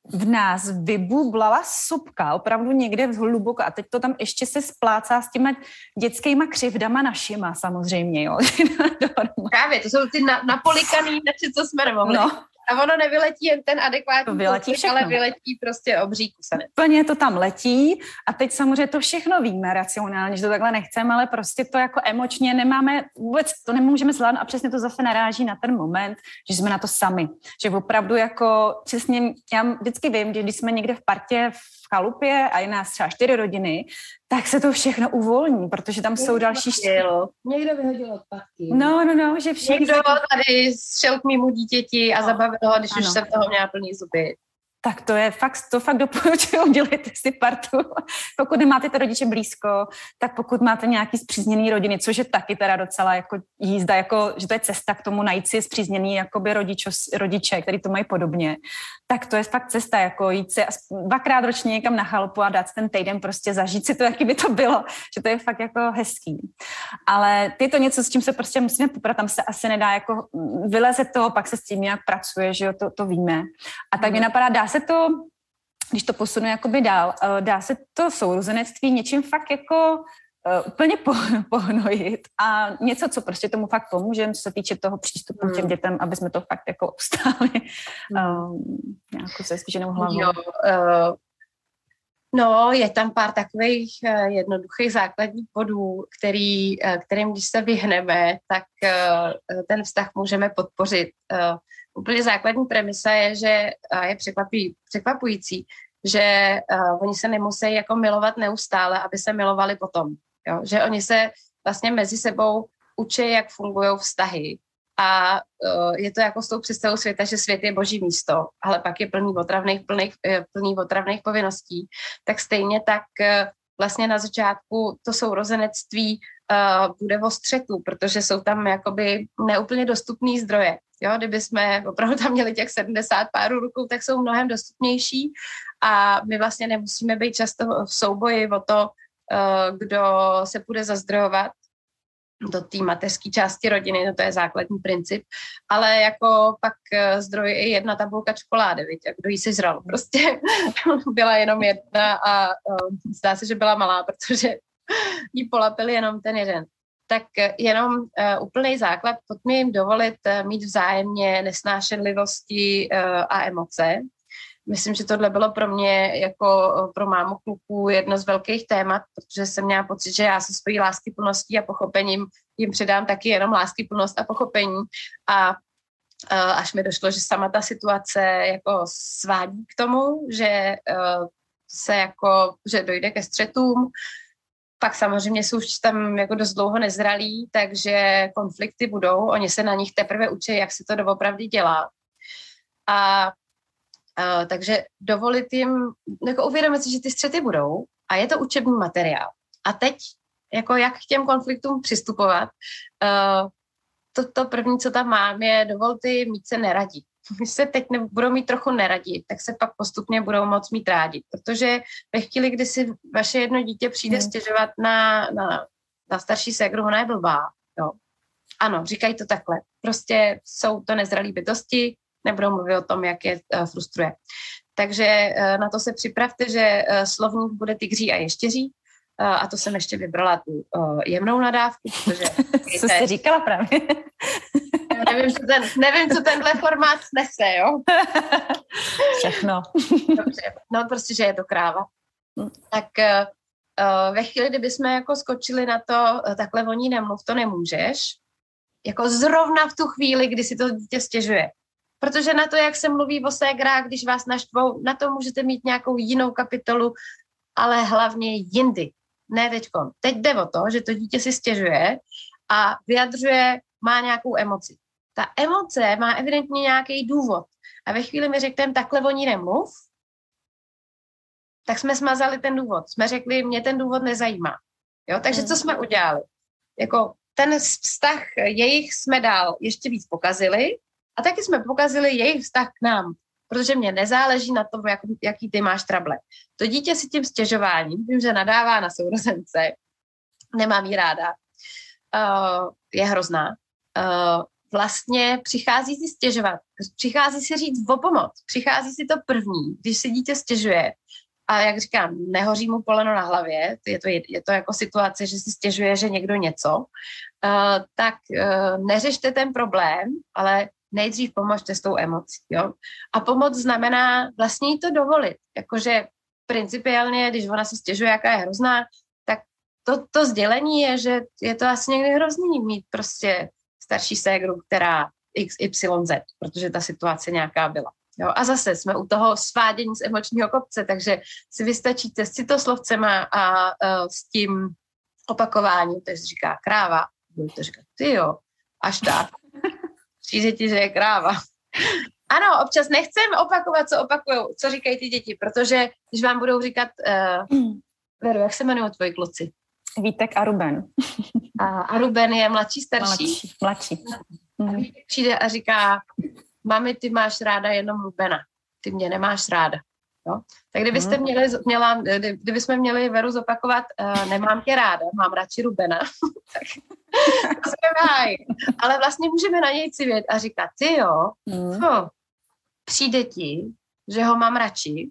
v nás vybublala sopka, opravdu někde hluboko a teď to tam ještě se splácá s těma dětskýma křivdama našima samozřejmě, jo. Právě, to jsou ty napolikaný, co jsme nemohli. No. A ono nevyletí jen ten adekvátní kousek, ale vyletí prostě obří kusanec. Plně to tam letí a teď samozřejmě to všechno víme racionálně, že to takhle nechceme, ale prostě to jako emočně nemáme, vůbec to nemůžeme zvládnout a přesně to zase naráží na ten moment, že jsme na to sami. Že opravdu jako přesně, já vždycky vím, že když jsme někde v partě v chalupě a je nás třeba 4 rodiny, tak se to všechno uvolní, protože tam jsou další... Někdo vyhodil odpadky. No, že všichni... Někdo tady šel k mému dítěti a zabavil ho, když už jsem toho měla plný zuby. Tak to fakt doporučuji, dělejte si partu. Pokud nemáte ty rodiče blízko, tak pokud máte nějaký spřízněný rodiny, což je taky teda docela jako jízda, jako, že to je cesta k tomu najít si spřízněný jakoby rodiče, který to mají podobně, tak to je fakt cesta, jako jít si 2krát ročně někam na chalupu a dát si ten týden prostě zažít si to, jaký by to bylo, že to je fakt jako hezký. Ale je to něco, s čím se prostě musíme poprat, tam se asi nedá jako vylezet toho, pak se s tím nějak pracuje, že jo, to víme. A tak mi napadá, dá se to, když to posunu jakoby dál, dá se to sourozenectví něčím fakt jako úplně pohnojit a něco, co prostě tomu fakt pomůže, co se týče toho přístupu k těm dětem, aby jsme to fakt jako ustáli nějakou se spíženou hlavou. Jo, no, je tam pár takových jednoduchých základních bodů, kterým, když se vyhneme, tak ten vztah můžeme podpořit. Úplně základní premisa je, že je překvapující, že oni se nemusí jako milovat neustále, aby se milovali potom. Jo? Že oni se vlastně mezi sebou učí, jak fungují vztahy. A je to jako s tou představou světa, že svět je boží místo, ale pak je plný otravných povinností. Tak stejně tak vlastně na začátku to sourozenectví bude o střetu, protože jsou tam jakoby neúplně dostupný zdroje. Jo, kdyby jsme opravdu tam měli těch 70 párů rukou, tak jsou mnohem dostupnější a my vlastně nemusíme být často v souboji o to, kdo se bude zazdrojovat do té mateřské části rodiny, no to je základní princip, ale jako pak zdroj je jedna tabulka čokolády, viď, a kdo jí sežral, prostě byla jenom jedna a zdá se, že byla malá, protože jí polapil jenom ten jeden. Tak jenom úplný základ, pojďme jim dovolit mít vzájemně nesnášenlivosti a emoce. Myslím, že tohle bylo pro mě jako pro mámu kluků jedno z velkých témat, protože jsem měla pocit, že já se svojí láskyplností a pochopením jim předám taky jenom láskyplnost a pochopení. A až mi došlo, že sama ta situace jako svádí k tomu, že že dojde ke střetům. Pak samozřejmě jsou už tam jako dost dlouho nezralí, takže konflikty budou. Oni se na nich teprve učí, jak se to doopravdy dělá. Takže dovolit jim, jako uvědomit si, že ty střety budou a je to učební materiál. A teď, jako jak k těm konfliktům přistupovat, to první, co tam mám, je dovolte jim mít se neradit. Když se teď budou mít trochu neradit, tak se pak postupně budou moc mít rádi. Protože ve chvíli, kdy si vaše jedno dítě přijde stěžovat na starší ségru, ona je blbá. Jo. Ano, říkají to takhle. Prostě jsou to nezralí bytosti, nebudou mluvit o tom, jak je frustruje. Takže na to se připravte, že slovník bude tygří a ještěří. A to jsem ještě vybrala tu jemnou nadávku, protože... Co jsi říkala právě? Nevím, co tenhle formát snese, jo? Všechno. Dobře, no prostě, že je to kráva. Tak ve chvíli, kdyby jsme jako skočili na to, takhle o ní nemluv, to nemůžeš, jako zrovna v tu chvíli, kdy si to dítě stěžuje. Protože na to, jak se mluví o ségrách, když vás naštvou, na to můžete mít nějakou jinou kapitolu, ale hlavně jindy. Ne teďkon. Teď jde o to, že to dítě si stěžuje a vyjadřuje, má nějakou emoci. Ta emoce má evidentně nějaký důvod. A ve chvíli mi řekneme, takhle o ní nemluv, tak jsme smazali ten důvod. Jsme řekli, mě ten důvod nezajímá. Jo? Takže co jsme udělali? Jako ten vztah jejich jsme dál ještě víc pokazili a taky jsme pokazili jejich vztah k nám, protože mě nezáleží na tom, jaký ty máš trable. To dítě si tím stěžováním, tím, že nadává na sourozence, nemám jí ráda, je hrozná, vlastně přichází si stěžovat, přichází si říct o pomoc, přichází si to první, když si dítě stěžuje a jak říkám, nehoří mu poleno na hlavě, je to jako situace, že si stěžuje, že někdo něco, tak neřešte ten problém, ale nejdřív pomožte s tou emocí. Jo? A pomoc znamená vlastně jí to dovolit, jakože principiálně, když ona se stěžuje, jaká je hrozná, tak to sdělení je, že je to asi někdy hrozný mít prostě starší ségru, která XYZ, protože ta situace nějaká byla. Jo? A zase jsme u toho svádění z emočního kopce, takže si vystačíte s citoslovcema a s tím opakováním, takže říká kráva, budete říkat, ty jo, až tak. Přijde ti, že je kráva. Ano, občas nechcem opakovat, co říkají ty děti, protože když vám budou říkat, Veru, jak se jmenují tvoji kluci? Vítek a Ruben. A Ruben je mladší, starší? Mladší. A Vítek přijde a říká, mami, ty máš ráda jenom Rubena, ty mě nemáš ráda. Jo? Tak kdybychom měli Veru zopakovat, nemám tě ráda, mám radši Rubena, tak to jsme háj. Ale vlastně můžeme na něj civět a říkat, ty jo, přijde ti, že ho mám radši,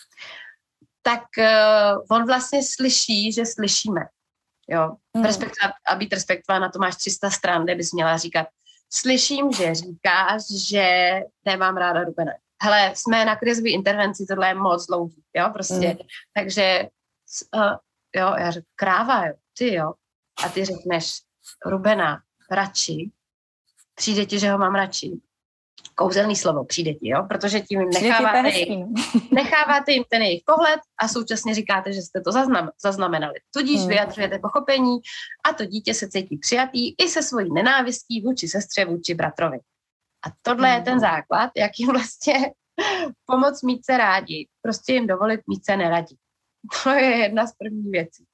tak on vlastně slyší, že slyšíme. Jo? A být respektována, to máš 300 stran, kde bys měla říkat, slyším, že říkáš, že nemám ráda Rubena. Hele, jsme na krizové intervenci, tohle je moc dlouhý, jo, prostě. Takže, jo, já řeknu, kráva, jo, ty jo. A ty řekneš, Rubena, radši, přijde ti, že ho mám radši. Kouzelný slovo, přijde ti, jo, protože tím jim necháváte jim ten jejich pohled a současně říkáte, že jste to zaznamenali. Tudíž vyjadřujete pochopení a to dítě se cítí přijatý i se svojí nenávistí vůči sestře, vůči bratrovi. A tohle je ten základ, jak jim vlastně pomoct mít se rádi. Prostě jim dovolit mít se neradí. To je jedna z prvních věcí.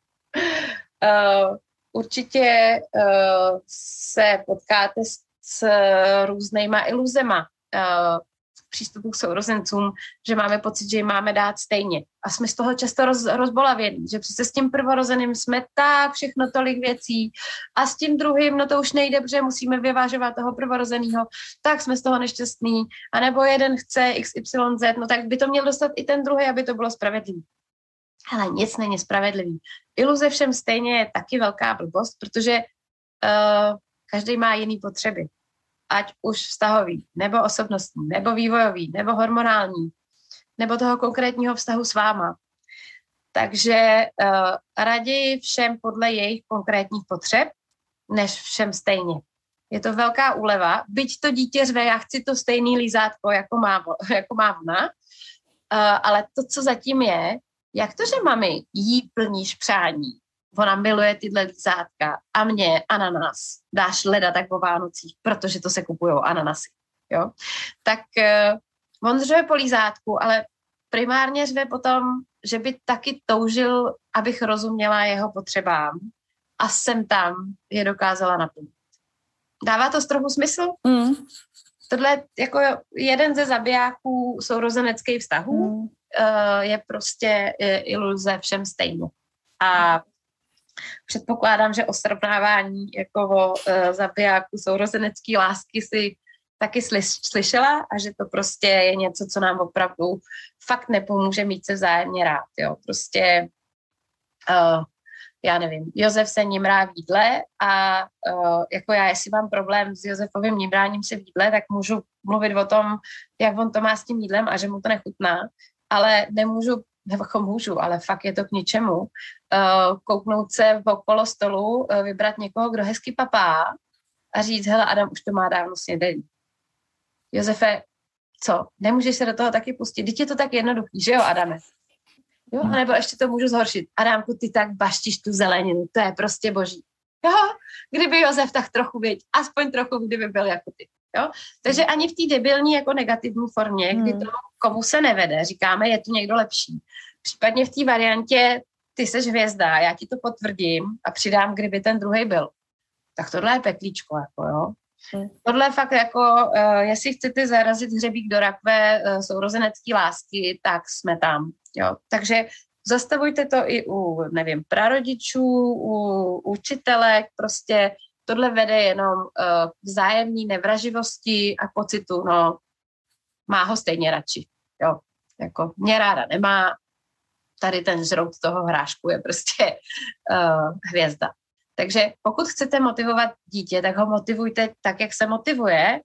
Určitě se potkáte s různýma iluzema v přístupu k sourozencům, že máme pocit, že jim máme dát stejně. A jsme z toho často rozbolavění, že přece s tím prvorozeným jsme tak všechno tolik věcí a s tím druhým, no to už nejde, protože musíme vyvážovat toho prvorozenýho, tak jsme z toho nešťastní. A nebo jeden chce XYZ, no tak by to měl dostat i ten druhý, aby to bylo spravedlivý. Ale nic není spravedlivý. Iluze všem stejně je taky velká blbost, protože každý má jiný potřeby. Ať už vztahový, nebo osobnostní, nebo vývojový, nebo hormonální, nebo toho konkrétního vztahu s váma. Takže raději všem podle jejich konkrétních potřeb, než všem stejně. Je to velká úleva, byť to dítě řve, já chci to stejný lízátko, jako má ona, ale to, co zatím je, jak to, že mami jí plníš přání, ona miluje tyhle lízátka a mě ananas dáš leda tak po Vánocích, protože to se kupujou ananasy, jo? Tak on řve po lízátku, ale primárně řve potom, že by taky toužil, abych rozuměla jeho potřebám a sem tam je dokázala naplnit. Dává to trochu smysl? Tohle je jako jeden ze zabijáků sourozeneckých vztahů, je prostě iluze všem stejně. A předpokládám, že o srovnávání jako o zabijáku sourozenecké lásky si taky slyšela a že to prostě je něco, co nám opravdu fakt nepomůže mít se vzájemně rád. Jo. Prostě já nevím, Josef se nímrá v jídle a jako já, jestli mám problém s Josefovým nímráním se v jídle, tak můžu mluvit o tom, jak on to má s tím jídlem a že mu to nechutná, ale můžu, ale fakt je to k ničemu. Kouknout se okolo stolu, vybrat někoho, kdo hezky papá a říct, hele, Adam už to má dávno snědení. Josefe, co? Nemůžeš se do toho taky pustit? Vždyť je to tak jednoduchý, že jo, Adame? Jo, anebo ještě to můžu zhoršit. Adámku, ty tak baštíš tu zeleninu, to je prostě boží. Jo, kdyby Josef tak trochu věděl, aspoň trochu, kdyby byl jako ty. Jo? Takže ani v té debilní jako negativní formě, kdy to komu se nevede, říkáme, je tu někdo lepší. Případně v té variantě, ty seš hvězda, já ti to potvrdím a přidám, kdyby ten druhej byl. Tak tohle je peklíčko, jako jo. Tohle je fakt jako, jestli chcete zarazit hřebík do rakve sourozenecký lásky, tak jsme tam, jo. Takže zastavujte to i u, nevím, prarodičů, u učitelek, prostě tohle vede jenom k vzájemný nevraživosti a pocitu, no, má ho stejně radši, jo, jako mě ráda nemá, tady ten žrout toho hrášku je prostě hvězda. Takže pokud chcete motivovat dítě, tak ho motivujte tak, jak se motivuje.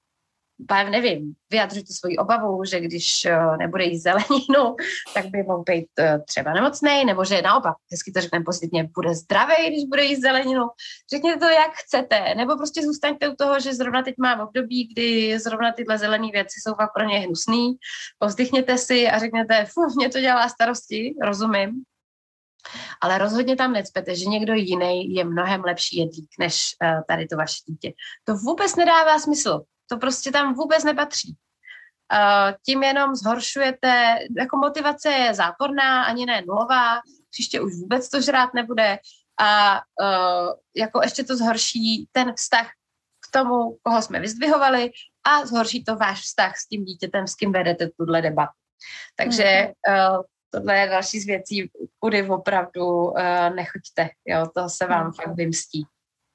Nevím, vyjadřujte svoji obavu, že když nebude jíst zeleninu, tak by mohl být třeba nemocnej, nebo že naopak, hezky to řekneme pozitivně, bude zdravý, když bude jíst zeleninu. Řekněte to, jak chcete, nebo prostě zůstaňte u toho, že zrovna teď mám období, kdy zrovna tyhle zelené věci jsou fakt pro ně hnusný. Povzdychněte si a řekněte, mě to dělá starosti, rozumím. Ale rozhodně tam necpete, že někdo jiný je mnohem lepší jedlík, než tady to vaše dítě. To vůbec nedává smysl. To prostě tam vůbec nepatří. Tím jenom zhoršujete, jako motivace je záporná, ani ne nulová, příště už vůbec to žrát nebude a jako ještě to zhorší ten vztah k tomu, koho jsme vyzdvihovali a zhorší to váš vztah s tím dítětem, s kým vedete tuhle debatu. Takže tohle je další z věcí, kudy opravdu nechoďte, jo, to se vám fakt vymstí.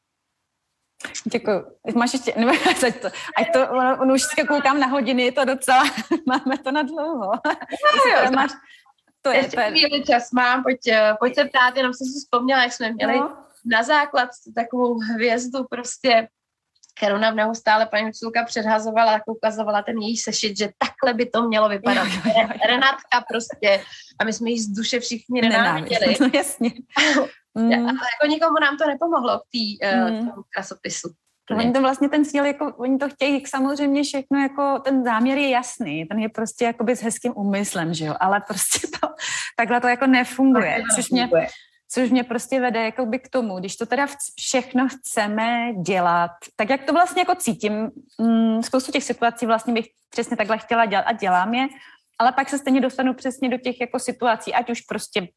Děkuju. Máš ještě, nebo ať to, ono už koukám na hodiny, je to docela, máme to na dlouho. Máš, to je, ještě chvíli čas mám, pojď se ptát, jenom jsem si vzpomněla, jak jsme měli na základce takovou hvězdu prostě, kterou nám neustále paní učitelka předhazovala, tak ukazovala ten její sešit, že takhle by to mělo vypadat. Renátka prostě, a my jsme jí z duše všichni nenáviděli. No jasně. Ale jako nikomu nám to nepomohlo k tomu krasopisu. Oni to vlastně ten cíl, jako oni to chtějí samozřejmě všechno, jako ten záměr je jasný, ten je prostě jakoby s hezkým úmyslem, že jo, ale prostě to, takhle to jako nefunguje, což mě prostě vede jakoby k tomu, když to teda všechno chceme dělat, tak jak to vlastně jako cítím, spoustu těch situací vlastně bych přesně takhle chtěla dělat a dělám je, ale pak se stejně dostanu přesně do těch jako situací, ať už prostě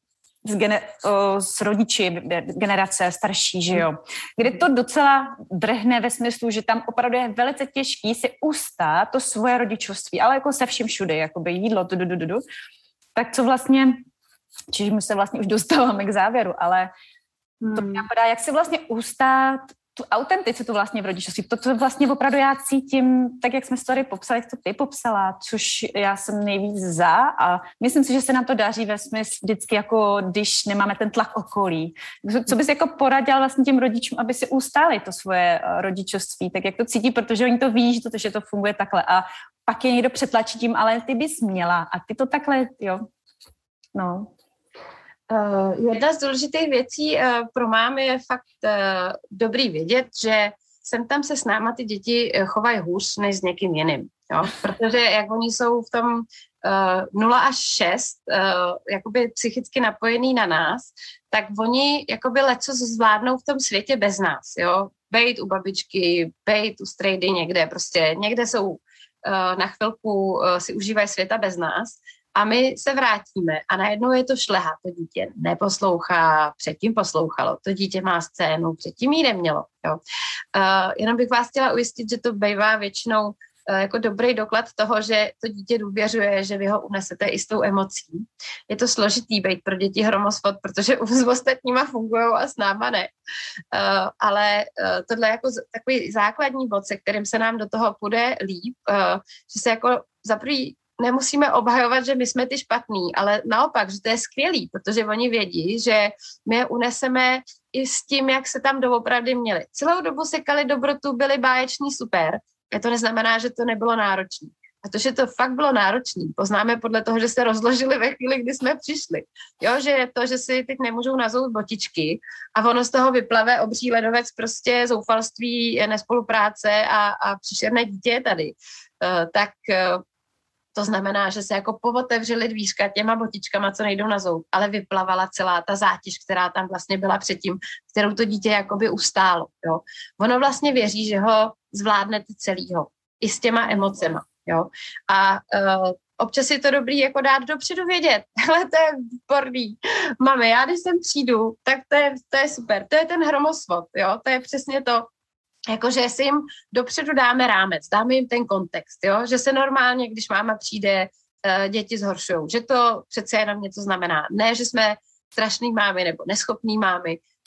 s rodiči, generace starší, že jo, kde to docela drhne ve smyslu, že tam opravdu je velice těžký si ustát to svoje rodičovství, ale jako se vším všude, jakoby jídlo, tak co vlastně, čiže my se vlastně už dostáváme k závěru, ale to mě napadá, jak si vlastně ustát tu autenticitu vlastně v rodičovství, to, co vlastně opravdu já cítím, tak jak jsme si tady popsali, jak to ty popsala, což já jsem nejvíc za a myslím si, že se nám to daří ve smyslu vždycky, jako když nemáme ten tlak okolí. Co bys jako poradil vlastně těm rodičům, aby si ustáli to svoje rodičovství, tak jak to cítí, protože oni to ví, že to funguje takhle a pak je někdo přetlačí tím, ale ty bys měla a ty to takhle, jo, no. Jedna z důležitých věcí pro mámy je fakt dobrý vědět, že sem tam se s náma ty děti chovají hůř než s někým jiným. Jo? Protože jak oni jsou v tom 0 až 6 jakoby psychicky napojený na nás, tak oni jakoby leco zvládnou v tom světě bez nás. Jo? Bejt u babičky, bejt u strejdy někde, prostě někde jsou na chvilku si užívají světa bez nás. A my se vrátíme a najednou je to šleha. To dítě neposlouchá, předtím poslouchalo. To dítě má scénu, předtím jí nemělo. Jo. Jenom bych vás chtěla ujistit, že to bývá většinou jako dobrý doklad toho, že to dítě důvěřuje, že vy ho unesete i s tou emocí. Je to složitý být pro děti hromosvod, protože s ostatníma fungujou a s náma ne. Ale tohle je jako takový základní bod, se kterým se nám do toho půjde líp, že se jako za prvý nemusíme obhajovat, že my jsme ty špatný, ale naopak, že to je skvělý, protože oni vědí, že my je uneseme i s tím, jak se tam doopravdy měli. Celou dobu sekali dobrotu, byli báječní, super. A to neznamená, že to nebylo náročné. A to, že to fakt bylo náročné, poznáme podle toho, že se rozložili ve chvíli, kdy jsme přišli. Jo, že to, že si teď nemůžou nazout botičky a ono z toho vyplave obří ledovec prostě zoufalství, nespolupráce a příšerné dítě je tady. Tak to znamená, že se jako povotevřeli dvířka těma botičkama, co nejdou na zout, ale vyplavala celá ta zátěž, která tam vlastně byla předtím, kterou to dítě jakoby ustálo. Jo. Ono vlastně věří, že ho zvládnete celýho, i s těma emocema. Jo. A občas je to dobrý jako dát dopředu vědět, ale to je výborný. Mami, já když sem přijdu, tak to je super, to je ten hromosvod, jo, to je přesně to, jakože si jim dopředu dáme rámec, dáme jim ten kontext, jo? Že se normálně, když máma přijde, děti zhoršujou, že to přece jenom něco znamená. Ne, že jsme strašný mámy nebo neschopný mámy,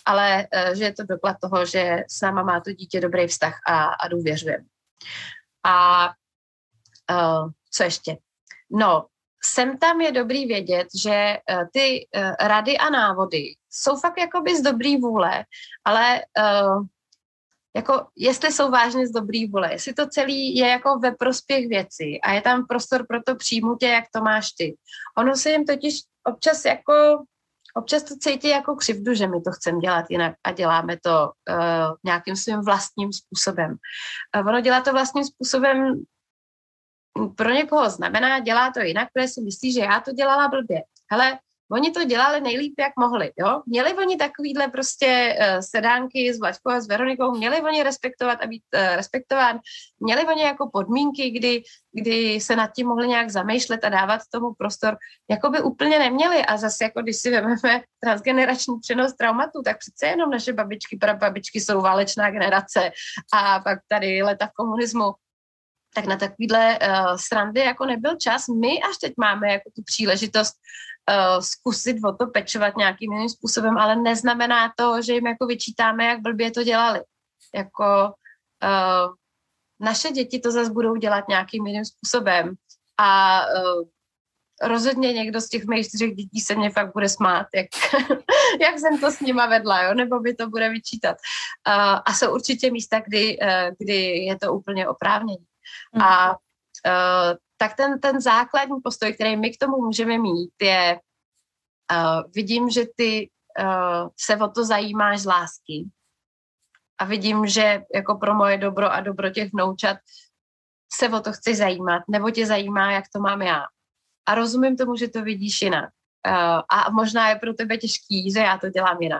ale že je to doklad toho, že s náma má to dítě dobrý vztah a důvěřujeme. A co ještě? No, sem tam je dobrý vědět, že ty rady a návody jsou fakt jakoby z dobrý vůle, ale jako jestli jsou vážně z dobrý vůle, jestli to celý je jako ve prospěch věci a je tam prostor pro to přijmout tě, jak to máš ty. Ono se jim totiž občas to cítí jako křivdu, že my to chceme dělat jinak a děláme to nějakým svým vlastním způsobem. Ono dělá to vlastním způsobem pro někoho znamená, dělá to jinak, protože si myslí, že já to dělala blbě. Hele, oni to dělali nejlíp, jak mohli, jo? Měli oni takovýhle prostě sedánky s Vlaďkou a s Veronikou, měli oni respektovat a být respektován, měli oni jako podmínky, kdy se nad tím mohli nějak zamýšlet a dávat tomu prostor, jako by úplně neměli. A zase jako když si vezmeme transgenerační přenos traumatu, tak přece jenom naše babičky, prababičky jsou válečná generace a pak tady leta v komunismu. Tak na takovýhle srandy jako nebyl čas. My až teď máme jako tu příležitost zkusit o to pečovat nějakým jiným způsobem, ale neznamená to, že jim jako vyčítáme, jak blbě to dělali. Jako naše děti to zase budou dělat nějakým jiným způsobem a rozhodně někdo z těch mých 4 dětí se mě fakt bude smát, jak jsem to s nima vedla, jo? Nebo mi to bude vyčítat. A jsou určitě místa, kdy je to úplně oprávnění. A tak ten základní postoj, který my k tomu můžeme mít, je vidím, že ty se o to zajímáš z lásky a vidím, že jako pro moje dobro a dobro těch vnoučat se o to chci zajímat, nebo tě zajímá, jak to mám já. A rozumím tomu, že to vidíš jinak. A možná je pro tebe těžký, že já to dělám jinak.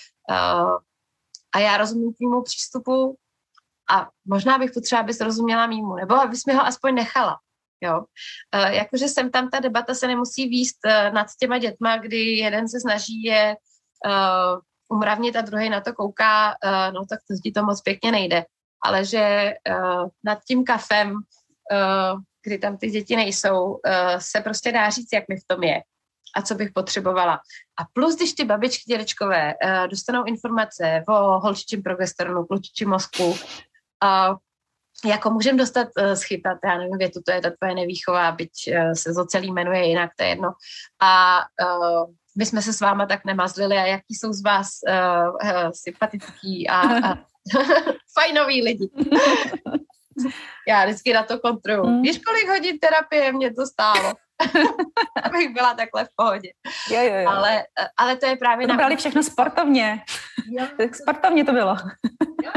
A já rozumím tvému přístupu a možná bych to třeba bys rozuměla mýmu, nebo abys mi ho aspoň nechala. Jo? Jakože sem tam ta debata se nemusí vést nad těma dětma, kdy jeden se snaží je umravnit a druhý na to kouká, no tak to ti to moc pěkně nejde. Ale že nad tím kafem, kdy tam ty děti nejsou, se prostě dá říct, jak mi v tom je a co bych potřebovala. A plus, když ty babičky, dědečkové dostanou informace o holčičím progesteronu, klučičím mozku, jako můžem dostat schytat, já nevím, větu, to je ta tvoje nevýchová, byť se to celý jmenuje jinak, to je jedno. A my jsme se s váma tak nemazlili a jaký jsou z vás sympatický a fajnoví lidi. Já vždycky na to kontroluji. Víš, kolik hodin terapie mě to stálo? Abych byla takhle v pohodě. Jo. Ale to je právě... To brali všechno sportovně. Jo. Sportovně to bylo. Jo.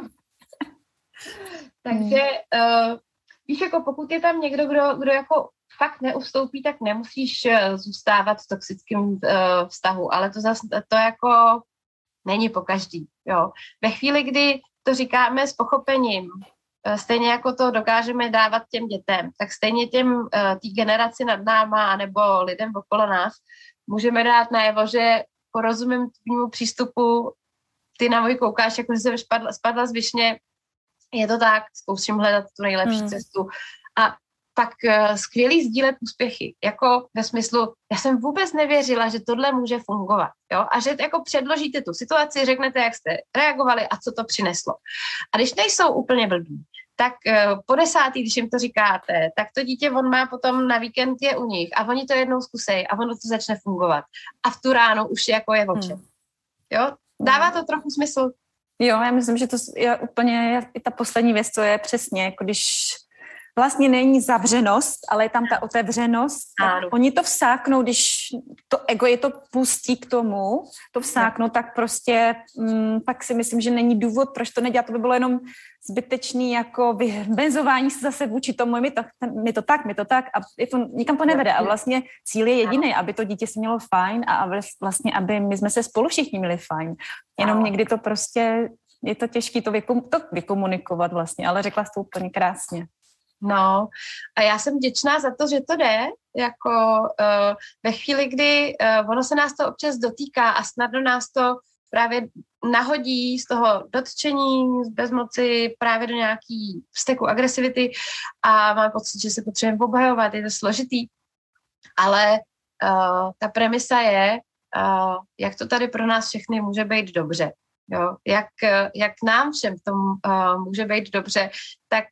Takže víš, jako pokud je tam někdo, kdo jako fakt neustoupí, tak nemusíš zůstávat v toxickém vztahu, ale to zase to jako není po každý. Jo. Ve chvíli, kdy to říkáme s pochopením, stejně jako to dokážeme dávat těm dětem, tak stejně té generaci nad náma nebo lidem okolo nás můžeme dát najevo, že porozumím tvému přístupu, ty na můj koukáš, jako že jsem spadla z višně, je to tak, zkouším hledat tu nejlepší cestu a pak skvělý sdílet úspěchy, jako ve smyslu, já jsem vůbec nevěřila, že tohle může fungovat, jo, a že jako předložíte tu situaci, řeknete, jak jste reagovali a co to přineslo. A když nejsou úplně blbí, tak po 10., když jim to říkáte, tak to dítě on má potom na víkend je u nich a oni to jednou zkusej a ono to začne fungovat. A v tu ránu už jako je očem. Jo, dává to trochu smysl. Jo, já myslím, že to je úplně i ta poslední věc, co je přesně, jako když vlastně není zavřenost, ale je tam ta otevřenost. Oni to vsáknou, když to ego je to pustí k tomu, to vsáknou, tak prostě tak si myslím, že není důvod, proč to nedělat. To by bylo jenom zbytečný jako vyhmezování se zase vůči tomu, my to tak a je to, nikam to nevede. A vlastně cíl je jediný, aby to dítě si mělo fajn a vlastně, aby my jsme se spolu všichni měli fajn. Jenom někdy to prostě, je to těžké to vykomunikovat vlastně, ale řekla jsi to úplně krásně. No a já jsem vděčná za to, že to jde, jako ve chvíli, kdy ono se nás to občas dotýká a snadno nás to právě nahodí z toho dotčení, z bezmoci právě do nějaký vzteku agresivity a mám pocit, že se potřebujeme obhajovat, je to složitý, ale ta premisa je, jak to tady pro nás všechny může být dobře. Jo? Jak nám všem tomu může být dobře, tak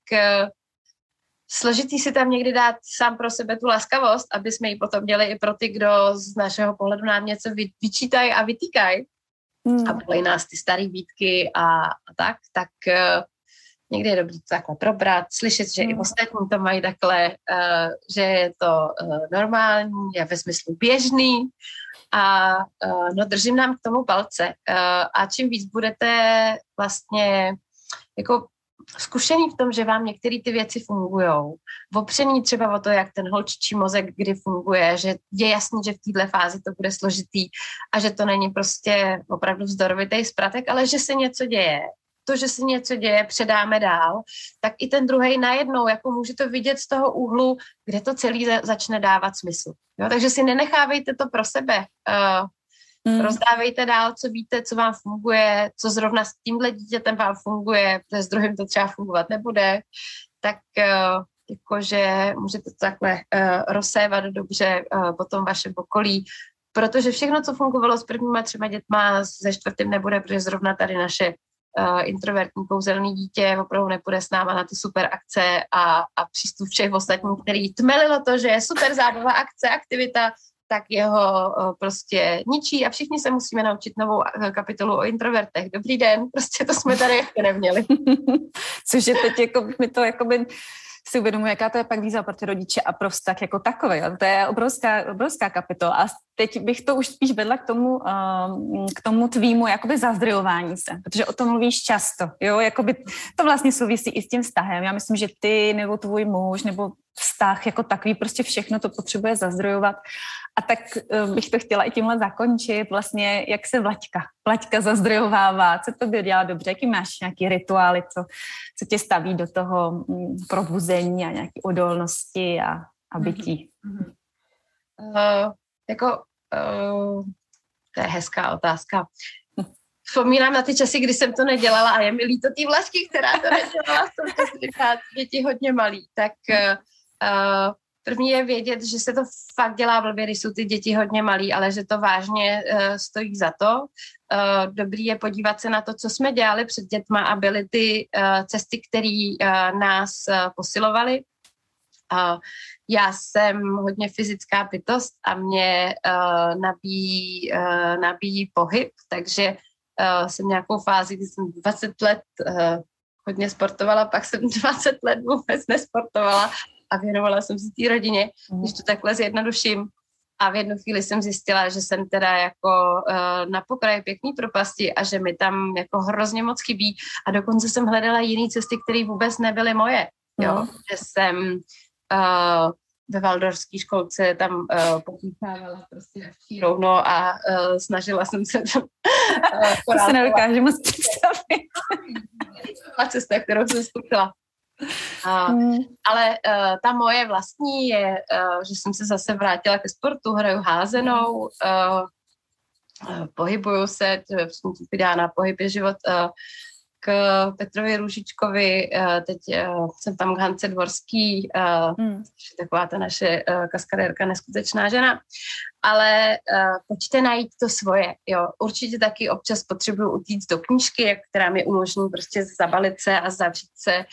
složitý si tam někdy dát sám pro sebe tu laskavost, aby jsme ji potom dělali i pro ty, kdo z našeho pohledu nám něco vyčítají a vytýkají. A bolej nás ty starý výtky a tak někdy je dobré to takhle probrat, slyšet, že i ostatní to mají takhle, že je to normální, je ve smyslu běžný a držím nám k tomu palce. A čím víc budete vlastně jako zkušený v tom, že vám některé ty věci fungujou, opřený třeba o to, jak ten holčičí mozek kdy funguje, že je jasný, že v této fázi to bude složitý a že to není prostě opravdu vzdorovitý zpratek, ale že se něco děje. To, že se něco děje, předáme dál, tak i ten druhej najednou jako může to vidět z toho úhlu, kde to celý začne dávat smysl. Jo? Takže si nenechávejte to pro sebe. Rozdávejte dál, co víte, co vám funguje, co zrovna s tímhle dítětem vám funguje, protože s druhým to třeba fungovat nebude, tak jakože můžete to takhle rozsévat dobře po tom vašem okolí, protože všechno, co fungovalo s prvníma 3 dětma, se 4. nebude, protože zrovna tady naše introvertní kouzelný dítě opravdu nepůjde s náma na ty super akce a přístup všech ostatních, který tmelilo to, že je super zábava akce, aktivita, tak jeho prostě ničí a všichni se musíme naučit novou kapitolu o introvertech. Dobrý den, prostě to jsme tady ještě neměli. Což je teď jako, mi to jakoby si uvědomuji, jaká to je pak výzva pro ty rodiče a pro vztah jako takový. To je obrovská kapitola. A teď bych to už spíš vedla k tomu tvýmu jakoby zazdrojování se, protože o tom mluvíš často. Jo? Jakoby to vlastně souvisí i s tím vztahem. Já myslím, že ty nebo tvůj muž nebo vztah jako takový, prostě všechno to potřebuje zazdrojovat. A tak bych to chtěla i tímhle zakončit. Vlastně, jak se Vlaďka zazdrojovává, co to by dělá dobře, jaký máš nějaký rituály, co tě staví do toho probuzení a nějaké odolnosti a bytí. To je hezká otázka. Vzpomínám na ty časy, kdy jsem to nedělala a je mi líto tý Vlašky, která to nedělala, jsem děti hodně malý. Tak první je vědět, že se to fakt dělá blbě, když jsou ty děti hodně malý, ale že to vážně stojí za to. Dobrý je podívat se na to, co jsme dělali před dětma a byly ty cesty, které nás posilovaly. Já jsem hodně fyzická bytost a mě nabíjí pohyb, takže jsem nějakou fázi, kdy jsem 20 let hodně sportovala, pak jsem 20 let vůbec nesportovala a věnovala jsem se té rodině, když to takhle zjednoduším. A v jednu chvíli jsem zjistila, že jsem teda jako na pokraji pěkný propasti a že mi tam jako hrozně moc chybí a dokonce jsem hledala jiné cesty, které vůbec nebyly moje. Jo? Že jsem ve Waldorfské školce tam pochýchávala prostě rovno a snažila jsem se tam to se nedokážu moc představit. Ta cesta, kterou jsem zkoušela. Ale ta moje vlastní je, že jsem se zase vrátila ke sportu, hraju házenou, pohybuju se, na pohyb je život, k Petrovi Růžičkovi, teď jsem tam k Hance Dvorský, taková ta naše kaskadérka, neskutečná žena, ale pojďte najít to svoje, jo. Určitě taky občas potřebuju utíct do knížky, která mi umožní prostě zabalit se a zavřít se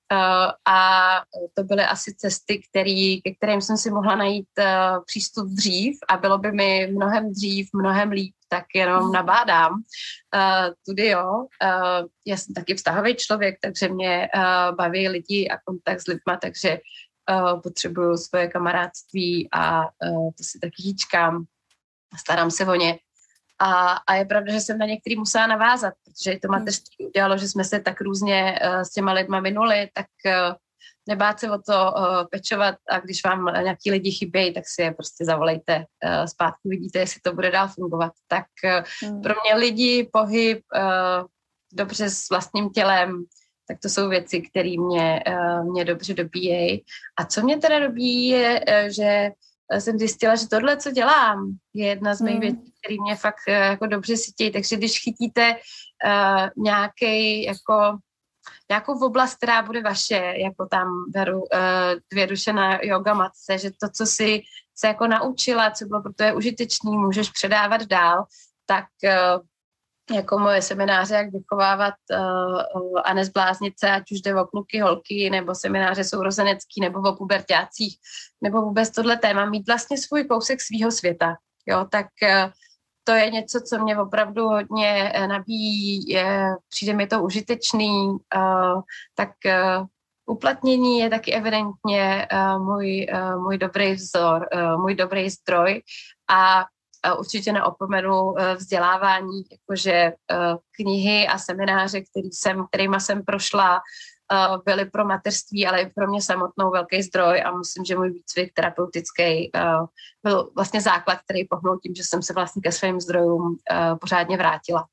a to byly asi cesty, ke kterým jsem si mohla najít přístup dřív a bylo by mi mnohem dřív, mnohem líp, tak jenom nabádám. Tudy jo, já jsem taky vztahový člověk, takže mě baví lidi a kontakt s lidma, takže potřebuju svoje kamarádství a to si taky hýčkám, starám se o ně. A je pravda, že jsem na některý musela navázat, protože to mateřství udělalo, že jsme se tak různě s těma lidma minuli, tak nebát se o to pečovat a když vám nějaký lidi chybějí, tak si je prostě zavolejte zpátky, vidíte, jestli to bude dál fungovat. Tak pro mě lidi, pohyb, dobře s vlastním tělem, tak to jsou věci, které mě dobře dobíjejí. A co mě teda dobíjí je, že jsem zjistila, že tohle, co dělám, je jedna z mých věcí, které mě fakt jako dobře sytějí. Takže když chytíte nějaký jako nějakou oblast, která bude vaše, jako tam beru 2 duše na yoga matce, že to, co si se jako naučila, co bylo pro to je užitečný, můžeš předávat dál, tak jako moje semináře, jak vychovávat a nezbláznit se, ať už jde o kluky, holky, nebo semináře sourozenecký, nebo o puberťácích, nebo vůbec tohle téma, mít vlastně svůj kousek svýho světa, jo, tak to je něco, co mě opravdu hodně nabíjí, přijde mi to užitečný, tak uplatnění je taky evidentně můj dobrý vzor, můj dobrý zdroj a určitě neopomenu vzdělávání, jakože knihy a semináře, kterýma jsem prošla, byly pro mateřství, ale i pro mě samotnou velký zdroj a myslím, že můj výcvik terapeutický byl vlastně základ, který pohnul tím, že jsem se vlastně ke svým zdrojům pořádně vrátila.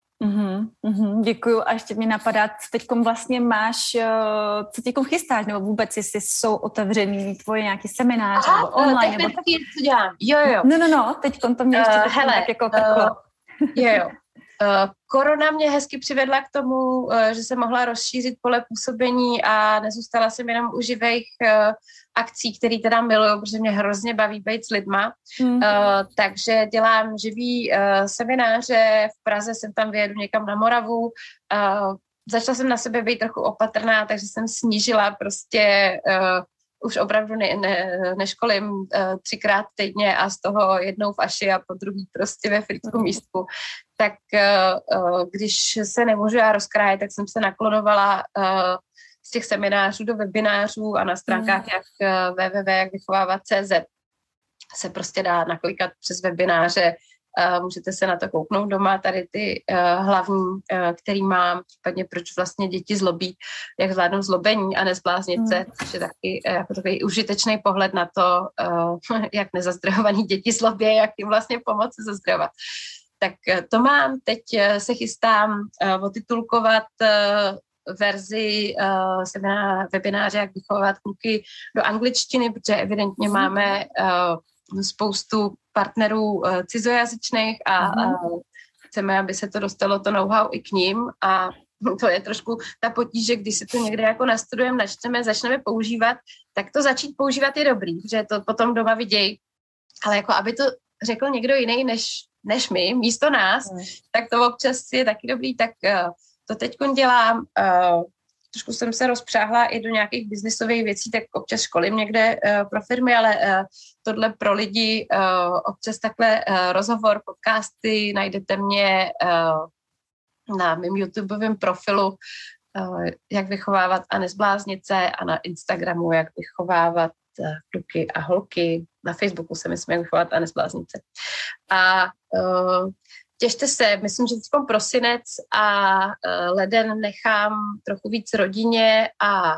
Děkuju a ještě mi napadá, co teďkom vlastně máš, co teďkom chystáš, nebo vůbec, jestli jsou otevřený tvoje nějaký semináře, nebo online, nebo tak? Co dělám? Jo. No, teďkom to mě ještě tak jako trklo. Jo. Korona mě hezky přivedla k tomu, že jsem mohla rozšířit pole působení a nezůstala jsem jenom u živých akcí, které teda miluju, protože mě hrozně baví být s lidma. Takže dělám živý semináře, v Praze jsem tam vyjedu někam na Moravu. Začala jsem na sebe být trochu opatrná, takže jsem snížila prostě už opravdu neškolím 3krát týdně a z toho jednou v Aši a po druhý prostě ve Frýdku místku. Tak když se nemůžu já rozkrájet, tak jsem se naklonovala z těch seminářů do webinářů a na stránkách jak www.jakvychovávat.cz se prostě dá naklikat přes webináře. Můžete se na to kouknout doma, tady ty hlavní, který mám, případně proč vlastně děti zlobí, jak zvládnout zlobení a nezbláznit se, což je taky jako takový užitečný pohled na to, jak nezazdrojovaný děti zlobí, jak jim vlastně pomoci zazdrojovat. Tak to mám, teď se chystám otitulkovat verzi webináře, jak vychovávat kluky do angličtiny, protože evidentně máme spoustu partnerů cizojazyčných a chceme, aby se to dostalo to know-how i k ním a to je trošku ta potíž, že když si to někde jako nastudujeme, začneme používat, tak to začít používat je dobrý, že to potom doma vidějí, ale jako aby to řekl někdo jiný než my, místo nás, tak to občas je taky dobrý, tak to teďkon dělám. Trošku jsem se rozpřáhla i do nějakých biznisových věcí, tak občas školím někde pro firmy, ale tohle pro lidi, občas takhle rozhovor, podcasty, najdete mě na mém YouTubeovém profilu, jak vychovávat a nezbláznit se a na Instagramu, jak vychovávat kluky a holky. Na Facebooku se myslím, jak vychovávat a nezbláznit se. A těšte se, myslím, že teď prosinec a leden nechám trochu víc rodině a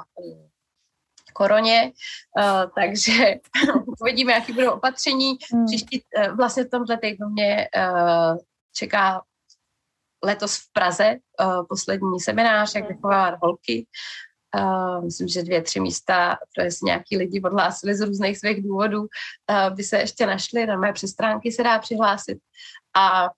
koroně, takže uvidíme, jaký budou opatření. Příští, vlastně v tomhle týdnu mě čeká letos v Praze poslední seminář, jak vychovávat holky. Myslím, že 2-3 místa, protože si nějaký lidi odhlásili z různých svých důvodů, by se ještě našli, na mé přestránky se dá přihlásit. A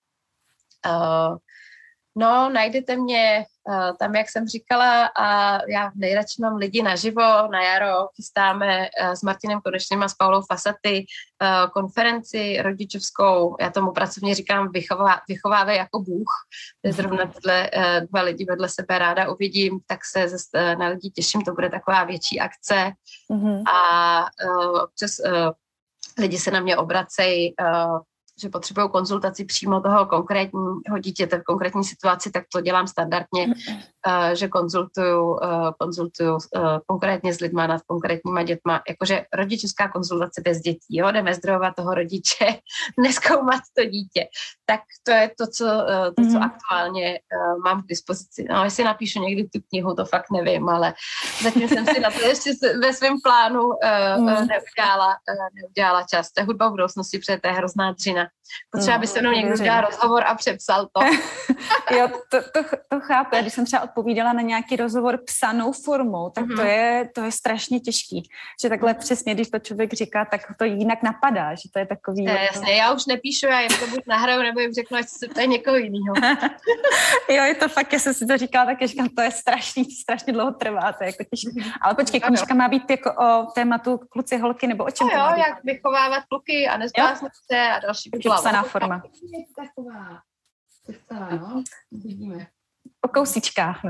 najdete mě tam, jak jsem říkala, a já nejradši mám lidi naživo, na jaro chystáme s Martinem Konečným a s Paulou Fasaty konferenci rodičovskou, já tomu pracovně říkám vychovávej jako Bůh, kde zrovna tyhle 2 lidi vedle sebe ráda uvidím, tak se na lidi těším, to bude taková větší akce a občas lidi se na mě obracejí, že potřebují konzultaci přímo toho konkrétního dítěte v konkrétní situaci, tak to dělám standardně, že konzultuju konkrétně s lidma nad konkrétníma dětma, jakože rodičovská konzultace bez dětí, jo, nemezdrojovat toho rodiče, neskoumat to dítě. Tak to je to, co aktuálně mám k dispozici. No, jestli napíšu někdy tu knihu, to fakt nevím, ale zatím jsem si na to ještě ve svém plánu neudělala čas. To je hudba v budoucnosti, protože to je hrozná dřina. Potřeba by se mnou někdo udělal rozhovor a přepsal to. Jo, to chápu. Já když jsem třeba odpovídala na nějaký rozhovor psanou formou, tak to je strašně těžký. Že takhle přesně, když to člověk říká, tak to jinak napadá, že to je takový... Jasně, já už nepíšu, já jim to buď nahraju, nebo jim řeknu, ať se ptají někoho jiného. Jo, je to fakt, já jsem si to říkala, tak říkám, to je strašně dlouho trvá, to je jako těžké. Ale počkej, knížka má být jako o tématu kluci, holky, nebo o čem to má být? Jak vychovávat kluky a nezbláznit se a další psaná forma. Taková no, vidíme. Po kousíčkách.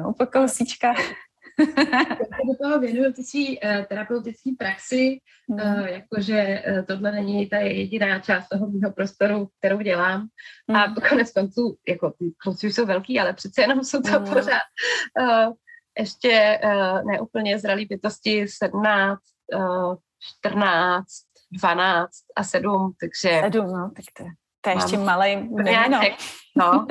Do toho věnuju ty svý terapeutický praxi, jakože tohle není ta jediná část toho mého prostoru, kterou dělám. A konec konců, jako ty kluci jsou velký, ale přece jenom jsou to pořád ještě neúplně zralý bytosti 17, 14, 12 a 7, takže... 7, no, tak to je ještě malej mimino. No,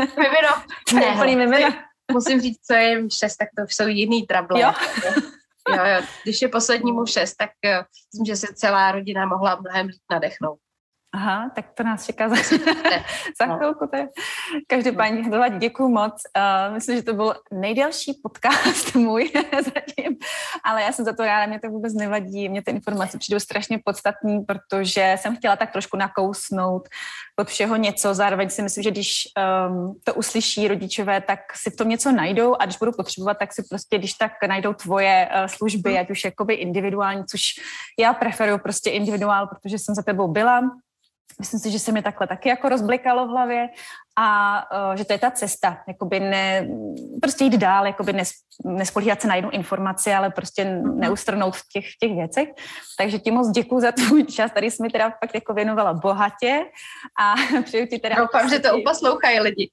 mimino. Musím říct, co je jim 6, tak to jsou jiný trable. Jo. Jo. Když je poslednímu 6, tak myslím, že se celá rodina mohla mnohem líp nadechnout. Aha, tak to nás čeká za chvilku. Každopádně děkuju moc. Myslím, že to byl nejdelší podcast můj zatím, ale já jsem za to ráda, mě to vůbec nevadí, mě ty informace přijdou strašně podstatný, protože jsem chtěla tak trošku nakousnout od všeho něco, zároveň si myslím, že když to uslyší rodičové, tak si v tom něco najdou a když budou potřebovat, tak si prostě, když tak najdou tvoje služby, ať už jakoby individuální, což já preferuju prostě individuál, protože jsem za tebou byla. Myslím si, že se mi takhle taky jako rozblikalo v hlavě a že to je ta cesta, jakoby prostě jít dál, jakoby nespolíhat se na jednu informaci, ale prostě neustrnout v těch věcech. Takže ti moc děkuju za tvůj čas, tady jsi mi teda fakt jako věnovala bohatě a přeju ti teda... Doufám, že to uposlouchají lidi.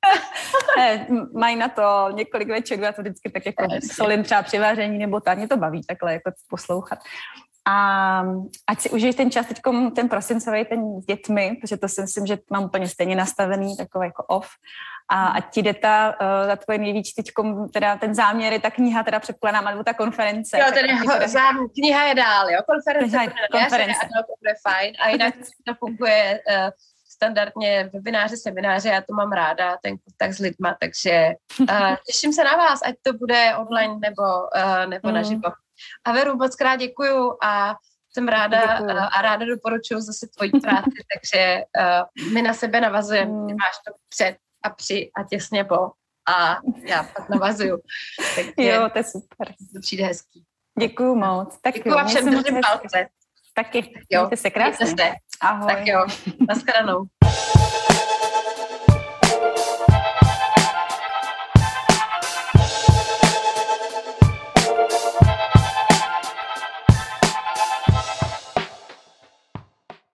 Mají na to několik večerů, já to vždycky tak jako solím třeba při vaření nebo tak, mě to baví takhle jako poslouchat. A ať si užiješ ten čas teďkom, ten prosincový, ten s dětmi, protože to si myslím, že mám úplně stejně nastavený, takový jako off. A ať ti jde za tvoje nejvíc teďkom, teda ten záměr je ta kniha, teda předpokládám, nebo ta konference. Jo, kniha je dál, jo, konference. To bude fajn. A jinak to funguje standardně webináře, semináře, já to mám ráda, ten kontakt s lidma, takže těším se na vás, ať to bude online nebo naživo. A Veru, moc krát děkuju a jsem ráda a ráda doporučuji zase tvoji práci, takže my na sebe navazujeme, ty máš to před a při a těsně po a já pak navazuju. Takže jo, to je super. To přijde hezký. Děkuju moc. Tak děkuju a všem držím palce. Taky. Mějte se krásně. Ahoj. Tak jo, nashledanou.